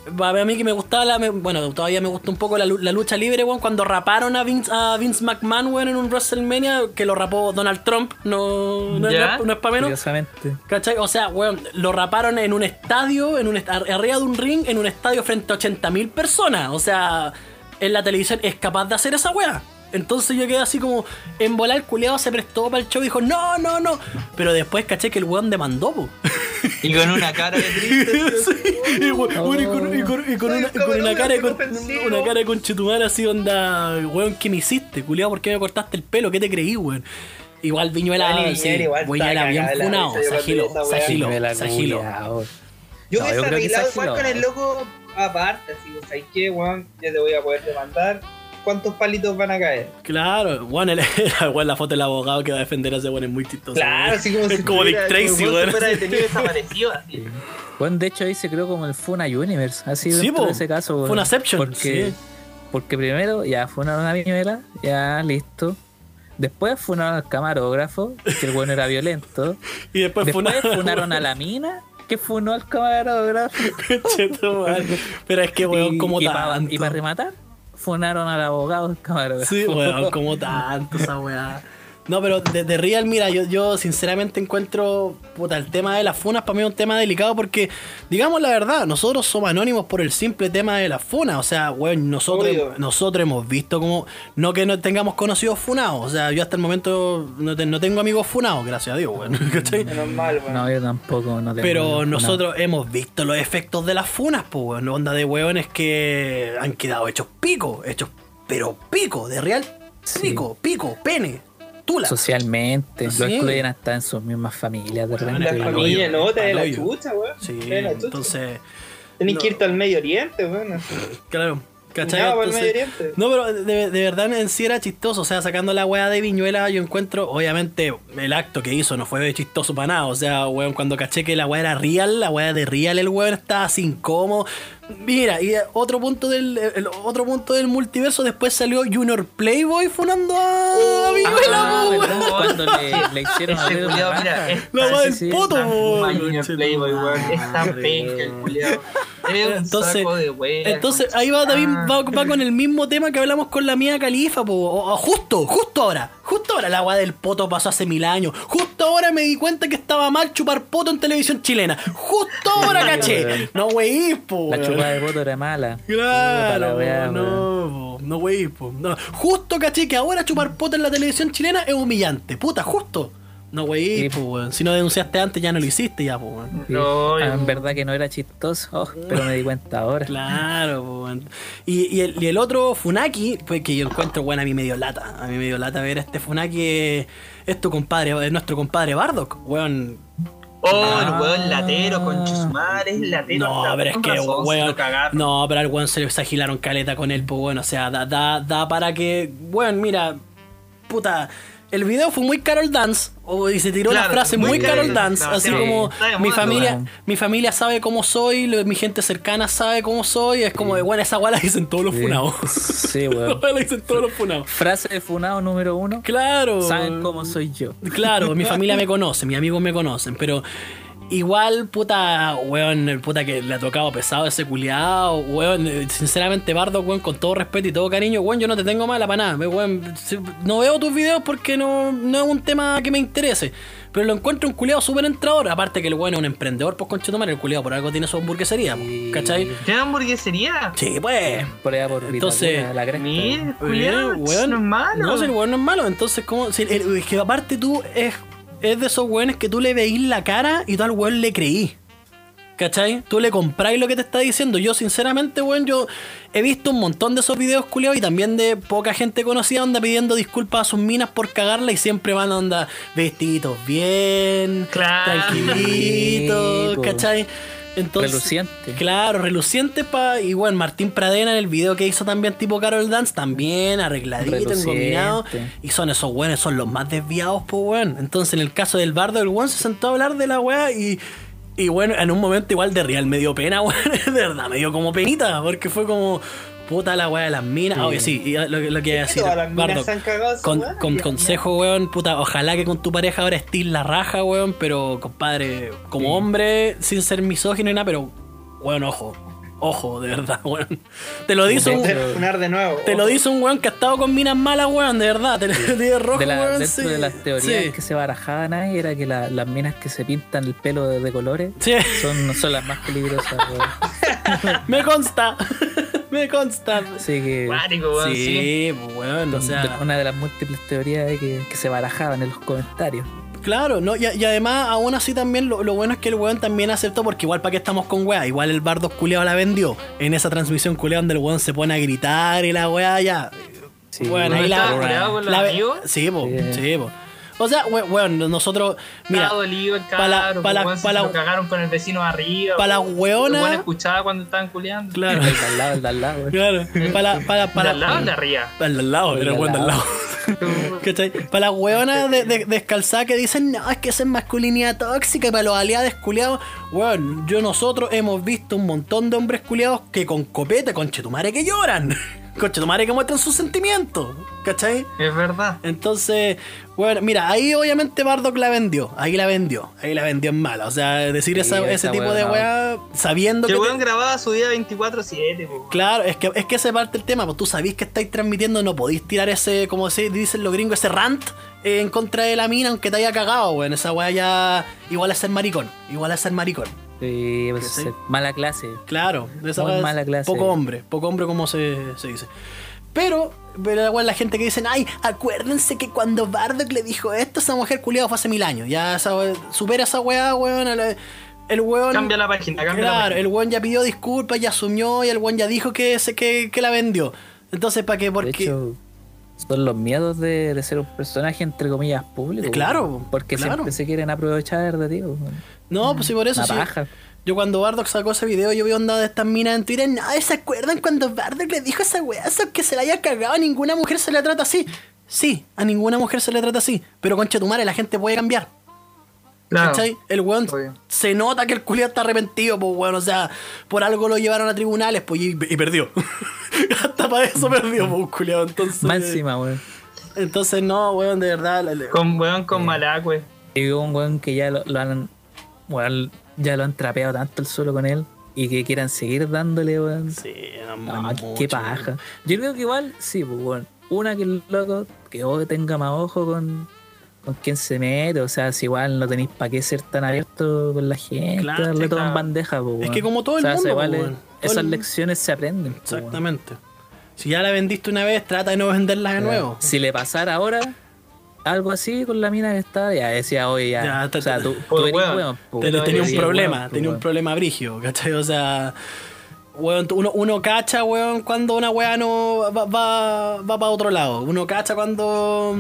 A mí que me gustaba, la, me, bueno, todavía me gusta un poco la, la lucha libre, weón, cuando raparon a Vince, a Vince McMahon, weón, en un WrestleMania, que lo rapó Donald Trump, no, no, es, no es para menos. ¿Cachai? O sea, weón, lo raparon en un estadio, en un est arriba de un ring, en un estadio frente a ochenta mil personas. O sea, en la televisión es capaz de hacer esa weá. Entonces yo quedé así como, en volar el culiado se prestó para el show y dijo, no, no, no. Pero después caché que el weón demandó, po. Y con una cara de triste. Sí, y, bueno, oh. y, con, y, con, y con, una, y con una cara de con, una cara de conchetumar así, onda, weón, ¿qué me hiciste, culiado? ¿Por qué me cortaste el pelo? ¿Qué te creí, weón? Igual Viñuela, sí, Viñuela bien funado, Sagilo, Sagilo, Sagilo. Yo me he arreglado igual con el loco aparte, así, o sea, ¿qué, weón? Ya te voy a poder demandar. ¿Cuántos palitos van a caer? Claro, bueno, el, el, la foto del abogado que va a defender a ese bueno es muy chistoso. Claro, así como es si como Dick Tracy, weón. Fuera detenido desaparecido, así. Bueno, de hecho ahí se creó como el Funa Universe, así sí, dentro de ese caso. Bueno, Funaception, porque, sí. Porque primero ya funaron a Viñuela, ya listo. Después funaron al camarógrafo, que el bueno era violento. Y después, después funaron, funaron a la mina, que funó al camarógrafo. Pero es que, weón, como y tanto. Y para rematar, funaron al abogado del camarógrafo. Sí, weón, como tanto esa weá. No, pero de, de Real, mira, yo, yo sinceramente encuentro, puta, el tema de las funas para mí es un tema delicado porque, digamos la verdad, nosotros somos anónimos por el simple tema de las funas. O sea, weón, nosotros, nosotros hemos visto como, no que no tengamos conocidos funados. O sea, yo hasta el momento no, te, no tengo amigos funados, gracias a Dios, weón. ¿Cachai? Normal, weón. No, yo tampoco, no tengo. Pero nosotros funado. Hemos visto los efectos de las funas, pues, weón. Onda de weones que han quedado hechos pico, hechos, pero pico, de Real, pico, sí. pico, pene. Tula. Socialmente, sí. Lo excluyen hasta en sus mismas familias de repente. La familia, no, te de la chucha, weón. Sí, entonces. Tenés no. que irte al Medio Oriente, weón. Claro. ¿Cachai? No, entonces, Medio Oriente. No, pero de, de verdad en sí era chistoso. O sea, sacando la weá de Viñuela, yo encuentro, obviamente, el acto que hizo no fue chistoso para nada. O sea, weón, cuando caché que la weá era real, la weá de real, el weón estaba así incómodo. Mira, y otro punto del el otro punto del multiverso, después salió Junior Playboy funando a oh, Viñuela, ah, weón. Cuando le, le hicieron ese culiado, mira, es la weá del sí, poto, weón. Junior Playboy, weón. Es tan penca el culiado. Es un entonces, saco de wea, entonces ahí va David, va, va con el mismo tema que hablamos con la Mía Khalifa, po. O, o, justo, justo ahora, justo ahora la weá del poto pasó hace mil años. Justo ahora me di cuenta que estaba mal chupar poto en televisión chilena. Justo ahora caché. No wey, po. La chupada de poto era mala. Claro, wea, no, no wey, po. No. Justo caché que ahora chupar poto en la televisión chilena es humillante. Puta, justo. No, wey, sí, po, weón. Si no denunciaste antes, ya no lo hiciste, ya, po, weón. Sí. No, ah, en verdad que no era chistoso, oh, pero me di cuenta ahora. Claro, po, weón. Y, y, el, y el otro, Funaki, pues que yo encuentro, bueno, a mí me dio lata. A mí me dio lata ver a este Funaki. Es, es tu compadre, es nuestro compadre Bardock, weón. Oh, ah, el weón latero, con su madre, es latero. No, pero es que, weón. No, pero al weón se le agilaron caleta con él, pues, bueno. O sea, da, da, da para que, weón, mira, puta. El video fue muy Carol Dance, o, y se tiró claro, la frase muy, muy Carol Dance, no, así sí, como mi familia, bueno. mi familia sabe cómo soy, lo, mi gente cercana sabe cómo soy, es como de, bueno, esa weá la dicen todos los sí. funados. Sí, weón. La dicen todos los funados. Frase de funado número uno. Claro. Saben cómo soy yo. Claro, mi familia me conoce, mis amigos me conocen, pero igual, puta, weón, el puta que le ha tocado pesado ese culiado, weón, sinceramente, Bardo, weón, con todo respeto y todo cariño, weón, yo no te tengo mala para nada, weón, no veo tus videos porque no, no es un tema que me interese, pero lo encuentro un culiado súper entrador, aparte que el weón es un emprendedor, pues conchetumare, el culiado por algo tiene su hamburguesería, sí. ¿Cachai? ¿Tiene hamburguesería? Sí, pues. Por allá por entonces, la cresta. Mira, el culiado, weón, no es malo. No, si el weón no es malo, entonces, como, si, el, es que aparte tú es... Es de esos weones que tú le veís la cara y tú al weón le creí. ¿Cachai? Tú le compráis lo que te está diciendo. Yo, sinceramente, weón, yo he visto un montón de esos videos culiados y también de poca gente conocida onda pidiendo disculpas a sus minas por cagarla y siempre van a onda vestiditos bien, claro. tranquilitos, ¿cachai? Entonces, reluciente. Claro, reluciente pa. Y bueno, Martín Pradena en el video que hizo también tipo Carol Dance, también arregladito, engominado. Y son esos weones, son los más desviados, pues weón. Entonces en el caso del Bardo, el weón se sentó a hablar de la weá y. Y bueno, en un momento igual de real me dio pena, weón. De verdad, me dio como penita, porque fue como. Puta la weá de las minas. Sí. Obvio, sí, y lo, lo que iba a decir. Bardo, con, con consejo, weón, puta, ojalá que con tu pareja ahora estés la raja, weón, pero compadre, como sí. hombre, sin ser misógino y nada, pero weón, ojo. Ojo, de verdad, weón. Te lo dice un... funar de nuevo. Te ojo. lo dice un weón que ha estado con minas malas, weón, de verdad. Te lo dice rojo, de la, weón. Dentro Sí. de las teorías Sí. que se barajaban ahí era que la, las minas que se pintan el pelo de, de colores Sí. son, son las más peligrosas, weón. Me consta. Me consta. Así que Cuático, weón, sí. Sí, pues, weón, o sea... una de las múltiples teorías que, que se barajaban en los comentarios. Claro, no, y, y además, aún así también, lo, lo bueno es que el weón también aceptó, porque igual para qué estamos con weá, igual el Bardo culeado la vendió en esa transmisión culeada donde el weón se pone a gritar y la weá ya. Sí, Bueno, ¿No ahí la. estaba culeado con los la- amigos? Sí, po, Sí. sí, po. O sea, we- weón, nosotros. Mira, Estaba dolido el pa' la- cabro, pa' la- weón, se pa' la- lo cagaron con el vecino arriba. para la weón. weona. El weón escuchaba cuando estaban culeando. Claro, El de al lado, el de al lado, weón. claro. Para, para, ¿De para. al lado o de arriba? Al al lado, El era el de weón de al al lado. lado. ¿Cachai? Para las hueonas de, de, descalzadas que dicen, no, es que eso es masculinidad tóxica. Y para los aliados culiados, weón, yo nosotros hemos visto un montón de hombres culiados que con copete, con chetumare que lloran. Con chetumare que muestran sus sentimientos. ¿Cachai? Es verdad. Entonces, bueno, mira, ahí obviamente Bardock la vendió. Ahí la vendió. Ahí la vendió en mala. O sea, decir Sí, esa- ese esa tipo hueá de no. weá sabiendo Que que. el te- weón grababa su día veinticuatro siete, po. Claro, es que, es que ese parte del tema, pues tú sabéis que estáis transmitiendo, no podéis tirar ese, como se dicen los gringos, ese rant eh, en contra de la mina, aunque te haya cagado, weón. Esa weá ya igual es ser maricón, igual es ser maricón. Sí, pues, ¿Cachai? mala clase. Claro, de esa Muy weá es mala clase. poco hombre, poco hombre como se, se dice. Pero, pero la weá, la gente que dicen, ay, acuérdense que cuando Bardock le dijo esto, esa mujer culiada fue hace mil años. Ya esa weá- supera esa weá, weón. El, el weón. Cambia la página, cambia la Claro, página. el weón ya pidió disculpas, ya asumió y el weón ya dijo que, se, que, que la vendió. Entonces, ¿para qué? De Porque. hecho, son los miedos de, de ser un personaje, entre comillas, público. Claro, weón. Porque claro. siempre se quieren aprovechar de ti. weón. No, pues sí, por eso Una sí. paja. Yo cuando Bardock sacó ese video, yo vi onda de estas minas en Twitter. No, ¿se acuerdan cuando Bardock le dijo a esa weá eso, que se la haya cagado? A ninguna mujer se le trata así. Sí, a ninguna mujer se le trata así. Pero concha tu madre, la gente puede cambiar. Claro. ¿Cachai? El weón Obvio. se nota que el culiao está arrepentido, pues weón. O sea, por algo lo llevaron a tribunales, pues y, y perdió. Hasta para eso perdió, pues culiao. Entonces. Más encima, weón. Entonces, no, weón, de verdad. la- la- Con weón con malacue. Y hubo un weón que ya lo, lo han. Weón, ya lo han trapeado tanto el suelo con él. Y que quieran seguir dándole, weón. Sí, no, No, mucho, qué paja. Yo creo que igual, sí, pues, weón. Una que el loco, que vos tenga más ojo con, con quién se mete. O sea, si igual no tenéis para qué ser tan abierto con la gente, Claro, darle sí, todo claro. en bandeja, pues, Es weón. que como todo el O sea, mundo, igual pues, es- weón. Todo esas el- lecciones se aprenden. pues, weón. Exactamente. Si ya la vendiste una vez, trata de no venderla de nuevo. Si le pasara ahora algo así con la mina que está, ya decía, oye, ya. Ya, te- o sea, tú, Pues, tú eres weón, weón, pues, Ten- lo tenía un decía, problema, weón, tenía un weón. problema brigio, ¿cachai? O sea, weón, uno, uno cacha, weón, cuando una weá no va, va, va para otro lado. Uno cacha cuando.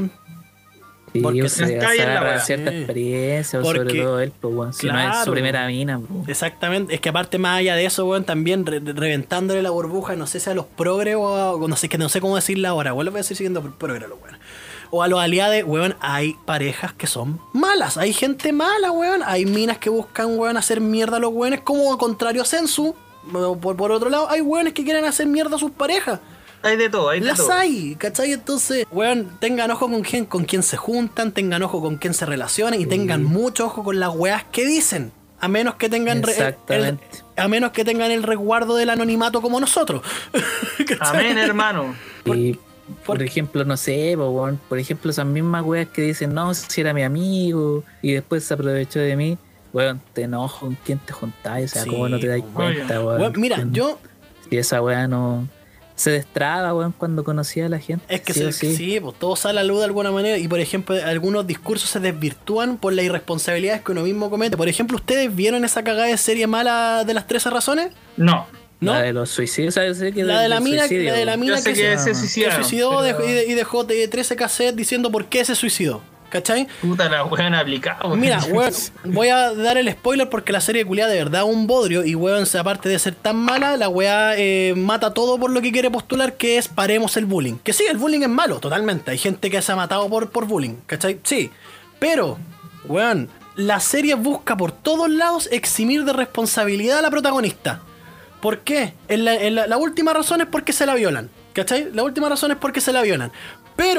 Sí, Porque o sea, está se bien la agarra weá. cierta Sí. experiencia, o Porque- sobre todo él, pues, weón. Si no es Claro. su primera mina, pues. Exactamente, es que aparte más allá de eso, weón, también re- reventándole la burbuja, no sé si a los progres o a, o no sé, que no sé cómo decirla ahora, weón, lo voy a decir siguiendo progres a los weones. O a los aliados, weón, hay parejas que son malas, hay gente mala, weón, hay minas que buscan, weón, hacer mierda a los weones, como contrario a Sensu, por, por otro lado, hay weones que quieren hacer mierda a sus parejas. Hay de todo, hay de Las todo. hay, ¿cachai? Entonces, weón, tengan ojo con quién, con quién se juntan, tengan ojo con quién se relacionan y tengan mucho ojo con las weas que dicen. A menos que tengan re- el- Exactamente. el- a menos que tengan el resguardo del anonimato como nosotros. ¿Cachai? Amén, hermano. Y, por- por ejemplo, no sé, po, weón, por ejemplo, esas mismas weas que dicen, no, si era mi amigo, y después se aprovechó de mí, weón, te enojo con quién te juntáis, o sea, Sí, cómo no te das po, cuenta, weón. Weón, mira, Que- yo Si esa wea no. Se destraba, weón, cuando conocía a la gente. es que sí, se- o sí, sí. pues todo sale a la luz de alguna manera y por ejemplo algunos discursos se desvirtúan por las irresponsabilidades que uno mismo comete. Por ejemplo, ¿ustedes vieron esa cagada de serie mala de las trece razones? No. ¿No? La de los suicidios, o sea, yo sé que La de la del mina, suicidio, la de la weón. mina Yo sé que, que se, se que suicidaron, suicidó pero- dejó- y, de- y dejó de trece cassettes diciendo por qué se suicidó. ¿Cachai? Puta la weón aplicada, weón. Mira, weón, voy a dar el spoiler porque la serie de culiada de verdad es un bodrio y weón, aparte de ser tan mala, la weá eh, mata todo por lo que quiere postular, que es paremos el bullying. Que sí, el bullying es malo, totalmente. Hay gente que se ha matado por, por bullying, ¿cachai? Sí. Pero, weón, la serie busca por todos lados eximir de responsabilidad a la protagonista. ¿Por qué? En la, en la, la última razón es porque se la violan. ¿Cachai? La última razón es porque se la violan. Pero,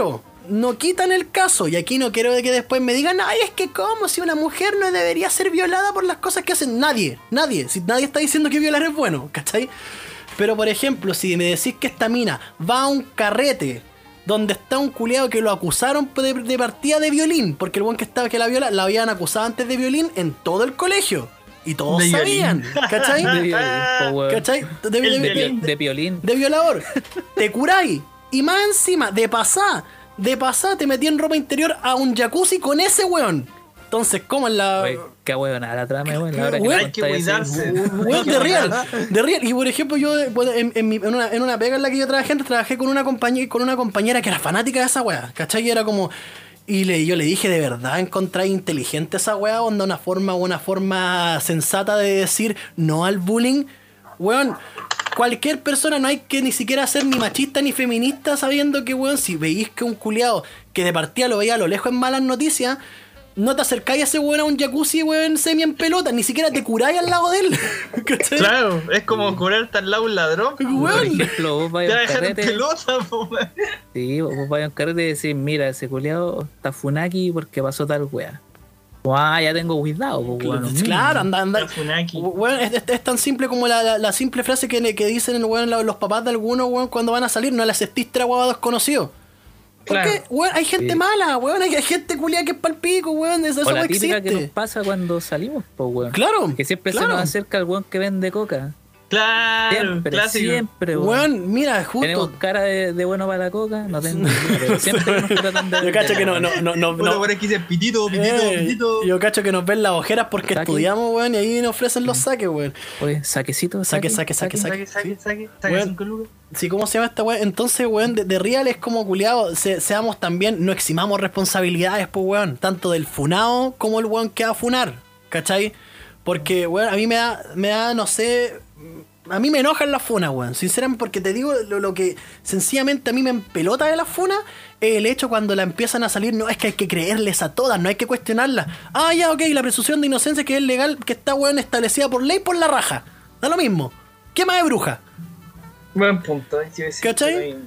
no quitan el caso. Y aquí no quiero que después me digan, ay, es que cómo, si una mujer no debería ser violada por las cosas que hacen. Nadie, nadie. Si nadie está diciendo que violar es bueno, ¿cachai? Pero por ejemplo, si me decís que esta mina va a un carrete donde está un culiado que lo acusaron de, de partida de violín, porque el buen que estaba que la viola la habían acusado antes de violín en todo el colegio. Y todos de sabían, violín. ¿Cachai? De violín, ¿cachai? De, de, de, de, de violín. De violador. Te curáis. Y más encima, de pasá, de pasá, te metí en ropa interior a un jacuzzi con ese weón. Entonces, ¿cómo es la...? Wey, qué weón, a la trama, weón. La hora que hay que cuidarse. Weón, de real, de real. Y por ejemplo, yo bueno, en, en, mi, en, una, en una pega en la que yo trabajé, trabajé con una compañera, con una compañera que era fanática de esa weá, ¿cachai? Y era como... Y le, yo le dije, ¿de verdad encontráis inteligente esa weá? ¿Onda una forma, una forma sensata de decir no al bullying? Weón, cualquier persona, no hay que ni siquiera ser ni machista ni feminista sabiendo que, weón, si veis que un culiado que de partida lo veía a lo lejos en malas noticias, no te acercáis a ese weón a un jacuzzi, weón, semi en pelota, ni siquiera te curáis al lado de él. ¿Cachai? Claro, es como curarte al lado de un ladrón. Weón. Por ejemplo, vos vais a un carrete. Pelota, po, sí, vos vais a un carrete y decís, mira, ese culiado está funaki porque pasó tal weá. Ah, ya tengo cuidado, po, weón. Claro, anda, anda. Weón, es, es, es tan simple como la, la, la simple frase que, que dicen weón, los papás de algunos, weón, cuando van a salir, no les estistra a desconocidos. Porque, claro. Weón, hay gente sí. mala, weón, hay gente culiada que es palpico, weón, eso, o eso la no típica existe. Que nos pasa cuando salimos, po, weón. Claro. Que siempre claro. se nos acerca el weón que vende coca. Claro, siempre, clásico. siempre, weón. Weón, mira, justo. Tenemos cara de, de bueno para la coca, no tengo idea, pero siempre nos tratan de... Yo cacho que no, no, no, no. no. Por aquí dicen pitito, pitito, eh, pitito. Yo cacho que nos ven las ojeras porque saque. Estudiamos, weón, y ahí nos ofrecen los saques, weón. Oye, saquecito, saque, saque, saque, saque. Saque, saque, saque, saque, cinco lucas. Sí, ¿cómo se llama esta weón? Entonces, weón, de, de real es como culiado, se, seamos también, no eximamos responsabilidades, pues, weón, tanto del funado como el weón que va a funar, ¿cachai? Porque, weón, a mí me da, me da, no sé... A mí me enojan las funas, weón. Sinceramente, porque te digo lo, lo que sencillamente a mí me empelota de las funas es el hecho cuando la empiezan a salir. No, es que hay que creerles a todas, no hay que cuestionarlas. Ah, ya, ok, la presunción de inocencia que es legal, que está, weón, establecida por ley, por la raja. Da lo mismo. ¿Qué más de bruja? Buen punto. ¿Cachai?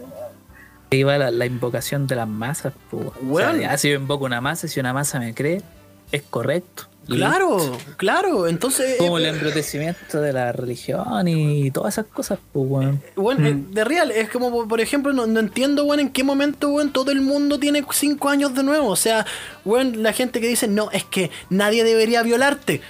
Iba la, la invocación de las masas, pues. Bueno. O sea, ya si yo invoco una masa, si una masa me cree, es correcto. Claro, listo. Claro, entonces... Como el embrutecimiento de la religión y todas esas cosas, pues, weón. Bueno, mm. de real, es como, por ejemplo, no, no entiendo, weón, en qué momento, weón, todo el mundo tiene cinco años de nuevo. O sea, weón, la gente que dice, no, es que nadie debería violarte.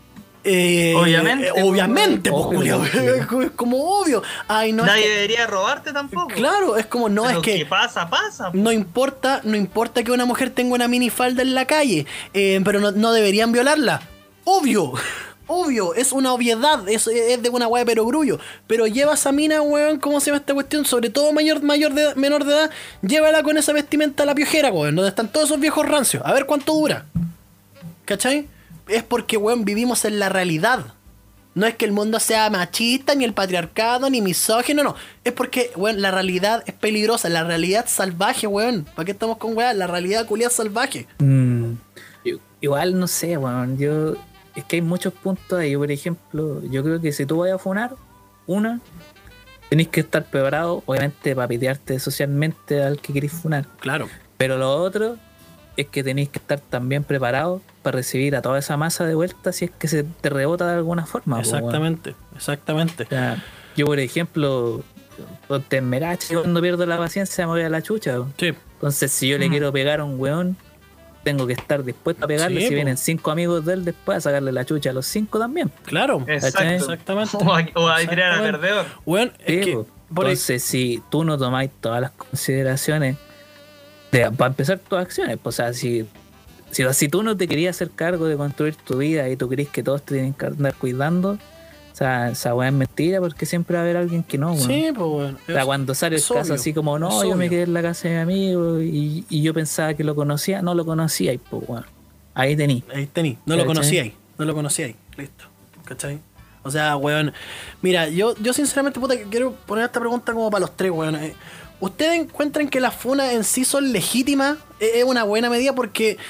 Eh, obviamente. Eh, obviamente, pues, Julio, es como obvio. Ay, no, nadie es que, debería robarte tampoco. Claro, es como, no, pero es que... ¿qué pasa? Pasa. No importa, no importa que una mujer tenga una minifalda en la calle, eh, pero no, no deberían violarla. Obvio, obvio, es una obviedad, es, es de una weá de perogrullo. Pero lleva a esa mina, weón, ¿cómo se llama esta cuestión? Sobre todo mayor, mayor de, menor de edad, llévala con esa vestimenta a la piojera, weón, donde están todos esos viejos rancios. A ver cuánto dura. ¿Cachai? Es porque, weón, vivimos en la realidad. No es que el mundo sea machista, ni el patriarcado, ni misógino, no. Es porque, weón, la realidad es peligrosa. La realidad salvaje, weón. ¿Para qué estamos con weón? La realidad culiada salvaje. Mm, igual, no sé, weón. Yo... Es que hay muchos puntos ahí. Por ejemplo, yo creo que si tú vas a funar, una, tenés que estar preparado, obviamente, para pitearte socialmente al que querés funar. Claro. Pero lo otro es que tenéis que estar también preparados para recibir a toda esa masa de vuelta si es que se te rebota de alguna forma. Exactamente, po, bueno. exactamente. O sea, yo, por ejemplo, te merache cuando pierdo la paciencia me voy a la chucha. Sí. Entonces, si yo le mm. quiero pegar a un weón, tengo que estar dispuesto a pegarle. Sí, si po. Vienen cinco amigos de él después a sacarle la chucha a los cinco también. Claro, exacto. Exactamente. O a, o a tirar a perdedor. Bueno, es sí, que, entonces, el... si tú no tomáis todas las consideraciones de, para empezar tus acciones, pues, o sea, si, si, si tú no te querías hacer cargo de construir tu vida y tú crees que todos te tienen que andar cuidando, o sea, esa weá es mentira porque siempre va a haber alguien que no, weón. Sí, pues bueno. O sea, cuando sale el caso obvio, así como, no, yo obvio. me quedé en la casa de mi amigo y, y yo pensaba que lo conocía, no lo conocía y pues bueno, ahí tení. Ahí tení, no lo conocía ahí, no lo conocía ahí, listo, ¿cachai? O sea, weón, mira, yo, yo sinceramente, puta, quiero poner esta pregunta como para los tres, weón. ¿Ustedes encuentran que las funas en sí son legítimas? ¿Es una buena medida? Porque...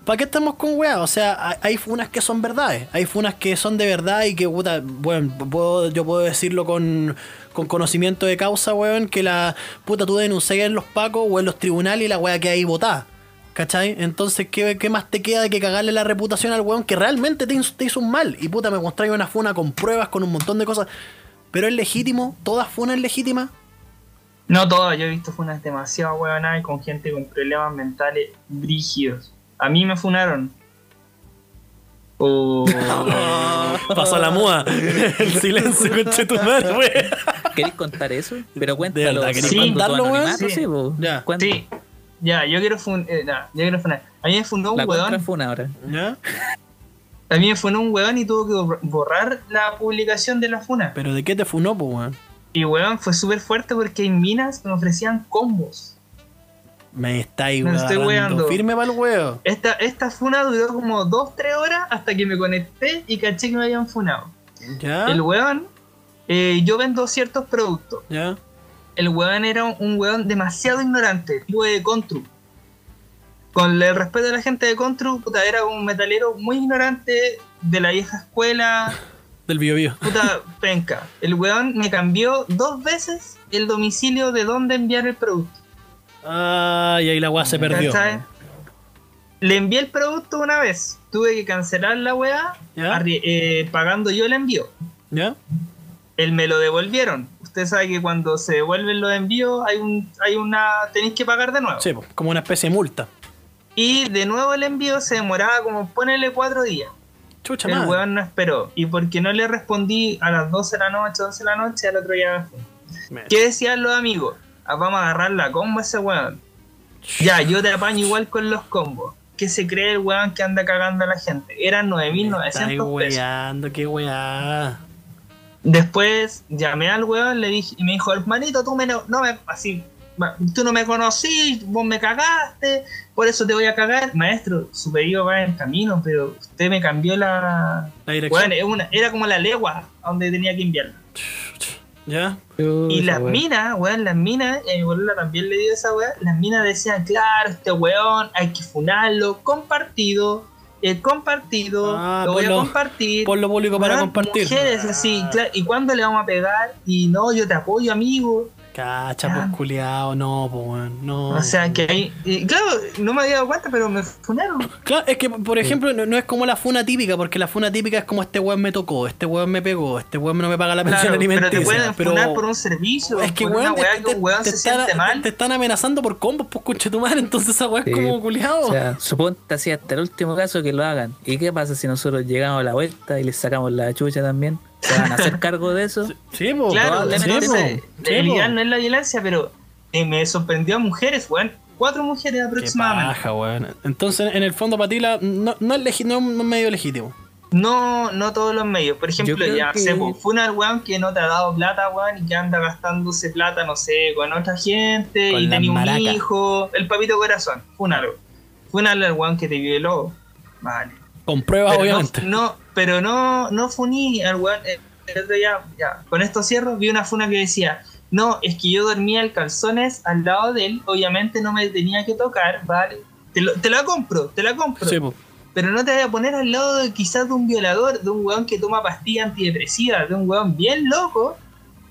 ¿para qué estamos con weá? O sea, hay funas que son verdades, hay funas que son de verdad y que, puta, bueno, puedo, yo puedo decirlo con, con conocimiento de causa, weón, que la puta tú denuncias en los pacos o en los tribunales y la weá que ahí votada. ¿Cachai? Entonces, ¿qué, ¿qué más te queda de que cagarle la reputación al weón que realmente te hizo, te hizo un mal? Y puta, me mostráis una funa con pruebas, con un montón de cosas. ¿Pero es legítimo? ¿Todas funas legítimas? No todas, yo he visto funas demasiado huevonadas y con gente con problemas mentales brígidos. A mí me funaron. Oh. Pasó la muda. El silencio, conchetumare, wey. ¿Querés contar eso? Pero cuéntalo. ¿Querés sí, contarlo, weón? Sí, sí, ya. Sí. Ya, yo quiero fun eh, nah, yo quiero funar. A mí me funó un la huevón. Funa ahora. ¿Ya? A mí me funó un huevón y tuvo que borrar la publicación de la funa. ¿Pero de qué te funó, pues, weón? Y huevón, fue súper fuerte porque hay minas que me ofrecían combos. Me estáis Me estoy weando. Firme para el huevo. Esta, esta funa duró como dos tres horas hasta que me conecté y caché que me habían funado. ¿Ya? El huevón, eh, yo vendo ciertos productos. ¿Ya? El huevón era un, un huevón demasiado ignorante, tipo de Contru. Con el respeto de la gente de Contru, puta, era un metalero muy ignorante de la vieja escuela. Del Bio Bio. Puta, penca. El weón me cambió dos veces el domicilio de dónde enviar el producto. Ah, y ahí la weá se perdió. ¿Sabes? Le envié el producto una vez. Tuve que cancelar la weá, eh, pagando yo el envío. ¿Ya? Él me lo devolvieron. Usted sabe que cuando se devuelven los envíos hay un, hay una, tenéis que pagar de nuevo. Sí, como una especie de multa. Y de nuevo el envío se demoraba como ponerle cuatro días. Chucha el madre. weón no esperó. Y porque no le respondí a las doce de la noche, once de la noche, al otro día me fui. ¿Qué decían los amigos? Ah, vamos a agarrar la combo a ese weón. Ya, yo te apaño igual con los combos. ¿Qué se cree el weón que anda cagando a la gente? Eran nueve mil novecientos pesos. Weando, qué weá. Después llamé al weón, le dije, y me dijo, hermanito, tú me no, no me, así, tú no me conocí, vos me cagaste, por eso te voy a cagar. Maestro, su pedido va en camino, pero usted me cambió la... La dirección. Bueno, era, una, era como la legua a donde tenía que enviarla. ¿Ya? Y las minas, weón, las minas, y a mi boluda también le dio esa weá, las minas decían, claro, este weón hay que funarlo, compartido, eh, compartido, ah, lo voy lo, a compartir. Por lo público para weón, compartir. Mujeres así, claro, ¿y cuándo le vamos a pegar? Y no, yo te apoyo, amigo. Cacha, pues culiao, no, pues weón, no. O sea que ahí, y, claro, no me había dado cuenta, pero me funaron. Claro, es que, por ejemplo, no, no es como la funa típica, porque la funa típica es como este weón me tocó, este weón me pegó, este weón no me paga la pensión Claro, alimenticia. pero te pueden pero funar por un servicio, es que por weón, una weá te, que un weón te, se te, siente están, mal. te están amenazando por combos, pues conche tu madre, entonces esa weá es Sí. como culiao. O sea, suponte así hasta el último caso que lo hagan. ¿Y qué pasa si nosotros llegamos a la vuelta y les sacamos la chucha también? ¿Se van a hacer cargo de eso? Sí, pues. Claro, sí, sí, po. el Sí, ideal po. no es la violencia, pero eh, me sorprendió a mujeres, weón. Cuatro mujeres Qué aproximadamente. paja, weón. Entonces, en el fondo, para ti, la, no, no, es legi- no es un medio legítimo. No, no todos los medios. Por ejemplo, creo ya que- sé, po, fue una weón que no te ha dado plata, weón, y que anda gastándose plata, no sé, con otra gente, Con y las tenía un maracas. hijo. El papito corazón, fúnalo. Fúnalo al weón que te violó. Vale. Con pruebas, Pero obviamente. No, no, pero no, no funí al weón. eh, El otro día, ya, con esto cierro, vi una funa que decía, no, es que yo dormía en calzones al lado de él, obviamente no me tenía que tocar, ¿vale? Te, lo, te la compro, te la compro. Sí, po. Pero no te voy a poner al lado de, quizás de un violador, de un weón que toma pastillas antidepresivas, de un weón bien loco.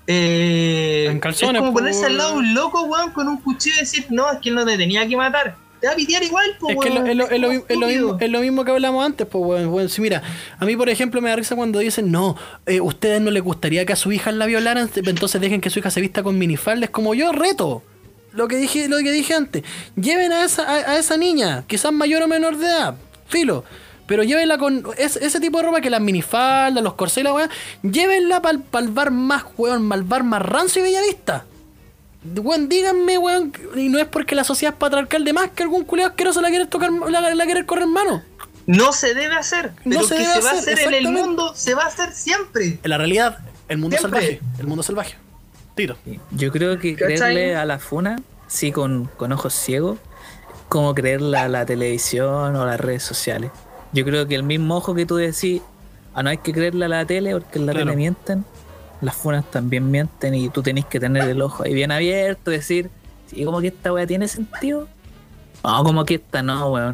Eh, En calzones, es como po, ponerse al lado de weón. un loco, weón, con un cuchillo y decir, no, es que él no te tenía que matar. Te va a pitear igual, po, Es que es lo, weón, es, lo, es, lo, como es, lo mismo, estúpido. es lo mismo que hablamos antes, pues, weón. Weón, sí, mira, a mí, por ejemplo, me da risa cuando dicen, no, eh, ustedes no les gustaría que a su hija la violaran, entonces dejen que su hija se vista con minifaldas. Como yo reto, lo que dije, lo que dije antes, lleven a esa, a, a esa niña, quizás mayor o menor de edad, filo, pero llévenla con es, ese tipo de ropa que las minifaldas, los corsés y la weá, llévenla para el bar más, weón, al bar más rancio y Bellavista. Weón, díganme, weón, y no es porque la sociedad es patriarcal de más que algún culiao asqueroso la quiere tocar, la, la quiere correr en mano. No se debe hacer, No pero se que debe se va a hacer, hacer en el exactamente. mundo, se va a hacer siempre. En la realidad, el mundo Siempre. salvaje, el mundo salvaje. Tito. Yo creo que ¿Cachai? creerle a la funa, sí, con, con ojos ciegos, como creerle a la televisión o a las redes sociales. Yo creo que el mismo ojo que tú decís, ah, no hay que creerle a la tele porque en la Claro. tele mienten, las funas también mienten y tú tenés que tener el ojo ahí bien abierto, decir, sí, como que esta weá tiene sentido. No, como que esta no, weón.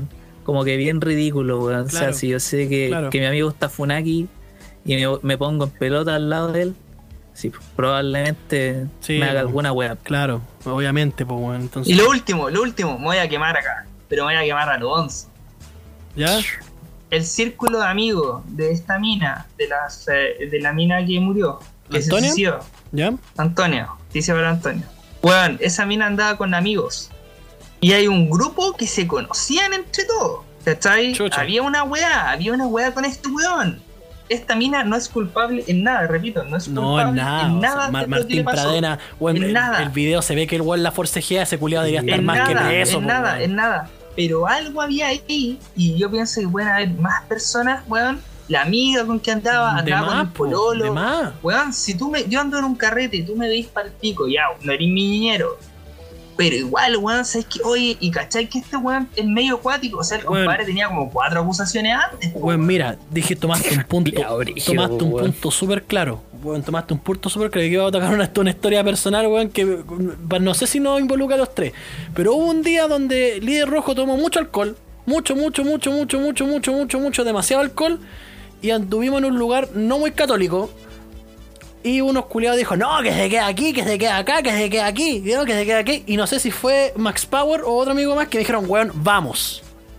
como que bien ridículo, weón. Claro, o sea, si yo sé que, claro. que mi amigo está funaki y me, me pongo en pelota al lado de él, sí, probablemente Sí, me haga po. alguna weá. Claro, obviamente, pues, weón. Entonces, Y lo último, lo último, me voy a quemar acá, pero me voy a quemar a Alonso. ¿ya? El círculo de amigos de esta mina, de las eh, de la mina que murió, que se ¿Antonio? suicidó, ¿Ya? Antonio, dice para Antonio. Weón, esa mina andaba con amigos. Y hay un grupo que se conocían entre todos. ¿Cachai? Chucha. Había una weá, había una weá con este weón. Esta mina no es culpable en nada, repito, no es No, culpable en nada. en o sea, nada Mar- de lo que le Martín pasó. Pradena, weón, En el, nada. el video se ve que el weón la forcejea, ese culiado debería estar En más que nada, preso, en po, nada, weón. en nada. Pero algo había ahí y yo pienso que pueden haber más personas, weón. La amiga con que andaba, De andaba con más, el po, pololo. de más. Weón, si tú me, yo ando en un carrete y tú me veis para el pico, ya, no eres mi niñero. Pero igual, weón, sabes que, oye, y cachai que este weón es medio acuático. O sea, el Weón. compadre tenía como cuatro acusaciones antes. po, Weón, mira, dije, tomaste un punto, Culeado brígido, tomaste un weón. punto súper claro. Weón, tomaste un punto súper claro. Que iba a tocar una, una historia personal, weón, que no sé si nos involucra a los tres. Pero hubo un día donde Líder Rojo tomó mucho alcohol. Mucho, mucho, mucho, mucho, mucho, mucho, mucho, mucho, demasiado alcohol. Y anduvimos en un lugar no muy católico. Y unos culiados dijo, no, que se queda aquí, que se queda acá, que se queda aquí, ¿no? que se queda aquí. Y no sé si fue Max Power o otro amigo más que me dijeron, weón, vamos.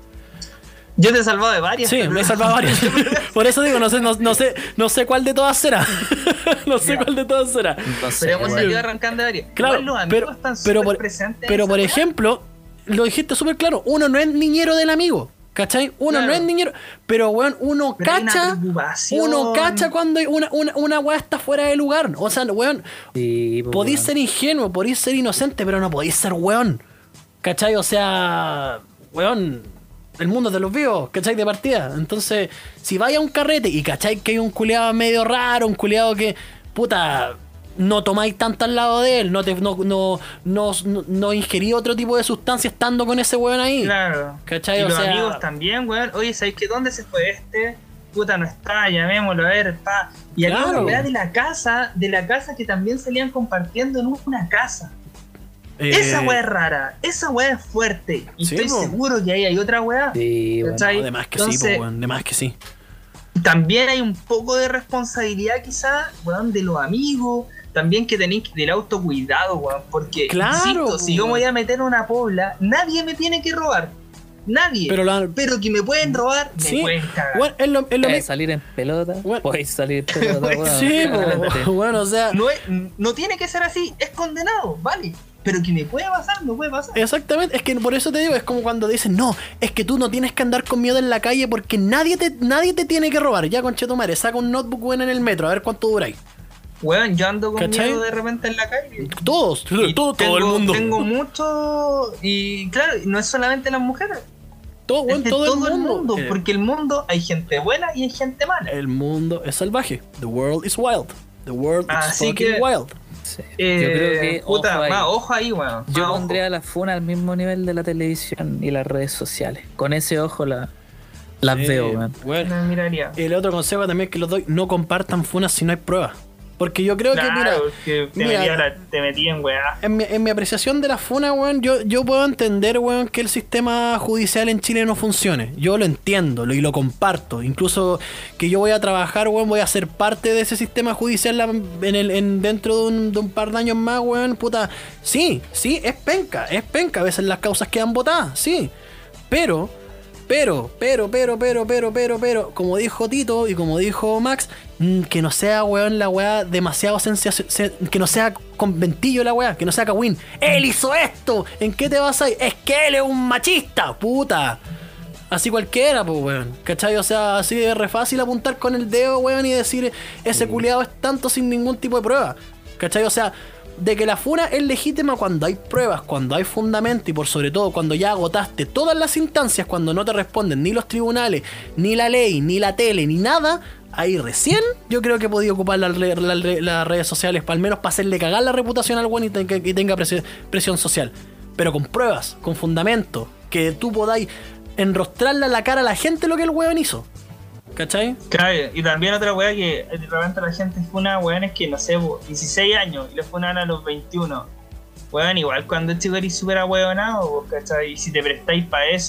Yo te he salvado de varias. Sí, me he salvado varias. Por eso digo, no sé, no, no sé, no sé cuál de todas será. No sé Mira. cuál de todas será. Entonces, Pero hemos weón, salido arrancando de varias. Claro, Igual los amigos pero, están pero, súper por, presentes en pero esa por weá. ejemplo, lo dijiste súper claro, uno no es niñero del amigo, ¿cachai? Uno Claro. no es niñero, pero weón, uno Pero hay una cacha, preocupación. uno cacha cuando una, una, una weá está fuera de lugar. O sea, weón, sí, po, podéis weón. ser ingenuo, podéis ser inocente, pero no podéis ser weón. ¿Cachai? O sea, weón, el mundo es de los vivos, ¿cachai? De partida. Entonces, si vais a un carrete y cachai que hay un culiado medio raro, un culiado que, puta, no tomáis tanto al lado de él, no te no, no, no, no, no ingerís otro tipo de sustancia estando con ese weón ahí. Claro. ¿Cachai? Y O los sea- amigos también, weón. Oye, ¿sabéis que dónde se fue este? Puta, no está, llamémoslo a ver, pa. Y había Claro. una weá de la casa, de la casa que también salían compartiendo en una casa. Eh, Esa weá es rara, esa weá es fuerte. Y Sí, estoy po. seguro que ahí hay otra weá. Sí, weón. ¿Cachai? no, de más que sí, Entonces, po, weón, de más que sí. también hay un poco de responsabilidad quizás, weón, de los amigos, también que tenéis del autocuidado, weón, porque, Claro, insisto, si yo me weón. voy a meter en una pobla, nadie me tiene que robar, nadie, Pero pero, la- que me pueden robar, me Sí, pueden cagar. weón, es lo, es lo ¿Querés mismo. salir en pelota? Weón. Podéis salir en pelota, weón. Sí, claramente. po, bueno, o sea, No, es- no tiene que ser así, es condenado, vale, pero que me puede pasar, no puede pasar. exactamente, es que por eso te digo, es como cuando dicen, no, es que tú no tienes que andar con miedo en la calle porque nadie te, nadie te tiene que robar. Ya, conchetumare, saca un notebook weón en el metro, a ver cuánto duráis. Weón, yo ando con ¿Cachai? miedo de repente en la calle. Todos, Y todo, todo el tengo- mundo. Tengo mucho, y claro, no es solamente las mujeres. todo, weón, Es de todo, el mundo. Eh, porque el mundo hay gente buena y hay gente mala. el mundo es salvaje. The world is wild. The world is Así fucking que- wild. Sí. Eh, Yo creo que puta, ojo ahí. más ojo ahí, weón. Yo más ojo. pondría la funa al mismo nivel de la televisión y las redes sociales. Con ese ojo la, las Eh, veo, weón. bueno, Me miraría. el otro consejo también que los doy, no compartan funas si no hay pruebas. Porque yo creo que, mira, Claro, que te, mira, metí a la- te metí en weá. En mi, en mi apreciación de la funa, weón, yo, yo puedo entender, weón, que el sistema judicial en Chile no funcione. Yo lo entiendo lo, y lo comparto. Incluso que yo voy a trabajar, weón, voy a ser parte de ese sistema judicial la- en el, en, dentro de un, de un par de años más, weón, puta. Sí, sí, es penca, es penca. A veces las causas quedan botadas, sí. Pero... Pero, pero, pero, pero, pero, pero, pero, como dijo Tito y como dijo Max, mm, que no sea, weón, la weá demasiado sensación, que no sea conventillo la weá, que no sea cagüín. ¡Él hizo esto! ¿En qué te vas a ir? ¡Es que él es un machista! ¡Puta! Así cualquiera, pues, weón. ¿Cachai? O sea, así es re fácil apuntar con el dedo, weón, y decir ese culiado es tanto sin ningún tipo de prueba. ¿Cachai? O sea, de que la funa es legítima cuando hay pruebas, cuando hay fundamento y por sobre todo cuando ya agotaste todas las instancias, cuando no te responden ni los tribunales, ni la ley, ni la tele, ni nada, ahí recién yo creo que he podido ocupar las la, la, las redes sociales, para al menos para hacerle cagar la reputación al weón y, te, y tenga presión, presión social. Pero con pruebas, con fundamento, que tú podáis enrostrarle a la cara a la gente lo que el weón hizo. ¿Cachai? Claro, y también otra weá que de repente la gente funa, weón, es que no sé, po, dieciséis años y le funan a los veintiuno. Weón, igual cuando el chico eres súper ahueonado, ¿cachai? Y si te prestáis para eso,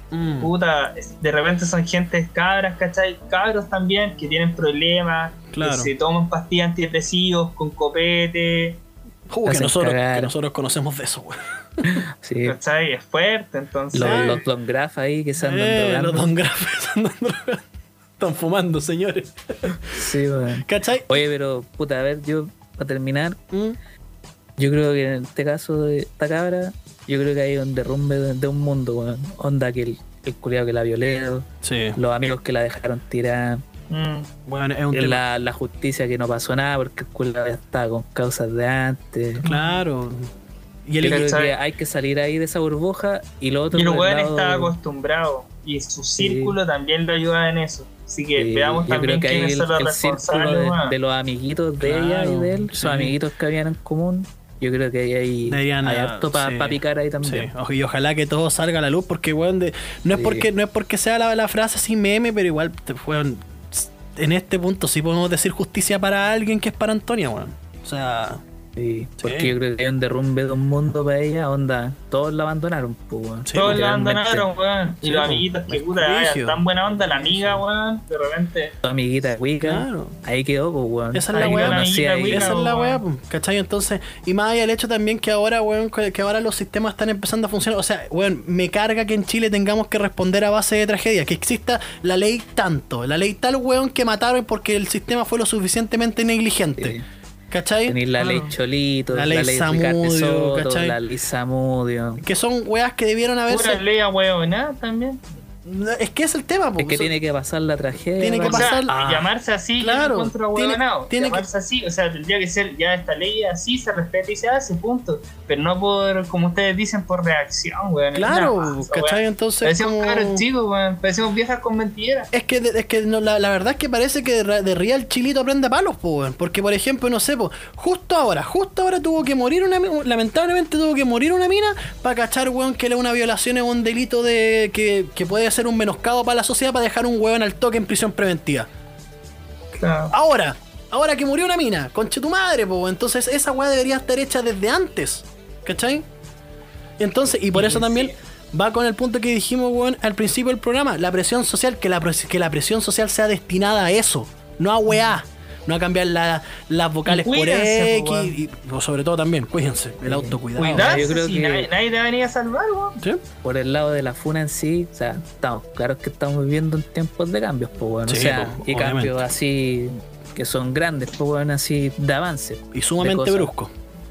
mm. puta, de repente son gente cabras, ¿cachai? Cabros también que tienen problemas, claro. que se toman pastillas antidepresivos con copete. Uh, que, nosotros, que nosotros conocemos de eso, güey. Sí. ¿Cachai? Es fuerte, entonces. Los, los Don Graf ahí que se andan eh, drogando. Los Don Graf se andan drogando. Están fumando, señores. Sí, güey. ¿Cachai? Oye, pero, puta, a ver, yo, para terminar, ¿Mm? yo creo que en este caso de esta cabra, yo creo que hay un derrumbe de, de un mundo, güey. Onda que el, el culiado que la violó, sí. los amigos que la dejaron tirar. Mm. Bueno, es un la, la justicia que no pasó nada porque el culiado ya estaba con causas de antes. Claro. Y el yo creo que hay que salir ahí de esa burbuja y lo otro. Y el weón lado... está acostumbrado y su círculo sí. también lo ayuda en eso. Así que sí. veamos yo también creo que quiénes son los responsables de, de los amiguitos de claro, ella y de él, sí. sus amiguitos que habían en común. Yo creo que hay, hay, hay harto para sí. pa picar ahí también. Sí. Y ojalá que todo salga a la luz porque weón, de, no es sí. porque no es porque sea la, la frase así meme, pero igual weón, en este punto sí podemos decir justicia para alguien que es para Antonia, weón. O sea, sí, porque sí. yo creo que hay un derrumbe de un mundo para ella, onda, todos la abandonaron, pues, weón. Sí, todos la abandonaron, weón. Y sí, los amiguitos que puta, vaya, tan buena onda, la amiga, weón, de repente. Tu amiguita Wicca, claro. ahí quedó, pues, weón. Esa es la weá, esa es la weá, pues, ¿cachai? Entonces, y más allá el hecho también que ahora, weón, que ahora los sistemas están empezando a funcionar. O sea, weón, me carga que en Chile tengamos que responder a base de tragedia, que exista la ley tanto, la ley tal, weón, que mataron porque el sistema fue lo suficientemente negligente. Sí. ¿Cachai? Tenéis la ley Cholito, la ley, la ley Zamudio, Soto, ¿cachai? La ley Zamudio. Que son weas que debieron haberse. Pura ley a huevonada también. Es que es el tema, po. Es que tiene que pasar la tragedia. Tiene que o pasar. Sea, ah, llamarse así, claro. Contra tiene, tiene llamarse que... así, o sea, tendría que ser ya esta ley así, se respeta y se hace, punto. Pero no por, como ustedes dicen, por reacción, weón. Claro, pasa, ¿cachai? Weón. Entonces. Parecemos como... caros chicos, weón. Parecemos viejas con mentiras. Es que, es que no, la, la verdad es que parece que de, de Real Chilito aprende a palos, po, weón. Porque, por ejemplo, no sé, po, justo ahora, justo ahora tuvo que morir una. Lamentablemente tuvo que morir una mina para cachar, weón, que una violación es un delito de que, que puede ser un menoscabo para la sociedad para dejar un hueón al toque en prisión preventiva. Claro. Ahora, ahora que murió una mina, conche tu madre, po, entonces esa hueá debería estar hecha desde antes, ¿cachai? Entonces, y por sí, eso también sí. va con el punto que dijimos, weón, al principio del programa, la presión social, que la, que la presión social sea destinada a eso, no a weá. No a cambiar la, las vocales por X y, y sobre todo también, cuídense, el autocuidado. Cuidarse, yo creo si que nadie, nadie te va a venir a salvar, weón. ¿Sí? Por el lado de la funa en sí, o sea, estamos claro que estamos viviendo en tiempos de cambios, pues bueno, sí, o sea, po, y cambios así que son grandes, pues bueno, así de avance. Y sumamente bruscos.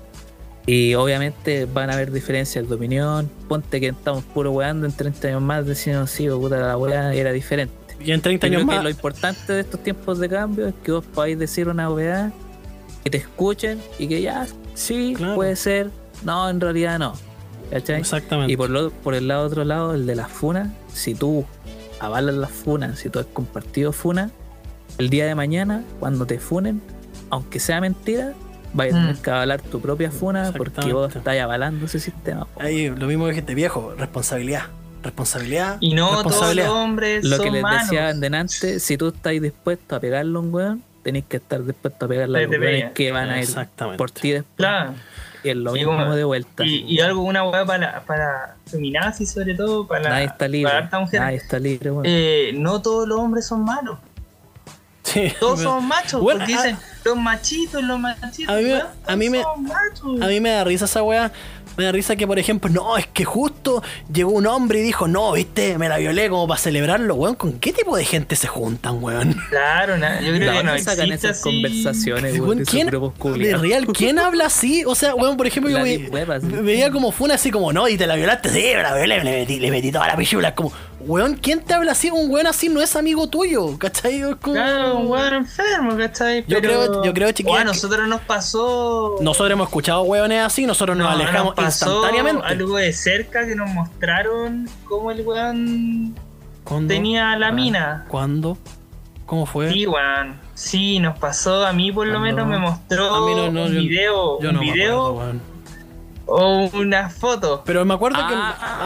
Y obviamente van a haber diferencias de opinión. Ponte que estamos puro weando en treinta años más, diciendo sí, puta, la weá era diferente. Y en treinta años más. Lo importante de estos tiempos de cambio es que vos podáis decir una weá, que te escuchen y que ya, sí, claro. puede ser, no, en realidad no. ¿Cachai? Exactamente. Y por, lo, por el lado otro lado, el de las funas, si tú avalas las funas, si tú has compartido funas, el día de mañana, cuando te funen, aunque sea mentira, vas a tener mm. que avalar tu propia funa porque vos estás avalando ese sistema. Ahí, lo mismo que gente viejo, responsabilidad. Responsabilidad. Y no responsabilidad. todos los hombres Lo son que les malos. decía delante, si tú estás dispuesto a pegarle a un weón, tenés que estar dispuesto a pegarle a los weones que van a ir por ti después. Claro. Y es lo mismo y como de vuelta. Y, y algo, una weá para, para feminazis sobre todo, para nadie está libre. Para esta mujer. Nadie está libre, weón. Eh, no todos los hombres son malos. Sí, todos pero, son machos, bueno, porque dicen a, los machitos, los machitos. A mí, weón, a mí me, a mí me da risa esa weá. Me da risa que, por ejemplo, no, es que justo llegó un hombre y dijo, no, viste, me la violé como para celebrarlo, weón. ¿Con qué tipo de gente se juntan, weón? Claro, nah, yo creo no, que no sacan esas así. conversaciones, weón. ¿Quién, de real, ¿quién habla así? O sea, weón, por ejemplo, yo ve, veía como fue así como, no, y te la violaste, sí, me la violé, le metí, le metí toda la pichula. Como, weón, ¿quién te habla así? Un weón así no es amigo tuyo, ¿cachai? Como, claro, un weón enfermo, ¿cachai? Yo Pero, creo, yo creo, chiquillos. A nosotros nos pasó. Nosotros hemos escuchado weones así, nosotros nos no, alejamos nos instantáneamente. Algo de cerca que nos mostraron cómo el weón ¿Cuándo? tenía la mina. ¿Cuándo? ¿Cómo fue? Sí, weón. Sí, nos pasó. A mí por lo ¿Cuándo? menos me mostró a mí no, no, un yo, video. Yo un no video. Me acuerdo, O una foto. Pero me acuerdo Ah, que.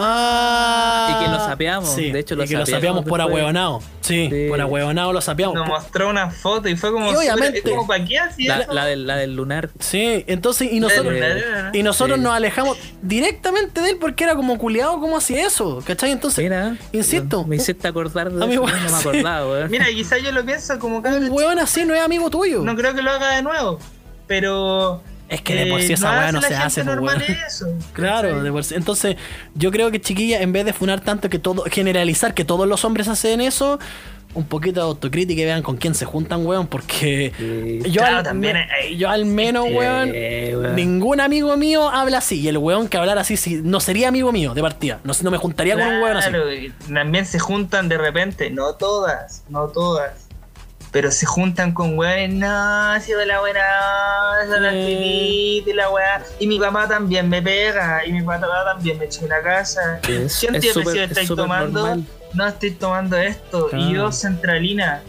Ah, y que lo sapeamos. Sí, De hecho, lo y que lo sapeamos sapeamos por después. ahueonado. Sí, Sí. por ahueonado lo sapeamos. Nos mostró una foto y fue como. Y obviamente- súper- como, ¿para qué hacía La, eso? la, del, la del lunar. Sí, entonces, y nosotros. Eh, Y nosotros Sí. nos alejamos directamente de él porque era como culiado, ¿cómo hacía eso? ¿Cachai? Entonces, Mira, insisto, me hiciste acordar de a mí eso, igual, no me sí. acordaba, weón. Mira, quizás yo lo pienso como que un weón así no es amigo tuyo. no creo que lo haga de nuevo. Pero. Es que de por sí eh, esa no weá no hace se la hace, gente pues, normal weón. eso. Claro, ¿Cachai? de por sí. Entonces, yo creo que chiquilla, en vez de funar tanto que todo, generalizar que todos los hombres hacen eso, un poquito de autocrítica y vean con quién se juntan, weón, porque Sí. yo, Claro, al, también me- hay- yo al menos, Sí, weón, weón. ningún amigo mío habla así. Y el weón que hablara así sí, no sería amigo mío de partida. No, no me juntaría con un weón así. Claro, y también se juntan de repente, no todas, no todas. Pero se juntan con weones, no, si la buena, esa la Sí. finita y la weá. Y mi papá también me pega, y mi papá también me echó en la casa. Es- Siempre es me súper- decía, es ¿estáis súper tomando? normal. No estoy tomando esto. Claro. Y yo, centralina.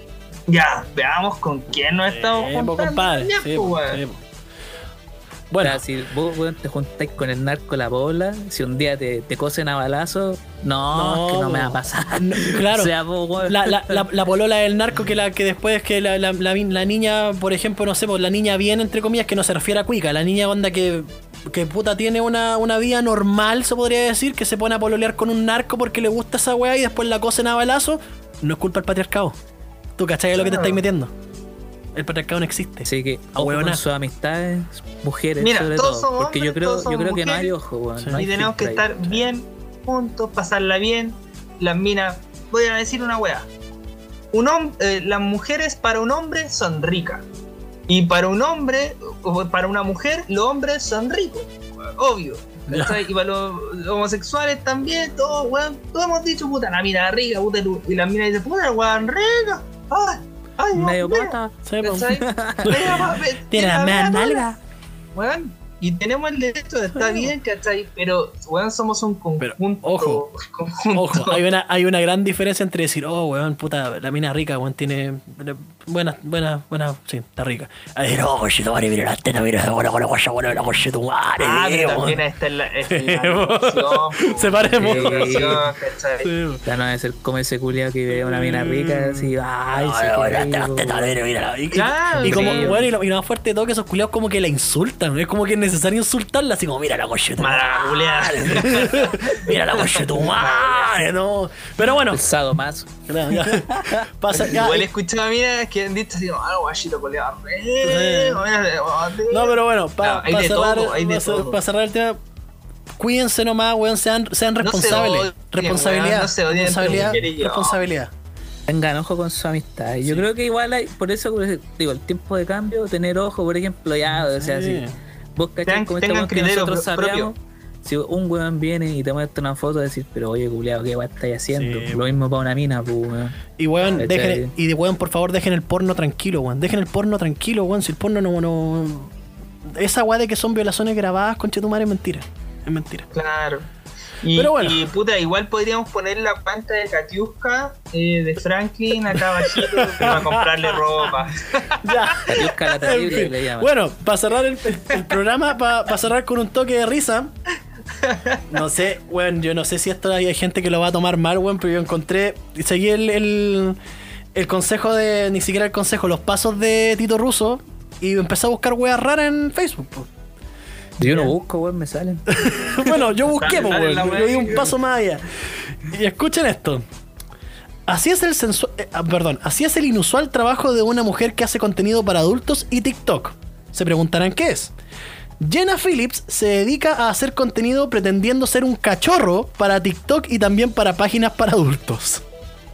Ya, veamos con quién nos estamos Eh, juntando. po, compadre. también, Sí, po, po, weón. sí, po. Bueno, Bueno, si vos weón, te juntáis con el narco la bola, si un día te, te cosen a balazo, no, No, es que no me va a po. pasar. No, claro. O sea, vos, weón. La, la, la, la polola del narco que la que después que la, la, la, la niña, por ejemplo, no sé, pues la niña bien entre comillas, que no se refiere a cuica, la niña onda que, que puta tiene una, una vida normal, se podría decir, que se pone a pololear con un narco porque le gusta esa weá y después la cosen a balazo, no es culpa del patriarcado. ¿Tú cachai lo que te Claro. estáis metiendo? El patriarcado no existe. Así que A ojo huevonar. con sus amistades, mujeres Mira, sobre todos todo. somos Porque yo hombres, creo, todos yo somos creo que no hay mujeres. ojo, weón. Sí. no hay Y tenemos que filtro ahí. estar bien juntos, pasarla bien. Las minas, voy a decir una wea. Un hom- eh, las mujeres para un hombre son ricas. Y para un hombre, o para una mujer, los hombres son ricos. Obvio. ¿Cachai? Y para los, los homosexuales también, todos, weón. Todos hemos dicho, puta, la mina rica, puta, y la mina dice, puta, weón, rica. Ay, ay, Medio mira, pata. Sí, pues. ¿cachai? Mira, papi, Tiene la mira, media mira, nalga. Weón, y tenemos el derecho de estar bien, ¿cachai? Pero, weón, somos un Pero, conjunto. ojo, conjunto. Ojo, hay una, hay una gran diferencia entre decir, oh, weón, puta, la mina rica, weón, tiene buenas, buenas, buenas, sí, está rica. A ver, oh, cochito, madre, mira la teta, mira, bueno, bueno, bueno, bueno, la cochito, madre, Ah, pero weón. también esta es la, esta es la educación, Se paremos. Sí. educación, ¿cachai? Sí. Ya no debe ser como ese culiao que ve a una mina rica así, ay, No, sí, no, qué mira, rico, la teta, weón. mira, mira. Y, y- Claro, y como, sí. bueno, y lo, y lo más fuerte de todo que esos culiados como que la insultan, es como que es necesario insultarla, así como, mira la cochito, Mala culiada. mira la cochito, madre, no. Pero bueno, El sado más. ya, ya. Pasa, ya, Igual he escuchado a minas que han dicho así, ah, guachito, colega, No, pero bueno, para No, hay de cerrar, todo, hay de pa- todo. pa cerrar el tema, cuídense nomás, weón, sean, sean No se responsables. odien, responsabilidad. weón, no se odien entre responsabilidad. mujeres y yo. Responsabilidad. Tengan ojo con su amistad. Y Yo Sí. creo que igual hay, por eso por eso, digo, el tiempo de cambio, tener ojo, por ejemplo, ya, o sea, Sí. si vos cachai Tengan- como este tengan weón que criterio nosotros pro- propio. sabíamos, si un weón viene y te muestra una foto, decir, pero oye, culiao, ¿qué weón estáis haciendo? Sí. Lo mismo para una mina, pues, weón. Y weón, ¿Cachai? dejen, y de weón, por favor, dejen el porno tranquilo, weón. Dejen el porno tranquilo, weón. Si el porno no, no. Esa weá de que son violaciones grabadas, conchetumare, es mentira. Es mentira. Claro. Y, Pero bueno. y puta, igual podríamos poner la cuenta de Katiuska eh, de Franklin acá abajito para comprarle ropa. Ya. Katiuska la En terrible fin. le llaman. Bueno, para cerrar el, el- el programa, para cerrar con un toque de risa. No sé, weón, yo no sé si esto hay gente que lo va a tomar mal, weón, pero yo encontré, seguí el, el, el consejo de, ni siquiera el consejo, los pasos de Tito Russo y empecé a buscar weas raras en Facebook, po. Yo no busco, weón, me salen. Bueno, yo busqué, po, Dale, dale la weón, wea yo di ahí, un weón. paso más allá. Y escuchen esto. Así es el sensual, eh, ah, perdón, así es el inusual trabajo de una mujer que hace contenido para adultos y TikTok. Se preguntarán qué es. Jenna Phillips se dedica a hacer contenido pretendiendo ser un cachorro para TikTok y también para páginas para adultos.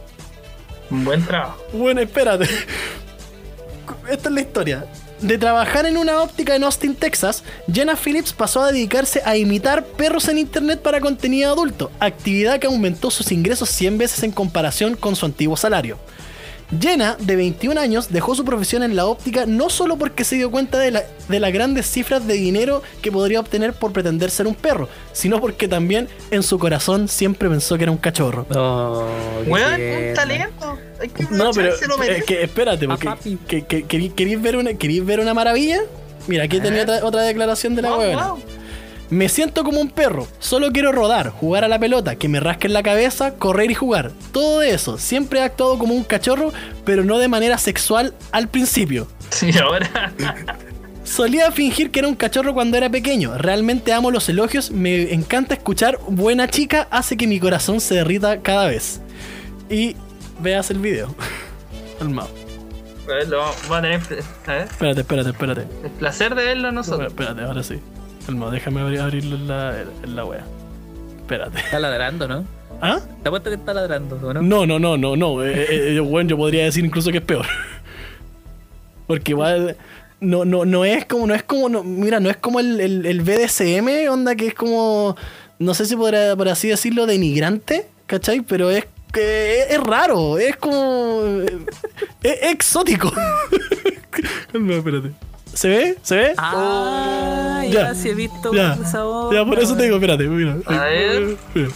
Un buen trabajo. Bueno, espérate. Esta es la historia. De trabajar en una óptica en Austin, Texas, Jenna Phillips pasó a dedicarse a imitar perros en internet para contenido adulto, actividad que aumentó sus ingresos cien veces en comparación con su antiguo salario. Jenna, de veintiún años, dejó su profesión en la óptica no solo porque se dio cuenta de, la- de las grandes cifras de dinero que podría obtener por pretender ser un perro, sino porque también en su corazón siempre pensó que era un cachorro. Oh, qué Weón, tierno. un talento. Hay que No, pero aprovechar, se lo eh, merece. que, espérate, A porque papi. que, que- que- ¿queréis ver una, queréis ver una maravilla? Mira, aquí tenía ver. otra, otra declaración de la Wow, huevona. wow. Me siento como un perro, solo quiero rodar, jugar a la pelota, que me rasquen la cabeza, correr y jugar. Todo eso, siempre he actuado como un cachorro, pero no de manera sexual al principio. Sí, ahora. Solía fingir que era un cachorro cuando era pequeño. Realmente amo los elogios, me encanta escuchar buena chica, hace que mi corazón se derrita cada vez. Y veas el video. Calmado. Pues lo vamos a tener. A ver. Espérate, espérate, espérate. El placer de verlo nosotros. Espérate, ahora sí. Calmado, déjame abrir, abrirlo en la, en la wea. Espérate. Está ladrando, ¿no? ¿Ah? Te apuesto que está ladrando, ¿o no? No, no, no, no, no. Eh, eh, bueno, yo podría decir incluso que es peor. Porque igual. No, no, no es como, no es como, no, mira, no es como el, el, el B D S M, onda, que es como, no sé si podrá, por así decirlo, denigrante, ¿cachai? Pero es que es, es raro, es como, es, es exótico. No, espérate. ¿Se ve? ¿Se ve? Ah, oh, ya, ya sí he visto ya, esa voz. Ya, por eso te digo, espérate, mira. A ver. Mira.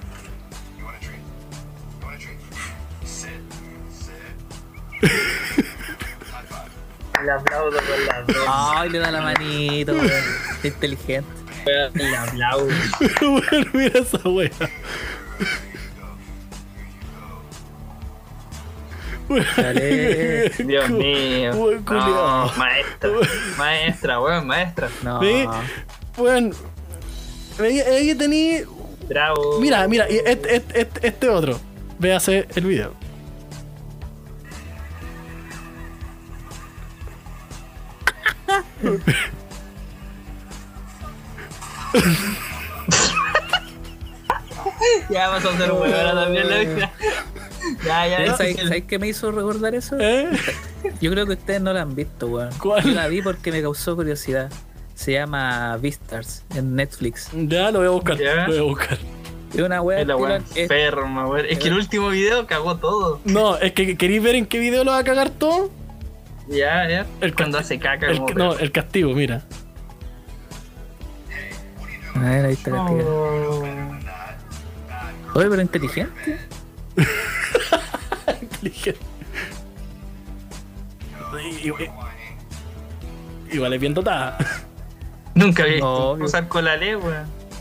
Le aplaudo con las dos. Ay, le da la manito, weón. Qué inteligente. Le aplaudo. Bueno, mira esa wea. Dale. Dios mío. Buen culiao. No, maestra. Maestra, weón, maestra. No. ¿Sí? Bueno, ahí, ahí tení. Bravo. Mira, mira, y este, este, este, este otro. Véase el video. Ya vas a hacer huevona también la vida. Ya, ya, ya. ¿Sabes, ¿Sabes qué me hizo recordar eso? ¿Eh? Yo creo que ustedes no la han visto, weón. ¿Cuál? Yo la vi porque me causó curiosidad. Se llama Beastars en Netflix. Ya lo voy a buscar, ¿Ya? lo voy a buscar. Es una wea. Es la weá estilo- es- enferma, weón. Es que el último video cagó todo. No, es que ¿queréis ver en qué video lo va a cagar todo? Ya, ya. El Cuando casti- hace caca, El, como no, perro. el castigo, mira. A ver, ahí está la tía. Oh. Oye, pero inteligente. Inteligente. I- i- Igual es bien dotada. Nunca vi Obvio. usar cola weón.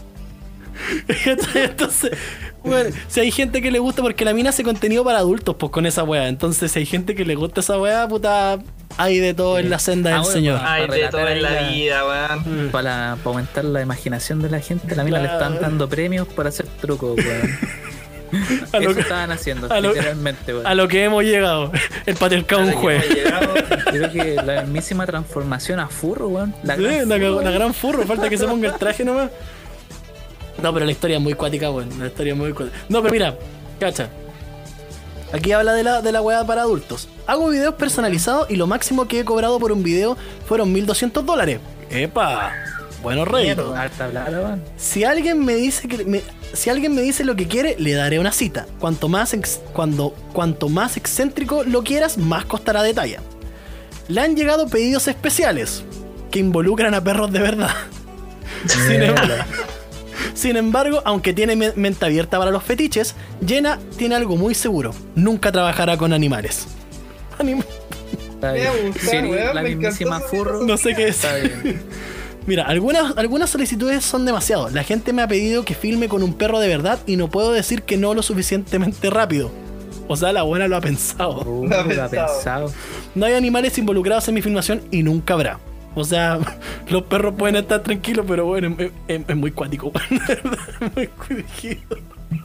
Entonces, bueno, si hay gente que le gusta, porque la mina hace contenido para adultos, pues con esa wea. Entonces, si hay gente que le gusta esa wea, puta, hay de todo en la senda Ah, del bueno, señor. pa- Ay, para de todo relatar en la ahí la- vida, weón. Para, para aumentar la imaginación de la gente, la mina le Claro. están dando premios por hacer trucos, weón. A lo Eso que- estaban haciendo, a lo- literalmente, weón. A lo que hemos llegado. El patriarcado es un juez. Hemos llegado. Yo creo que la mismísima transformación a furro, weón. La Sí, gran la, furro, la gran furro, falta que se ponga el traje nomás. No, pero la historia es muy cuática, weón. La historia es muy cuática. No, pero mira, cacha. Aquí habla de la, de la weá para adultos. Hago videos personalizados y lo máximo que he cobrado por un video fueron mil doscientos dólares. ¡Epa! Buenos réditos. Harta plata, weón. Si alguien me dice que me, si alguien me dice lo que quiere, le daré una cita. Cuanto más ex- cuando cuanto más excéntrico lo quieras, más costará de talla. Le han llegado pedidos especiales que involucran a perros de verdad. Sin embargo, sin embargo, aunque tiene me- mente abierta para los fetiches, Jenna tiene algo muy seguro: nunca trabajará con animales. Anim- Está Me bien. gusta, Si eres weón, la me mismísima encantó esa furro. no sé qué Está decir. bien. Mira, algunas, algunas solicitudes son demasiado. La gente me ha pedido que filme con un perro de verdad y no puedo decir que no lo suficientemente rápido. O sea, la buena lo ha pensado. Uh, Lo ha lo ha pensado. pensado. No hay animales involucrados en mi filmación y nunca habrá. O sea, los perros pueden estar tranquilos, pero bueno, es, es- es muy cuático. Es muy cuático.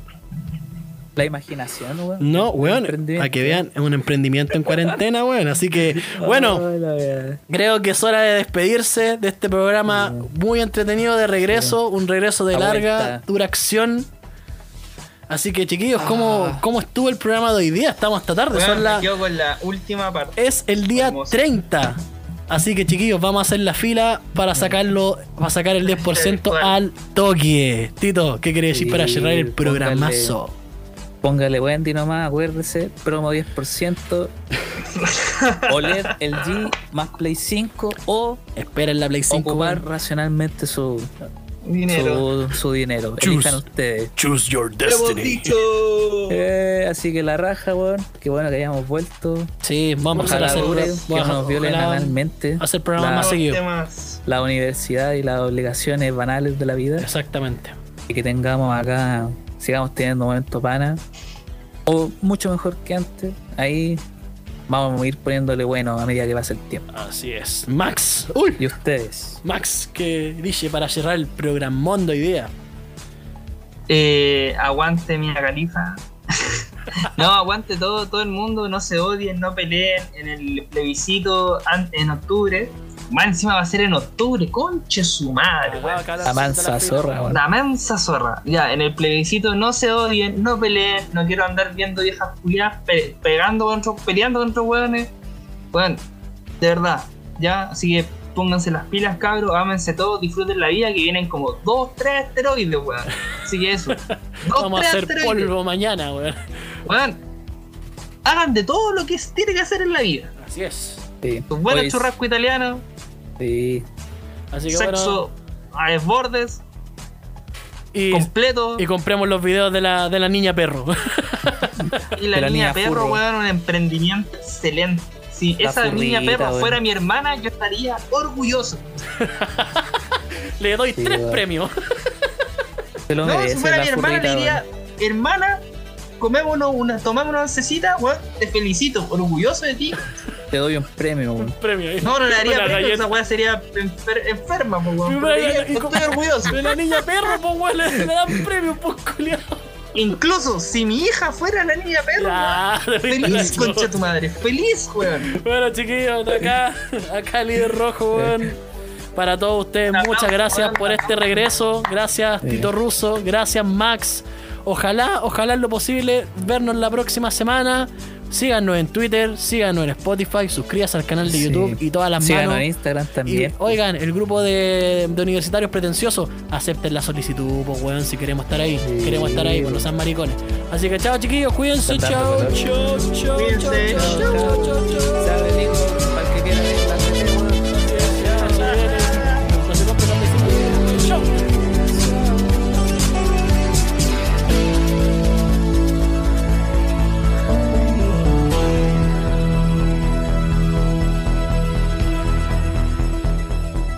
La imaginación, weón. No, weón, Emprendimiento. para que vean, es un emprendimiento en cuarentena, weón. Así que, bueno, Ay, la wea. creo que es hora de despedirse de este programa muy entretenido de regreso, un regreso de A larga vuelta. duración. Así que, chiquillos, ¿cómo, ¿cómo estuvo el programa de hoy día? Estamos hasta tarde, Weón, son me la, quedo con la última parte. es el día Hermoso. treinta. Así que, chiquillos, vamos a hacer la fila para sacarlo, para sacar el diez por ciento al toque. Tito, ¿qué querés decir Sí, para cerrar el póngale- programazo? Póngale Wendy nomás, acuérdese, promo diez por ciento, O L E D, L G, más Play cinco o Esperen la Play cinco. ocupar weón. racionalmente su Dinero. su, su dinero. Choose. Elijan ustedes. Choose your ¡Lo hemos destiny. dicho! Eh, así que la raja, weón. Qué bueno que hayamos vuelto. Sí, vamos a Ojalá hacer, dure, vamos que a- no nos violen ojalá analmente. hacer programas La- más seguido. Temas. la universidad y las obligaciones banales de la vida. Exactamente. Y que tengamos acá, sigamos teniendo momentos panas, o mucho mejor que antes. Ahí vamos a ir poniéndole bueno a medida que pasa el tiempo. Así es. Max. Uy. ¿Y ustedes? Max, ¿qué dice para cerrar el programón de hoy día? Eh, aguante Mia Khalifa. No, aguante todo, todo el mundo, no se odien, no peleen en el plebiscito en octubre. Más encima va a ser en octubre, conche su madre, weón. La mansa zorra, weón. La mansa zorra. Ya, en el plebiscito no se odien, no peleen, no quiero andar viendo viejas culiadas pe pegando contra, peleando contra hueones. Weón, de verdad, ya, así que pónganse las pilas, cabros, ámense todos, disfruten la vida, que vienen como dos, tres esteroides, weón. Así que eso. Dos, Vamos a hacer esteroides. Polvo mañana, weón. Weón, hagan de todo lo que tiene que hacer en la vida. Así es. Sí. Un buen pues, churrasco italiano. Sí. Así que sexo bueno, a desbordes. Y, completo. Y compremos los videos de la, de la niña perro. Y la, la niña, niña perro, weón, un emprendimiento excelente. Si la esa furrita, niña perro weón. fuera mi hermana, yo estaría orgulloso. Le doy sí, tres weón. premios. No, merece, si fuera mi hermana, furrita, le diría, weón. hermana, comémonos una, tomémonos una oncecita, weón, te felicito, orgulloso de ti. Te doy un premio, weón. Un premio. No, no le daría premio, galleta. Esa weá sería enfer enferma, pues, weón. Estoy orgulloso. De la niña perro, pues, weón, le, le dan premio, pues, culiao. Incluso si mi hija fuera la niña perro, ya, weón, feliz, concha tu madre, feliz, weón. Bueno, chiquillos, acá, acá líder rojo, weón. Para todos ustedes, muchas gracias por este regreso. Gracias, Tito Russo. Gracias, Max. Ojalá, ojalá en lo posible vernos la próxima semana. Síganos en Twitter, síganos en Spotify, suscríbanse al canal de sí. YouTube y todas las síganos manos. en Instagram también. Y, oigan, el grupo de, de universitarios pretenciosos, acepten la solicitud, pues, weón, si queremos estar ahí. Sí. Queremos estar ahí, pues no sean maricones. Así que chao, chiquillos, cuídense, chao, chao, chao, chao, chao, chao, chao.